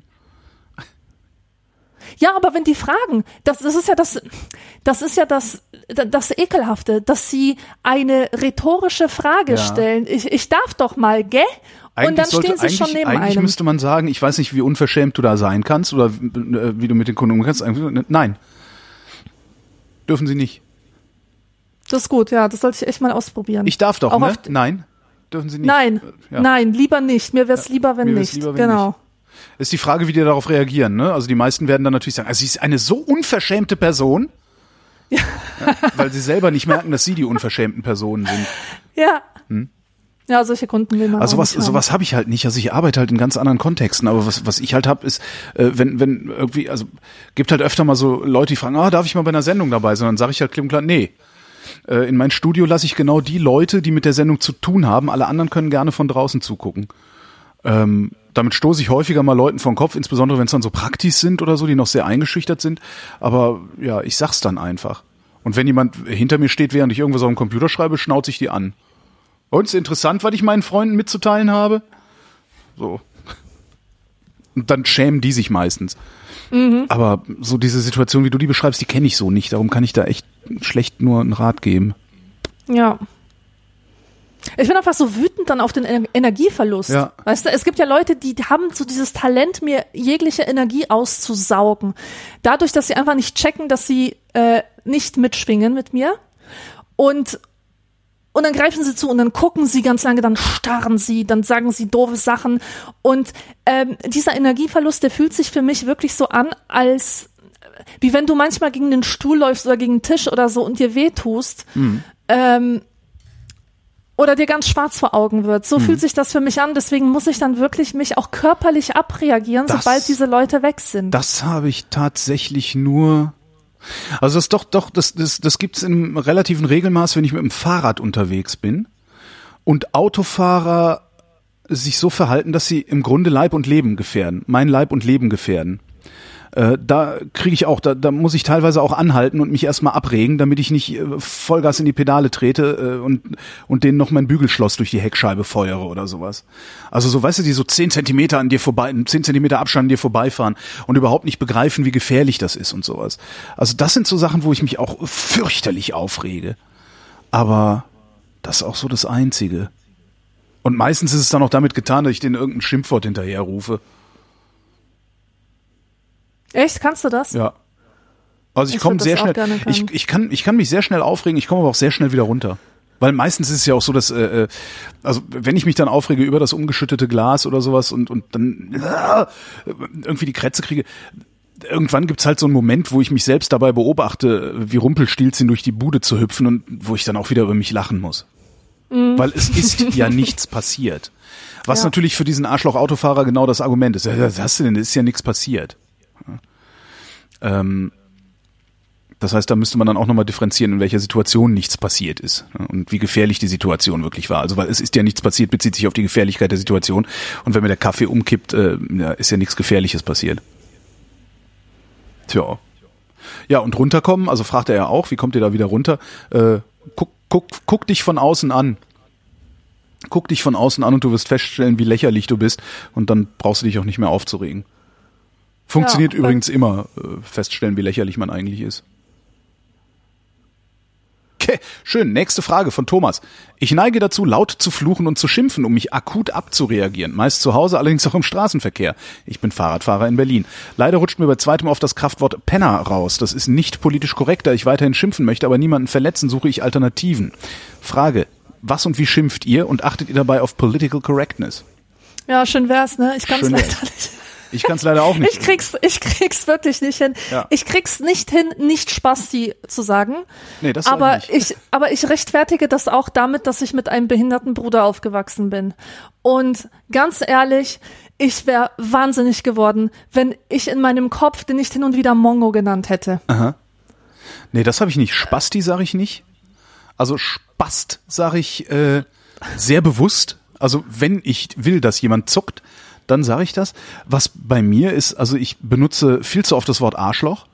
Ja, aber wenn die fragen, das, das ist ja das, das ist ja das, das Ekelhafte, dass sie eine rhetorische Frage Ja. stellen. Ich, ich darf doch mal, gell? Eigentlich Und dann sollte, stehen sie schon eigentlich- neben Eigentlich einem. müsste man sagen, ich weiß nicht, wie unverschämt du da sein kannst oder äh, wie du mit den Kunden umgehst. Eigentlich- Nein. Dürfen Sie nicht. Das ist gut, ja, das sollte ich echt mal ausprobieren. Ich darf doch, Auch ne? auf- Nein. Dürfen Sie nicht. Nein, Ja. nein, lieber nicht. Mir wär's lieber, wenn mir wär's nicht. lieber, wenn genau. nicht. Ist die Frage, wie die darauf reagieren, ne? Also die meisten werden dann natürlich sagen, also sie ist eine so unverschämte Person, ja, weil sie selber nicht merken, dass sie die unverschämten Personen sind. Ja. Ja, solche Kunden will man Also auch was, nicht haben. sowas habe ich halt nicht. Also ich arbeite halt in ganz anderen Kontexten. Aber was, was ich halt habe, ist, äh, wenn, wenn irgendwie, also gibt halt öfter mal so Leute, die fragen, ah, darf ich mal bei einer Sendung dabei sein? Dann sage ich halt klipp und klar, nee. Äh, in mein Studio lasse ich genau die Leute, die mit der Sendung zu tun haben. Alle anderen können gerne von draußen zugucken. Ähm, damit stoße ich häufiger mal Leuten vor den Kopf, insbesondere wenn es dann so Praktis sind oder so, die noch sehr eingeschüchtert sind. Aber ja, ich sag's dann einfach. Und wenn jemand hinter mir steht, während ich irgendwas auf dem Computer schreibe, schnauze ich die an. Und ist interessant, was ich meinen Freunden mitzuteilen habe? So. Und dann schämen die sich meistens. Mhm. Aber so diese Situation, wie du die beschreibst, die kenne ich so nicht. Darum kann ich da echt schlecht nur einen Rat geben. Ja. Ich bin einfach so wütend dann auf den Ener- Energieverlust. Ja. Weißt du, es gibt ja Leute, die haben so dieses Talent, mir jegliche Energie auszusaugen. Dadurch, dass sie einfach nicht checken, dass sie äh, nicht mitschwingen mit mir. Und Und dann greifen sie zu und dann gucken sie ganz lange, dann starren sie, dann sagen sie doofe Sachen. Und ähm, dieser Energieverlust, der fühlt sich für mich wirklich so an, als wie wenn du manchmal gegen den Stuhl läufst oder gegen den Tisch oder so und dir wehtust. Mhm. Ähm, oder dir ganz schwarz vor Augen wird. So mhm. fühlt sich das für mich an. Deswegen muss ich dann wirklich mich auch körperlich abreagieren, das, sobald diese Leute weg sind. Das habe ich tatsächlich nur... Also das doch, doch, das, das, das gibt's im relativen Regelmaß, wenn ich mit dem Fahrrad unterwegs bin und Autofahrer sich so verhalten, dass sie im Grunde Leib und Leben gefährden, mein Leib und Leben gefährden. Äh, da kriege ich auch, da, da muss ich teilweise auch anhalten und mich erstmal abregen, damit ich nicht äh, Vollgas in die Pedale trete äh, und und denen noch mein Bügelschloss durch die Heckscheibe feuere oder sowas. Also so, weißt du, die so zehn Zentimeter an dir vorbei, zehn Zentimeter Abstand an dir vorbeifahren und überhaupt nicht begreifen, wie gefährlich das ist und sowas. Also das sind so Sachen, wo ich mich auch fürchterlich aufrege. Aber das ist auch so das Einzige. Und meistens ist es dann auch damit getan, dass ich denen irgendein Schimpfwort hinterher rufe. Echt? Kannst du das? Ja. Also ich, ich komme sehr schnell, ich, ich kann, ich kann mich sehr schnell aufregen, ich komme aber auch sehr schnell wieder runter. Weil meistens ist es ja auch so, dass, äh, also wenn ich mich dann aufrege über das umgeschüttete Glas oder sowas und, und dann äh, irgendwie die Krätze kriege, irgendwann gibt's halt so einen Moment, wo ich mich selbst dabei beobachte, wie Rumpelstilzchen durch die Bude zu hüpfen und wo ich dann auch wieder über mich lachen muss. Mhm. Weil es ist ja nichts passiert. Was ja. natürlich für diesen Arschloch-Autofahrer genau das Argument ist. Was hast du denn? Es ist ja nichts passiert. Ähm, das heißt, da müsste man dann auch nochmal differenzieren, in welcher Situation nichts passiert ist und wie gefährlich die Situation wirklich war. Also weil es ist ja nichts passiert, bezieht sich auf die Gefährlichkeit der Situation. Und wenn mir der Kaffee umkippt, äh, ja, ist ja nichts Gefährliches passiert. Tja. Ja, und runterkommen, also fragt er ja auch, wie kommt ihr da wieder runter? Äh, guck, guck, guck dich von außen an. Guck dich von außen an und du wirst feststellen, wie lächerlich du bist und dann brauchst du dich auch nicht mehr aufzuregen. Funktioniert ja, übrigens immer, äh, feststellen, wie lächerlich man eigentlich ist. Okay, schön. Nächste Frage von Thomas. Ich neige dazu, laut zu fluchen und zu schimpfen, um mich akut abzureagieren. Meist zu Hause, allerdings auch im Straßenverkehr. Ich bin Fahrradfahrer in Berlin. Leider rutscht mir bei zweitem auf das Kraftwort Penner raus. Das ist nicht politisch korrekt, da ich weiterhin schimpfen möchte, aber niemanden verletzen, suche ich Alternativen. Frage, was und wie schimpft ihr und achtet ihr dabei auf Political Correctness? Ja, schön wär's, ne? Ich kann's leider nicht. Ich kann's leider auch nicht. Ich krieg's, ich krieg's wirklich nicht hin. Ja. Ich krieg's nicht hin, nicht Spasti zu sagen. Nee, das aber ich nicht. ich, aber ich rechtfertige das auch damit, dass ich mit einem behinderten Bruder aufgewachsen bin. Und ganz ehrlich, ich wäre wahnsinnig geworden, wenn ich in meinem Kopf den nicht hin und wieder Mongo genannt hätte. Aha. Nee, das habe ich nicht. Spasti sage ich nicht. Also Spast sage ich äh, sehr bewusst. Also wenn ich will, dass jemand zuckt, dann sage ich das. Was bei mir ist, also ich benutze viel zu oft das Wort Arschloch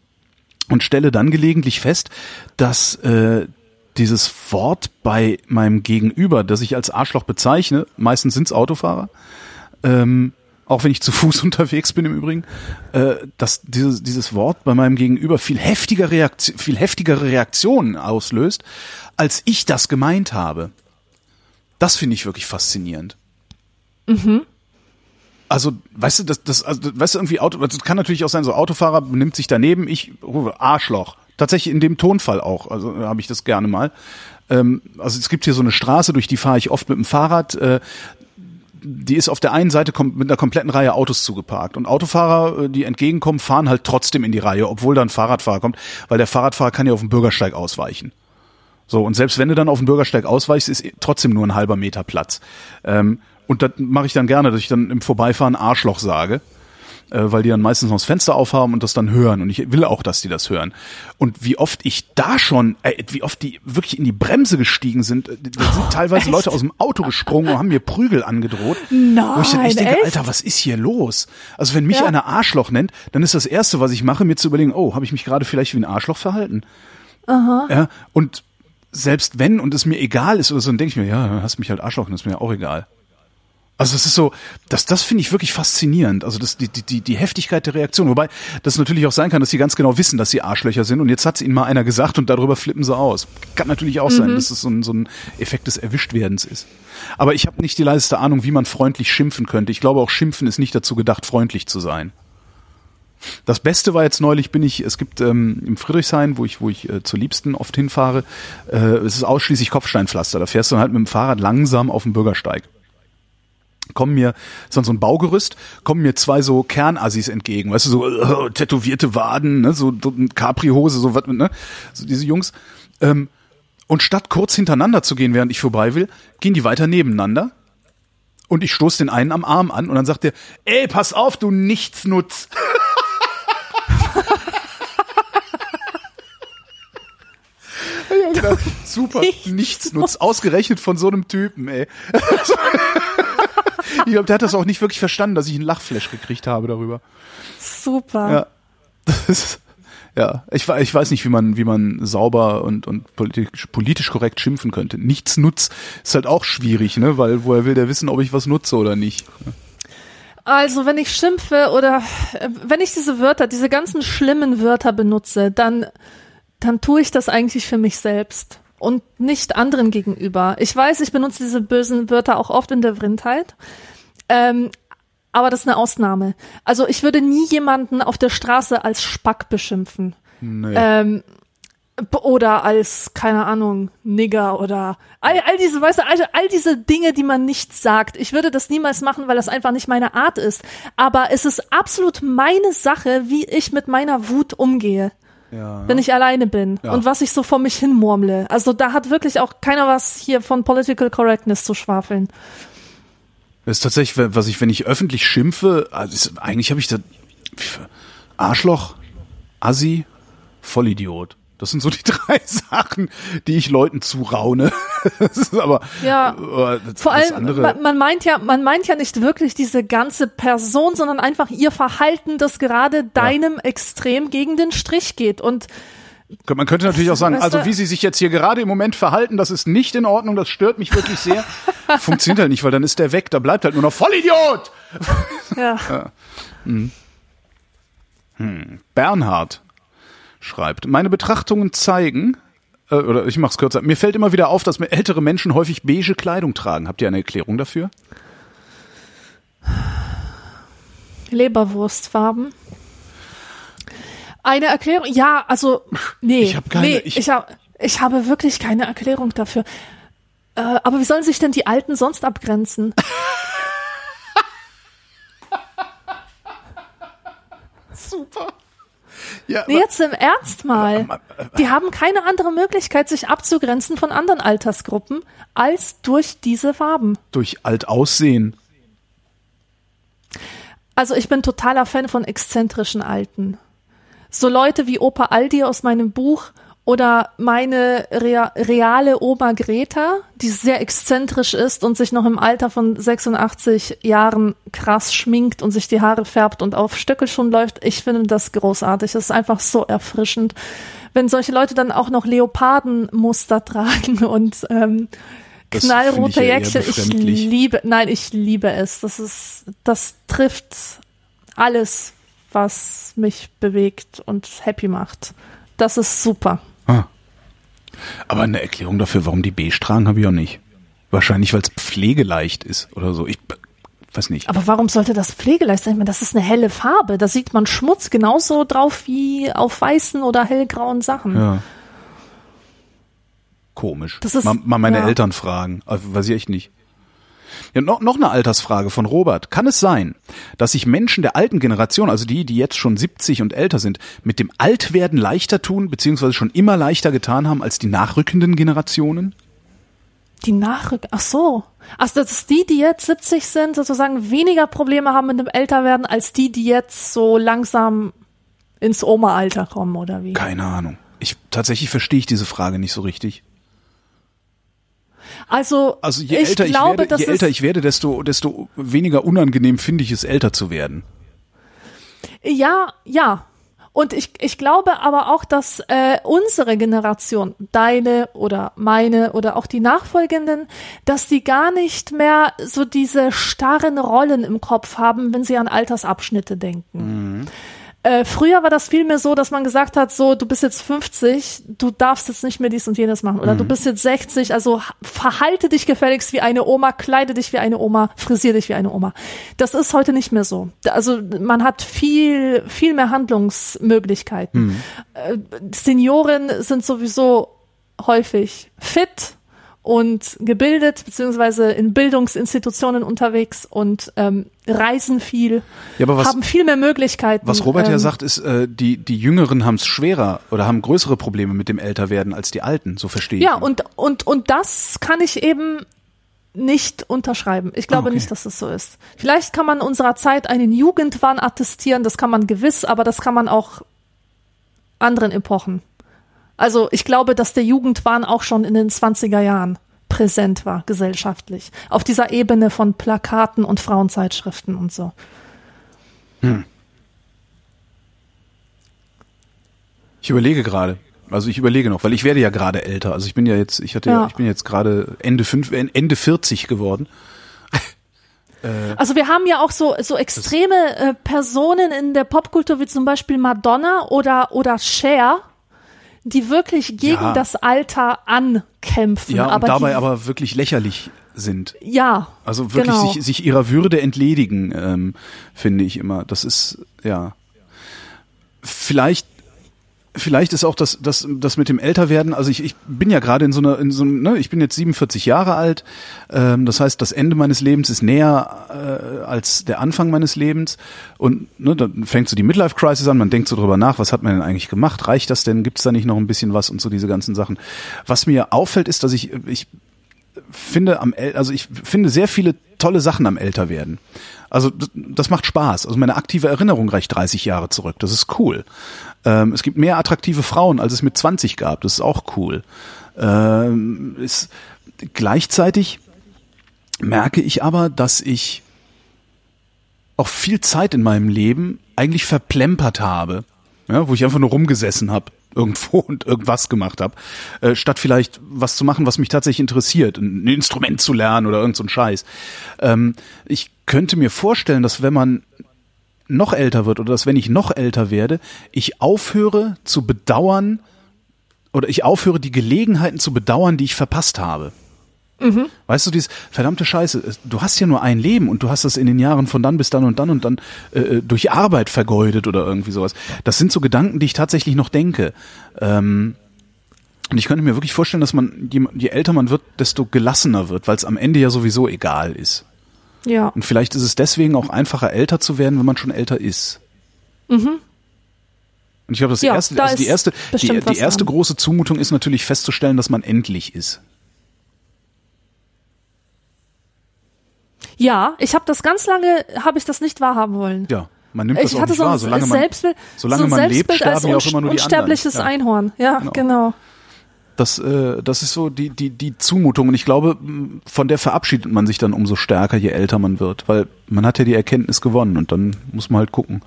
und stelle dann gelegentlich fest, dass äh, dieses Wort bei meinem Gegenüber, das ich als Arschloch bezeichne, meistens sind es Autofahrer, ähm, auch wenn ich zu Fuß unterwegs bin im Übrigen, äh, dass dieses, dieses Wort bei meinem Gegenüber viel heftiger Reaktion, viel heftigere Reaktionen auslöst, als ich das gemeint habe. Das finde ich wirklich faszinierend. Mhm. Also, weißt du, das, das, also, weißt du, irgendwie Auto, das kann natürlich auch sein, so Autofahrer nimmt sich daneben, ich rufe Arschloch. Tatsächlich in dem Tonfall auch, also habe ich das gerne mal. Ähm, also es gibt hier so eine Straße, durch die fahre ich oft mit dem Fahrrad, äh, die ist auf der einen Seite kom- mit einer kompletten Reihe Autos zugeparkt. Und Autofahrer, die entgegenkommen, fahren halt trotzdem in die Reihe, obwohl da ein Fahrradfahrer kommt, weil der Fahrradfahrer kann ja auf den Bürgersteig ausweichen. So, und selbst wenn du dann auf den Bürgersteig ausweichst, ist trotzdem nur ein halber Meter Platz. Ähm, Und das mache ich dann gerne, dass ich dann im Vorbeifahren Arschloch sage, äh, weil die dann meistens noch das Fenster aufhaben und das dann hören. Und ich will auch, dass die das hören. Und wie oft ich da schon, äh, wie oft die wirklich in die Bremse gestiegen sind, äh, da sind teilweise echt? Leute aus dem Auto gesprungen und haben mir Prügel angedroht. Nein, wo ich dann echt denke, echt? Alter, was ist hier los? Also wenn mich Ja. einer Arschloch nennt, dann ist das Erste, was ich mache, mir zu überlegen, oh, habe ich mich gerade vielleicht wie ein Arschloch verhalten? Aha. Ja, und selbst wenn und es mir egal ist oder so, dann denke ich mir, ja, dann hast du mich halt Arschloch und ist mir auch egal. Also es ist so, das, das finde ich wirklich faszinierend. Also das, die, die, die Heftigkeit der Reaktion. Wobei das natürlich auch sein kann, dass sie ganz genau wissen, dass sie Arschlöcher sind und jetzt hat es ihnen mal einer gesagt und darüber flippen sie aus. Kann natürlich auch mhm. sein, dass es so ein, so ein Effekt des Erwischtwerdens ist. Aber ich habe nicht die leiseste Ahnung, wie man freundlich schimpfen könnte. Ich glaube auch, Schimpfen ist nicht dazu gedacht, freundlich zu sein. Das Beste war jetzt neulich, bin ich, es gibt ähm, im Friedrichshain, wo ich, wo ich äh, zur Liebsten oft hinfahre, äh, es ist ausschließlich Kopfsteinpflaster. Da fährst du halt mit dem Fahrrad langsam auf dem Bürgersteig. Kommen mir, ist dann so ein Baugerüst, kommen mir zwei so Kernassis entgegen, weißt du, so äh, tätowierte Waden, ne, so, so Capri-Hose, so was, ne, so diese Jungs. Ähm, und statt kurz hintereinander zu gehen, während ich vorbei will, gehen die weiter nebeneinander. Und ich stoße den einen am Arm an und dann sagt der, ey, pass auf, du Nichtsnutz. Ja, gedacht, super, Nichtsnutz, ausgerechnet von so einem Typen, ey. Ich glaube, der hat das auch nicht wirklich verstanden, dass ich einen Lachflash gekriegt habe darüber. Super. Ja, das ist, ja, ich, ich weiß nicht, wie man, wie man sauber und, und politisch, politisch korrekt schimpfen könnte. Nichtsnutz ist halt auch schwierig, ne, weil woher will der wissen, ob ich was nutze oder nicht. Also, wenn ich schimpfe oder äh, wenn ich diese Wörter, diese ganzen schlimmen Wörter benutze, dann, dann tue ich das eigentlich für mich selbst und nicht anderen gegenüber. Ich weiß, ich benutze diese bösen Wörter auch oft in der Vrindheit, ähm, aber das ist eine Ausnahme. Also ich würde nie jemanden auf der Straße als Spack beschimpfen. Nee. Ähm, oder als, keine Ahnung, Nigger oder all, all diese, weißt du, all, all diese Dinge, die man nicht sagt. Ich würde das niemals machen, weil das einfach nicht meine Art ist. Aber es ist absolut meine Sache, wie ich mit meiner Wut umgehe. Ja. Wenn ich alleine bin ja. und was ich so vor mich hin murmle. Also da hat wirklich auch keiner was hier von Political Correctness zu schwafeln. Das ist tatsächlich, was ich, wenn ich öffentlich schimpfe, also ist, eigentlich habe ich da Arschloch, Assi, Vollidiot. Das sind so die drei Sachen, die ich Leuten zuraune. Das ist aber ja. äh, das, vor allem das andere, man, man meint ja, man meint ja nicht wirklich diese ganze Person, sondern einfach ihr Verhalten, das gerade deinem ja. Extrem gegen den Strich geht. Und man könnte natürlich auch sagen, also wie sie sich jetzt hier gerade im Moment verhalten, das ist nicht in Ordnung, das stört mich wirklich sehr. Funktioniert halt nicht, weil dann ist der weg, da bleibt halt nur noch Vollidiot. Ja. ja. Hm. Hm. Bernhard schreibt, meine Betrachtungen zeigen, äh, oder ich mach's kürzer, mir fällt immer wieder auf, dass mir ältere Menschen häufig beige Kleidung tragen. Habt ihr eine Erklärung dafür? Leberwurstfarben. Eine Erklärung? Ja, also, nee. Ich habe keine, nee, ich, ich, hab, ich habe wirklich keine Erklärung dafür. Äh, aber wie sollen sich denn die Alten sonst abgrenzen? Super. Ja, nee, jetzt im Ernst mal. Die haben keine andere Möglichkeit, sich abzugrenzen von anderen Altersgruppen, als durch diese Farben. Durch Altaussehen. Also ich bin totaler Fan von exzentrischen Alten. So Leute wie Opa Aldi aus meinem Buch oder meine rea- reale Oma Greta, die sehr exzentrisch ist und sich noch im Alter von sechsundachtzig Jahren krass schminkt und sich die Haare färbt und auf Stöckelschuhen läuft. Ich finde das großartig. Das ist einfach so erfrischend. Wenn solche Leute dann auch noch Leopardenmuster tragen und ähm, knallrote Jäckchen. Ich liebe, nein, ich liebe es. Das ist, das trifft alles, was mich bewegt und happy macht. Das ist super. Ah. Aber eine Erklärung dafür, warum die beige tragen, habe ich auch nicht. Wahrscheinlich, weil es pflegeleicht ist oder so. Ich weiß nicht. Aber warum sollte das pflegeleicht sein? Ich meine, das ist eine helle Farbe. Da sieht man Schmutz genauso drauf wie auf weißen oder hellgrauen Sachen. Ja. Komisch. Das ist, mal, mal meine ja. Eltern fragen. Also, weiß ich echt nicht. Ja, noch, noch eine Altersfrage von Robert. Kann es sein, dass sich Menschen der alten Generation, also die, die jetzt schon siebzig und älter sind, mit dem Altwerden leichter tun, beziehungsweise schon immer leichter getan haben als die nachrückenden Generationen? Die Nachrück... Ach so. Also dass die, die jetzt siebzig sind, sozusagen weniger Probleme haben mit dem Älterwerden, als die, die jetzt so langsam ins Oma-Alter kommen, oder wie? Keine Ahnung. Ich, tatsächlich verstehe ich diese Frage nicht so richtig. Also, also je, ich älter, glaube, ich werde, je älter ich werde, desto, desto weniger unangenehm finde ich es, älter zu werden. Ja, ja. Und ich, ich glaube aber auch, dass äh, unsere Generation, deine oder meine oder auch die nachfolgenden, dass die gar nicht mehr so diese starren Rollen im Kopf haben, wenn sie an Altersabschnitte denken. Mhm. Äh, früher war das vielmehr so, dass man gesagt hat, so, du bist jetzt fünfzig, du darfst jetzt nicht mehr dies und jenes machen. Oder mhm. du bist jetzt sechzig, also verhalte dich gefälligst wie eine Oma, kleide dich wie eine Oma, frisier dich wie eine Oma. Das ist heute nicht mehr so. Also man hat viel, viel mehr Handlungsmöglichkeiten. Mhm. Äh, Senioren sind sowieso häufig fit und gebildet, beziehungsweise in Bildungsinstitutionen unterwegs und ähm, reisen viel, ja, aber was, haben viel mehr Möglichkeiten. Was Robert ähm, ja sagt, ist, äh, die die Jüngeren haben es schwerer oder haben größere Probleme mit dem Älterwerden als die Alten, so verstehe ich. Ja, und, und, und das kann ich eben nicht unterschreiben. Ich glaube ah, okay. nicht, dass das so ist. Vielleicht kann man unserer Zeit einen Jugendwahn attestieren, das kann man gewiss, aber das kann man auch anderen Epochen. Also ich glaube, dass der Jugendwahn auch schon in den zwanziger Jahren präsent war, gesellschaftlich. Auf dieser Ebene von Plakaten und Frauenzeitschriften und so. Hm. Ich überlege gerade. Also ich überlege noch, weil ich werde ja gerade älter. Also ich bin ja jetzt, ich hatte ja, ja ich bin jetzt gerade Ende fünf, Ende vierzig geworden. Also wir haben ja auch so so extreme äh, Personen in der Popkultur wie zum Beispiel Madonna oder oder Cher, die wirklich gegen ja. das Alter ankämpfen. Ja, und aber dabei die, aber wirklich lächerlich sind. Ja, Also wirklich genau. sich, sich ihrer Würde entledigen, ähm, finde ich immer. Das ist, ja. Vielleicht Vielleicht ist auch das, das, das mit dem Älterwerden, also ich, ich bin ja gerade in so einer, in so einem, ne, ich bin jetzt siebenundvierzig Jahre alt, ähm, das heißt, das Ende meines Lebens ist näher äh, als der Anfang meines Lebens und ne, dann fängt so die Midlife-Crisis an, man denkt so drüber nach, was hat man denn eigentlich gemacht, reicht das denn, gibt's da nicht noch ein bisschen was und so diese ganzen Sachen. Was mir auffällt, ist, dass ich, ich finde am, also ich finde sehr viele tolle Sachen am Älterwerden. Also das, das macht Spaß. Also meine aktive Erinnerung reicht dreißig Jahre zurück. Das ist cool. Ähm, es gibt mehr attraktive Frauen, als es mit zwanzig gab. Das ist auch cool. Ähm, ist, gleichzeitig merke ich aber, dass ich auch viel Zeit in meinem Leben eigentlich verplempert habe, ja, wo ich einfach nur rumgesessen habe irgendwo und irgendwas gemacht habe, äh, statt vielleicht was zu machen, was mich tatsächlich interessiert, ein Instrument zu lernen oder irgend so ein Scheiß. Ähm, ich könnte mir vorstellen, dass wenn man noch älter wird oder dass wenn ich noch älter werde, ich aufhöre zu bedauern oder ich aufhöre die Gelegenheiten zu bedauern, die ich verpasst habe. Mhm. Weißt du, dieses verdammte Scheiße, du hast ja nur ein Leben und du hast das in den Jahren von dann bis dann und dann und dann äh, durch Arbeit vergeudet oder irgendwie sowas. Das sind so Gedanken, die ich tatsächlich noch denke. Ähm, und ich könnte mir wirklich vorstellen, dass man, je, je älter man wird, desto gelassener wird, weil es am Ende ja sowieso egal ist. Ja. Und vielleicht ist es deswegen auch einfacher, älter zu werden, wenn man schon älter ist. Mhm. Und ich glaube, das ja, erste, da also die erste, die, die erste dran. große Zumutung ist natürlich festzustellen, dass man endlich ist. Ja, ich habe das ganz lange, habe ich das nicht wahrhaben wollen. Ja, man nimmt das ich auch hatte nicht so wahr. Solange man, Selbstbild, solange so man lebt, Selbstbild sterben als ja auch immer nur die unsterbliches anderen. Ja. Einhorn. Ja, genau. genau. Das, äh, das ist so die, die, die Zumutung. Und ich glaube, von der verabschiedet man sich dann umso stärker, je älter man wird. Weil man hat ja die Erkenntnis gewonnen und dann muss man halt gucken.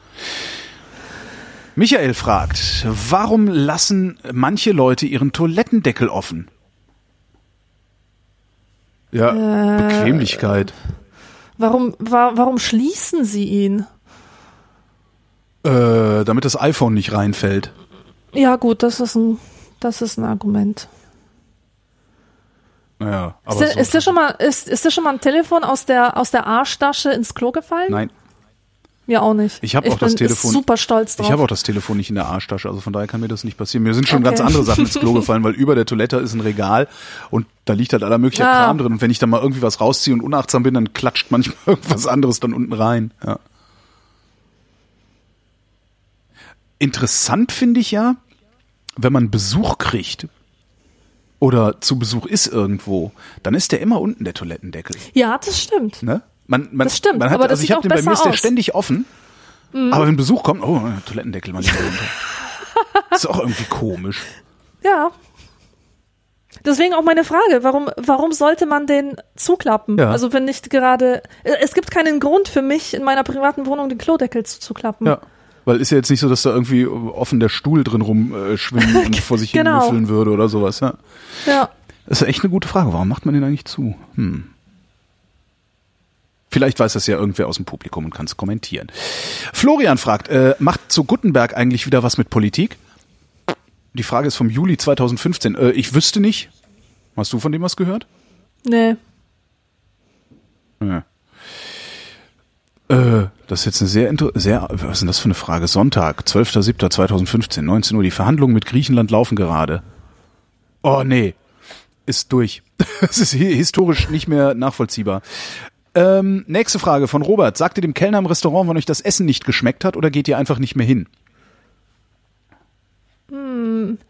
Michael fragt, warum lassen manche Leute ihren Toilettendeckel offen? Ja, äh, Bequemlichkeit. Warum, wa- warum schließen sie ihn? Äh, damit das iPhone nicht reinfällt. Ja gut, das ist ein, das ist ein Argument. Naja, aber ist, der, so ist, der schon mal, ist, ist dir schon mal ein Telefon aus der, aus der Arschtasche ins Klo gefallen? Nein. Mir auch nicht. Ich habe auch das Telefon. Super stolz drauf. Ich habe auch das Telefon nicht in der Arschtasche, also von daher kann mir das nicht passieren. Mir sind schon okay. ganz andere Sachen ins Klo gefallen, weil über der Toilette ist ein Regal und da liegt halt aller möglicher ah. Kram drin. Und wenn ich dann mal irgendwie was rausziehe und unachtsam bin, dann klatscht manchmal irgendwas anderes dann unten rein. Ja. Interessant finde ich ja, wenn man Besuch kriegt oder zu Besuch ist irgendwo, dann ist der immer unten, der Toilettendeckel. Ja, das stimmt. Ne? Man, man, das stimmt, man hat, aber das also ich sieht hab auch den, bei mir ist der aus. ständig offen, mhm. aber wenn Besuch kommt, oh, Toilettendeckel mal lieber runter. Das ist auch irgendwie komisch. Ja. Deswegen auch meine Frage, warum, warum sollte man den zuklappen? Ja. Also wenn nicht gerade, es gibt keinen Grund für mich, in meiner privaten Wohnung den Klodeckel zuzuklappen. Ja. Weil ist ja jetzt nicht so, dass da irgendwie offen der Stuhl drin rumschwimmen äh, und vor sich genau. hin müffeln würde oder sowas. Ja. Ja. Das ist echt eine gute Frage. Warum macht man den eigentlich zu? Hm. Vielleicht weiß das ja irgendwer aus dem Publikum und kann es kommentieren. Florian fragt, äh, macht zu Guttenberg eigentlich wieder was mit Politik? Die Frage ist vom Juli zweitausendfünfzehn. Äh, ich wüsste nicht. Hast du von dem was gehört? Nee. Ja. Äh, das ist jetzt eine sehr, sehr, was ist denn das für eine Frage? Sonntag, zwölfter siebter zweitausendfünfzehn, neunzehn Uhr. Die Verhandlungen mit Griechenland laufen gerade. Oh nee, ist durch. Das ist historisch nicht mehr nachvollziehbar. Ähm, nächste Frage von Robert. Sagt ihr dem Kellner im Restaurant, wenn euch das Essen nicht geschmeckt hat, oder geht ihr einfach nicht mehr hin? Hm.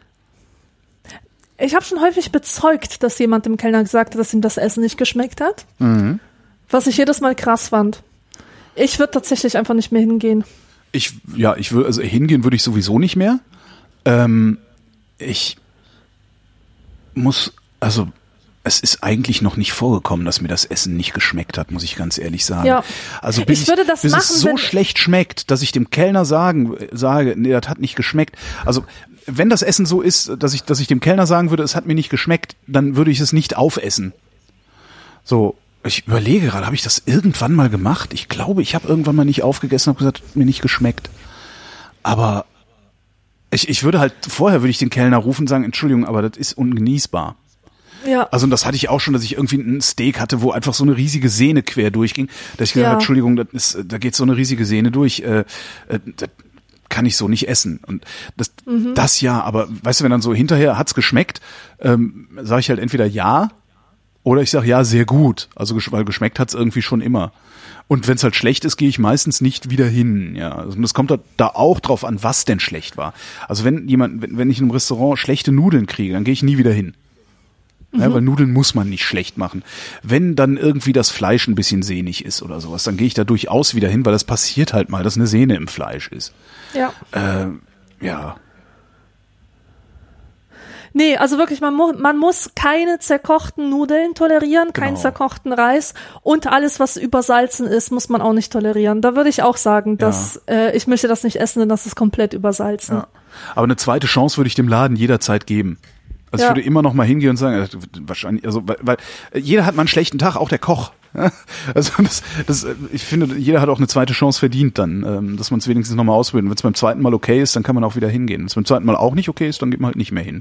Ich habe schon häufig bezeugt, dass jemand dem Kellner gesagt hat, dass ihm das Essen nicht geschmeckt hat. Mhm. Was ich jedes Mal krass fand. Ich würde tatsächlich einfach nicht mehr hingehen. Ich, ja, ich würde, also hingehen würde ich sowieso nicht mehr. Ähm, ich muss, also es ist eigentlich noch nicht vorgekommen, dass mir das Essen nicht geschmeckt hat, muss ich ganz ehrlich sagen. Ja. Also bis, ich würde das bis machen, es so wenn schlecht schmeckt, dass ich dem Kellner sagen sage, nee, das hat nicht geschmeckt. Also wenn das Essen so ist, dass ich, dass ich dem Kellner sagen würde, es hat mir nicht geschmeckt, dann würde ich es nicht aufessen. So, ich überlege gerade, habe ich das irgendwann mal gemacht? Ich glaube, ich habe irgendwann mal nicht aufgegessen und gesagt, hat mir nicht geschmeckt. Aber ich, ich würde halt, vorher würde ich den Kellner rufen und sagen, Entschuldigung, aber das ist ungenießbar. Ja. Also und das hatte ich auch schon, dass ich irgendwie ein Steak hatte, wo einfach so eine riesige Sehne quer durchging. Dass ich gesagt habe, ja. Entschuldigung, das ist, da geht so eine riesige Sehne durch. Äh, äh, das kann ich so nicht essen. Und das, mhm. das ja, aber weißt du, wenn dann so hinterher hat's geschmeckt, ähm, sage ich halt entweder ja oder ich sage ja, sehr gut. Also weil geschmeckt hat's irgendwie schon immer. Und wenn es halt schlecht ist, gehe ich meistens nicht wieder hin. Ja, also das kommt da auch drauf an, was denn schlecht war. Also wenn jemand, wenn, wenn ich in einem Restaurant schlechte Nudeln kriege, dann gehe ich nie wieder hin. Ja, weil Nudeln muss man nicht schlecht machen. Wenn dann irgendwie das Fleisch ein bisschen sehnig ist oder sowas, dann gehe ich da durchaus wieder hin, weil das passiert halt mal, dass eine Sehne im Fleisch ist. Ja. Äh, ja. Nee, also wirklich, man, mu- man muss keine zerkochten Nudeln tolerieren, keinen genau. zerkochten Reis und alles, was übersalzen ist, muss man auch nicht tolerieren. Da würde ich auch sagen, dass ja. äh, ich möchte das nicht essen, denn das ist komplett übersalzen. Ja. Aber eine zweite Chance würde ich dem Laden jederzeit geben. Also ja. ich würde immer noch mal hingehen und sagen, wahrscheinlich, also weil, weil jeder hat mal einen schlechten Tag, auch der Koch. Also das, das, ich finde, jeder hat auch eine zweite Chance verdient dann, dass man es wenigstens noch mal ausprobiert. Wenn es beim zweiten Mal okay ist, dann kann man auch wieder hingehen. Wenn es beim zweiten Mal auch nicht okay ist, dann geht man halt nicht mehr hin.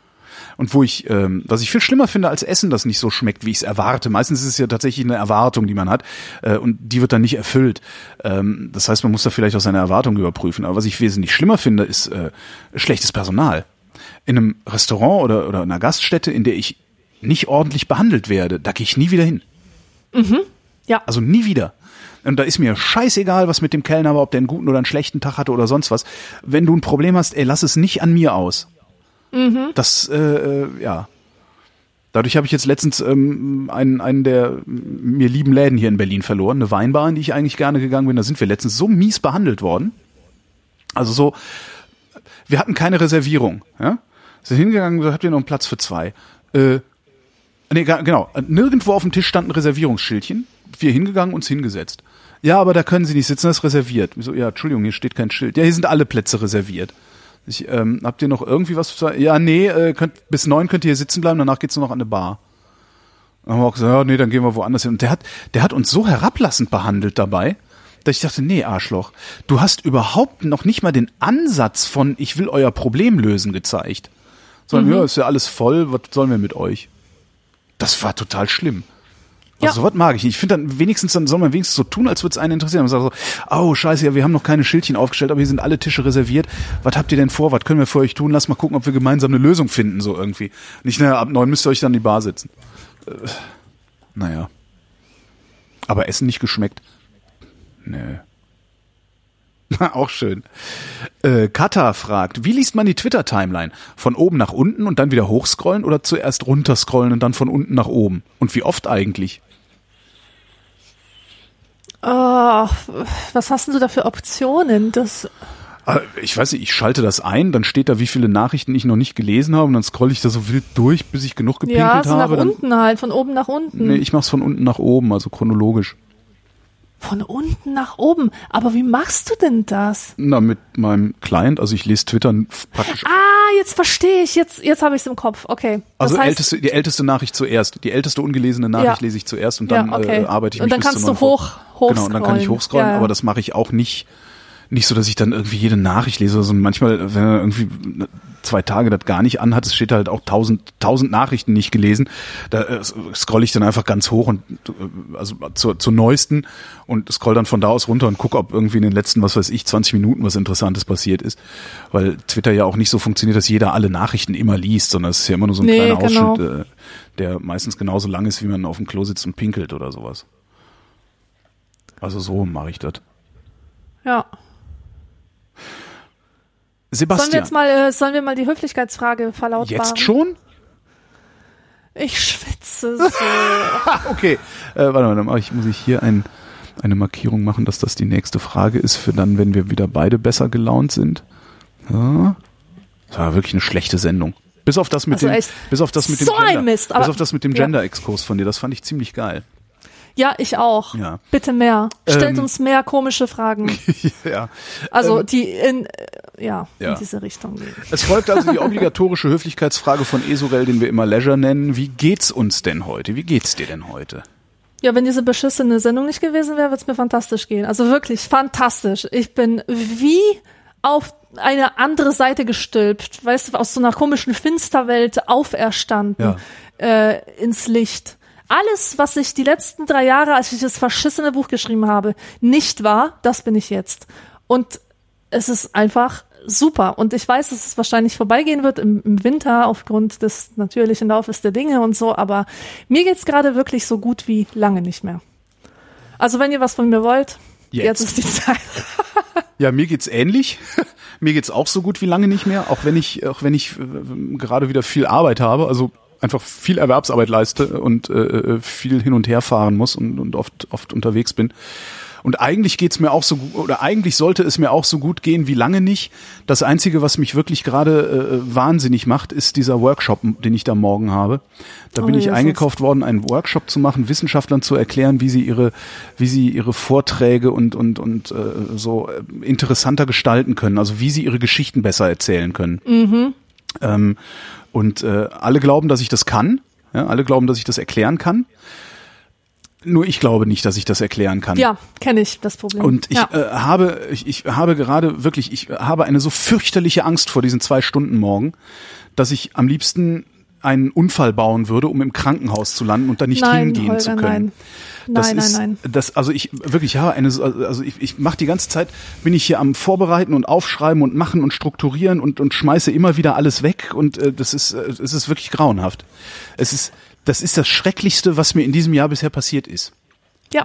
Und wo ich, ähm, was ich viel schlimmer finde als Essen, das nicht so schmeckt, wie ich es erwarte. Meistens ist es ja tatsächlich eine Erwartung, die man hat, äh, und die wird dann nicht erfüllt. Ähm, das heißt, man muss da vielleicht auch seine Erwartungen überprüfen. Aber was ich wesentlich schlimmer finde, ist äh, schlechtes Personal. In einem Restaurant oder, oder einer Gaststätte, in der ich nicht ordentlich behandelt werde, da gehe ich nie wieder hin. Mhm. Ja. Also nie wieder. Und da ist mir scheißegal, was mit dem Kellner war, ob der einen guten oder einen schlechten Tag hatte oder sonst was. Wenn du ein Problem hast, ey, lass es nicht an mir aus. Mhm. Das, äh, ja. Dadurch habe ich jetzt letztens ähm, einen, einen der mir lieben Läden hier in Berlin verloren, eine Weinbar, in die ich eigentlich gerne gegangen bin. Da sind wir letztens so mies behandelt worden. Also so, wir hatten keine Reservierung, ja. Sind hingegangen, da habt ihr noch einen Platz für zwei. Äh, nee, genau. Nirgendwo auf dem Tisch stand ein Reservierungsschildchen. Wir hingegangen, uns hingesetzt. Ja, aber da können Sie nicht sitzen, das ist reserviert. Ich so, ja, Entschuldigung, hier steht kein Schild. Ja, hier sind alle Plätze reserviert. Ich, ähm, habt ihr noch irgendwie was zu sagen? Ja, nee, äh, könnt, bis neun könnt ihr hier sitzen bleiben, danach geht's nur noch an eine Bar. Dann haben wir auch gesagt, ja, nee, dann gehen wir woanders hin. Und der hat, der hat uns so herablassend behandelt dabei, dass ich dachte, nee, Arschloch, du hast überhaupt noch nicht mal den Ansatz von, ich will euer Problem lösen, gezeigt. Sondern, mhm. ja, ist ja alles voll, was sollen wir mit euch? Das war total schlimm. Also ja. sowas mag ich nicht. Ich finde dann wenigstens, dann soll man wenigstens so tun, als würde es einen interessieren. Man sagt so, oh scheiße, ja, wir haben noch keine Schildchen aufgestellt, aber hier sind alle Tische reserviert. Was habt ihr denn vor? Was können wir für euch tun? Lass mal gucken, ob wir gemeinsam eine Lösung finden, so irgendwie. Nicht, naja, ab neun müsst ihr euch dann in die Bar sitzen. Äh, naja. Aber Essen nicht geschmeckt. Nö. Auch schön. Äh, Kata fragt, wie liest man die Twitter-Timeline? Von oben nach unten und dann wieder hochscrollen oder zuerst runterscrollen und dann von unten nach oben? Und wie oft eigentlich? Oh, was hast du da für Optionen? Das Ich weiß nicht, ich schalte das ein, dann steht da, wie viele Nachrichten ich noch nicht gelesen habe und dann scrolle ich da so wild durch, bis ich genug gepinkelt ja, so habe. nach dann, unten halt, von oben nach unten. Nee, ich mach's von unten nach oben, also chronologisch. Von unten nach oben. Aber wie machst du denn das? Na, mit meinem Client, also ich lese Twitter praktisch. Ah, jetzt verstehe ich, jetzt, jetzt habe ich es im Kopf, okay. Das Also heißt, älteste, die älteste Nachricht zuerst, die älteste ungelesene Nachricht Ja. lese ich zuerst und dann Ja, okay. äh, arbeite ich Und mich dann bis kannst zu du neuen Vor- hoch, hochscrollen. Genau, und dann kann ich hochscrollen, Ja, ja. aber das mache ich auch nicht, nicht so, dass ich dann irgendwie jede Nachricht lese. Also manchmal, wenn er irgendwie zwei Tage das gar nicht anhat, es steht halt auch tausend, tausend Nachrichten nicht gelesen, da äh, scroll ich dann einfach ganz hoch und äh, also zur, zur neuesten und scroll dann von da aus runter und gucke, ob irgendwie in den letzten, was weiß ich, zwanzig Minuten was Interessantes passiert ist, weil Twitter ja auch nicht so funktioniert, dass jeder alle Nachrichten immer liest, sondern es ist ja immer nur so ein Nee, kleiner genau. Ausschnitt, äh, der meistens genauso lang ist, wie man auf dem Klo sitzt und pinkelt oder sowas. Also so mache ich das. Ja. Sebastian. Sollen wir jetzt mal, äh, sollen wir mal die Höflichkeitsfrage verlautbaren? Jetzt schon? Ich schwitze so. Okay, äh, warte mal, dann mach ich, muss ich hier ein, eine Markierung machen, dass das die nächste Frage ist, für dann, wenn wir wieder beide besser gelaunt sind. Ja. Das war wirklich eine schlechte Sendung. Bis auf das mit Also dem, echt bis auf das mit dem so ein Gender, Mist, aber- bis auf das mit dem Ja. Gender-Exkurs von dir, das fand ich ziemlich geil. Ja, ich auch. Ja. Bitte mehr. Stellt Ähm. uns mehr komische Fragen. Ja. Also Ähm. die in, äh, ja, Ja. in diese Richtung gehen. Es folgt also die obligatorische Höflichkeitsfrage von Esurel, den wir immer Leisure nennen. Wie geht's uns denn heute? Wie geht's dir denn heute? Ja, wenn diese beschissene Sendung nicht gewesen wäre, wird's mir fantastisch gehen. Also wirklich fantastisch. Ich bin wie auf eine andere Seite gestülpt, weißt du, aus so einer komischen Finsterwelt auferstanden äh, ins Licht. Alles, was ich die letzten drei Jahre, als ich das verschissene Buch geschrieben habe, nicht war, das bin ich jetzt. Und es ist einfach super. Und ich weiß, dass es wahrscheinlich vorbeigehen wird im, im Winter aufgrund des natürlichen Laufes der Dinge und so, aber mir geht's gerade wirklich so gut wie lange nicht mehr. Also wenn ihr was von mir wollt, Jetzt. jetzt ist die Zeit. Ja, mir geht's ähnlich. Mir geht's auch so gut wie lange nicht mehr, auch wenn ich, auch wenn ich äh, gerade wieder viel Arbeit habe, also einfach viel Erwerbsarbeit leiste und äh, viel hin und her fahren muss und, und oft, oft unterwegs bin. Und eigentlich geht's mir auch so gut, oder eigentlich sollte es mir auch so gut gehen wie lange nicht. Das Einzige, was mich wirklich gerade äh, wahnsinnig macht, ist dieser Workshop, den ich da morgen habe. Da Oh, bin ich Jesus. eingekauft worden, einen Workshop zu machen, Wissenschaftlern zu erklären, wie sie ihre, wie sie ihre Vorträge und und und äh, so äh, interessanter gestalten können, also wie sie ihre Geschichten besser erzählen können. Mhm. Ähm, und äh, alle glauben, dass ich das kann. Ja, alle glauben, dass ich das erklären kann. Nur ich glaube nicht, dass ich das erklären kann. Ja, kenne ich das Problem. Und ich ja. äh, habe, ich, ich habe gerade wirklich, ich habe eine so fürchterliche Angst vor diesen zwei Stunden morgen, dass ich am liebsten einen Unfall bauen würde, um im Krankenhaus zu landen und da nicht Nein, hingehen Holger, zu können. Nein, Das nein, ist, nein, nein. Das, also ich wirklich habe eine, also ich, ich mache die ganze Zeit, bin ich hier am Vorbereiten und Aufschreiben und machen und strukturieren und und schmeiße immer wieder alles weg und äh, das ist, äh, es ist wirklich grauenhaft. Es ist, das ist das Schrecklichste, was mir in diesem Jahr bisher passiert ist. Ja,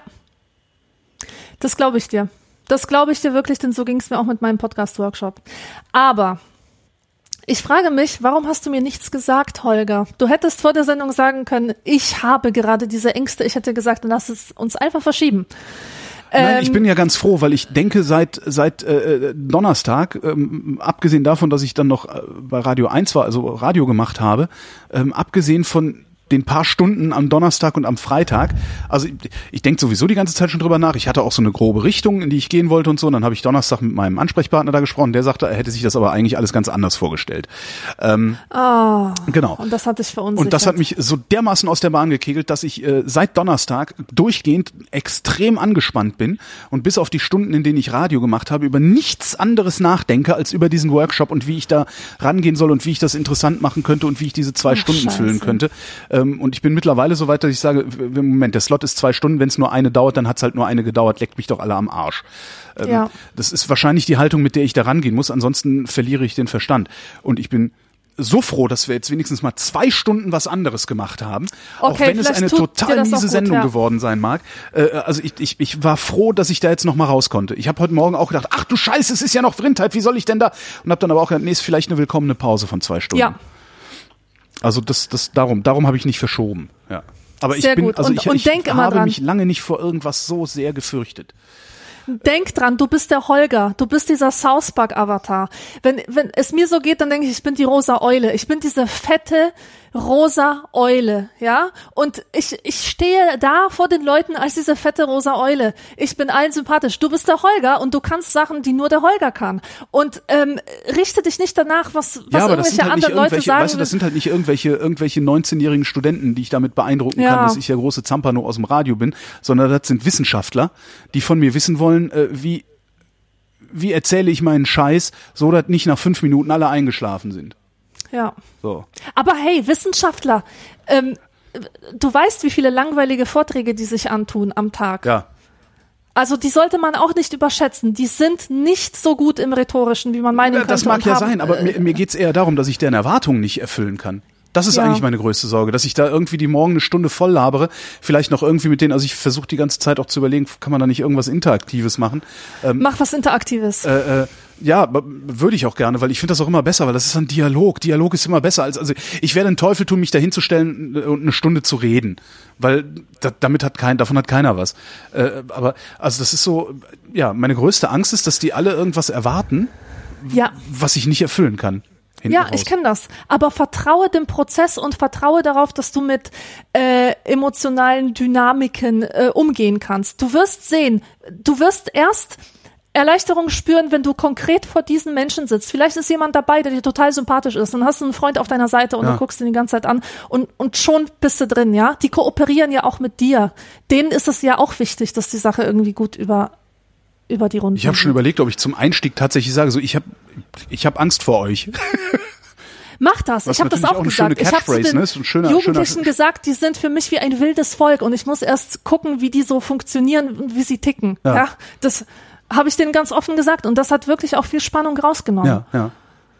das glaube ich dir. Das glaube ich dir wirklich, denn so ging es mir auch mit meinem Podcast-Workshop. Aber ich frage mich, warum hast du mir nichts gesagt, Holger? Du hättest vor der Sendung sagen können, ich habe gerade diese Ängste. Ich hätte gesagt, dann lass es uns einfach verschieben. Nein, Ähm, ich bin ja ganz froh, weil ich denke seit seit äh, Donnerstag, ähm, abgesehen davon, dass ich dann noch äh, bei Radio eins war, also Radio gemacht habe, ähm, abgesehen von den paar Stunden am Donnerstag und am Freitag. Also ich, ich denke sowieso die ganze Zeit schon drüber nach. Ich hatte auch so eine grobe Richtung, in die ich gehen wollte und so. Und dann habe ich Donnerstag mit meinem Ansprechpartner da gesprochen. Der sagte, er hätte sich das aber eigentlich alles ganz anders vorgestellt. Ähm, Ah, genau. und das hat dich verunsichert. Und das hat mich so dermaßen aus der Bahn gekegelt, dass ich äh, seit Donnerstag durchgehend extrem angespannt bin und bis auf die Stunden, in denen ich Radio gemacht habe, über nichts anderes nachdenke als über diesen Workshop und wie ich da rangehen soll und wie ich das interessant machen könnte und wie ich diese zwei Ach, Stunden Scheiße. füllen könnte. Ähm, und ich bin mittlerweile so weit, dass ich sage, w- Moment, der Slot ist zwei Stunden, wenn es nur eine dauert, dann hat es halt nur eine gedauert, leckt mich doch alle am Arsch. Ähm, Ja. Das ist wahrscheinlich die Haltung, mit der ich da rangehen muss, ansonsten verliere ich den Verstand. Und ich bin so froh, dass wir jetzt wenigstens mal zwei Stunden was anderes gemacht haben, auch Okay, wenn es vielleicht eine tut dir total das auch miese gut, Sendung ja. geworden sein mag. Äh, also ich, ich, ich war froh, dass ich da jetzt noch mal raus konnte. Ich habe heute Morgen auch gedacht, ach du Scheiße, es ist ja noch Vrindheit, wie soll ich denn da? Und habe dann aber auch gedacht, nee, ist vielleicht eine willkommene Pause von zwei Stunden. Ja. Also das, das darum, darum habe ich nicht verschoben. Ja. Aber Sehr ich bin, gut. also Und- ich, und ich denk immer habe dran. mich lange nicht vor irgendwas so sehr gefürchtet. Denk dran, du bist der Holger, du bist dieser South Park Avatar. Wenn wenn es mir so geht, dann denke ich, ich bin die rosa Eule. Ich bin diese fette, rosa Eule, ja? Und ich ich stehe da vor den Leuten als diese fette rosa Eule. Ich bin allen sympathisch. Du bist der Holger und du kannst Sachen, die nur der Holger kann. Und ähm, richte dich nicht danach, was, was ja, irgendwelche halt anderen Leute sagen. Weißt du, das sind halt nicht irgendwelche irgendwelche neunzehnjährigen Studenten, die ich damit beeindrucken ja. kann, dass ich der große Zampano aus dem Radio bin, sondern das sind Wissenschaftler, die von mir wissen wollen, äh, wie wie erzähle ich meinen Scheiß, so dass nicht nach fünf Minuten alle eingeschlafen sind. Ja. So. Aber hey, Wissenschaftler, ähm, du weißt, wie viele langweilige Vorträge die sich antun am Tag. Ja. Also die sollte man auch nicht überschätzen. Die sind nicht so gut im Rhetorischen, wie man meinen Ja, könnte. das mag und ja haben, sein, aber äh, mir, mir geht's eher darum, dass ich deren Erwartungen nicht erfüllen kann. Das ist Ja. eigentlich meine größte Sorge, dass ich da irgendwie die morgen eine Stunde voll labere, vielleicht noch irgendwie mit denen, also ich versuche die ganze Zeit auch zu überlegen, kann man da nicht irgendwas Interaktives machen? Ähm, Mach was Interaktives. Äh, äh, ja, würde ich auch gerne, weil ich finde das auch immer besser, weil das ist ein Dialog. Dialog ist immer besser als, also ich werde den Teufel tun, mich da hinzustellen und eine Stunde zu reden, weil da, damit hat kein, davon hat keiner was. Äh, aber also das ist so, ja, meine größte Angst ist, dass die alle irgendwas erwarten, ja. was ich nicht erfüllen kann. Ja, raus. ich kenne das. Aber vertraue dem Prozess und vertraue darauf, dass du mit äh, emotionalen Dynamiken äh, umgehen kannst. Du wirst sehen, du wirst erst Erleichterung spüren, wenn du konkret vor diesen Menschen sitzt. Vielleicht ist jemand dabei, der dir total sympathisch ist. Dann hast du einen Freund auf deiner Seite und ja. du guckst ihn die ganze Zeit an und, und schon bist du drin, ja? Die kooperieren ja auch mit dir. Denen ist es ja auch wichtig, dass die Sache irgendwie gut über über die Runden. Ich habe schon überlegt, ob ich zum Einstieg tatsächlich sage, so ich habe ich hab Angst vor euch. Mach das. Was ich habe das auch eine gesagt. Ich habe zu den ne? Ist ein schöner, Jugendlichen schöner gesagt, die sind für mich wie ein wildes Volk und ich muss erst gucken, wie die so funktionieren und wie sie ticken. Ja, Ja. das habe ich denen ganz offen gesagt und das hat wirklich auch viel Spannung rausgenommen. Ja, ja.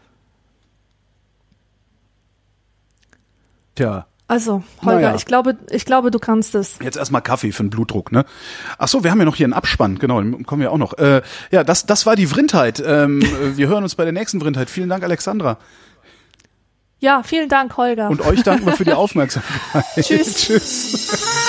Tja. Also, Holger, Naja. ich glaube, ich glaube, du kannst es. Jetzt erstmal Kaffee für den Blutdruck, ne? Ach so, wir haben ja noch hier einen Abspann, genau, den kommen wir auch noch. Äh, ja, das das war die Vrindheit. Ähm, wir hören uns bei der nächsten Vrindheit. Vielen Dank, Alexandra. Ja, vielen Dank, Holger. Und euch danken wir für die Aufmerksamkeit. Tschüss. Tschüss.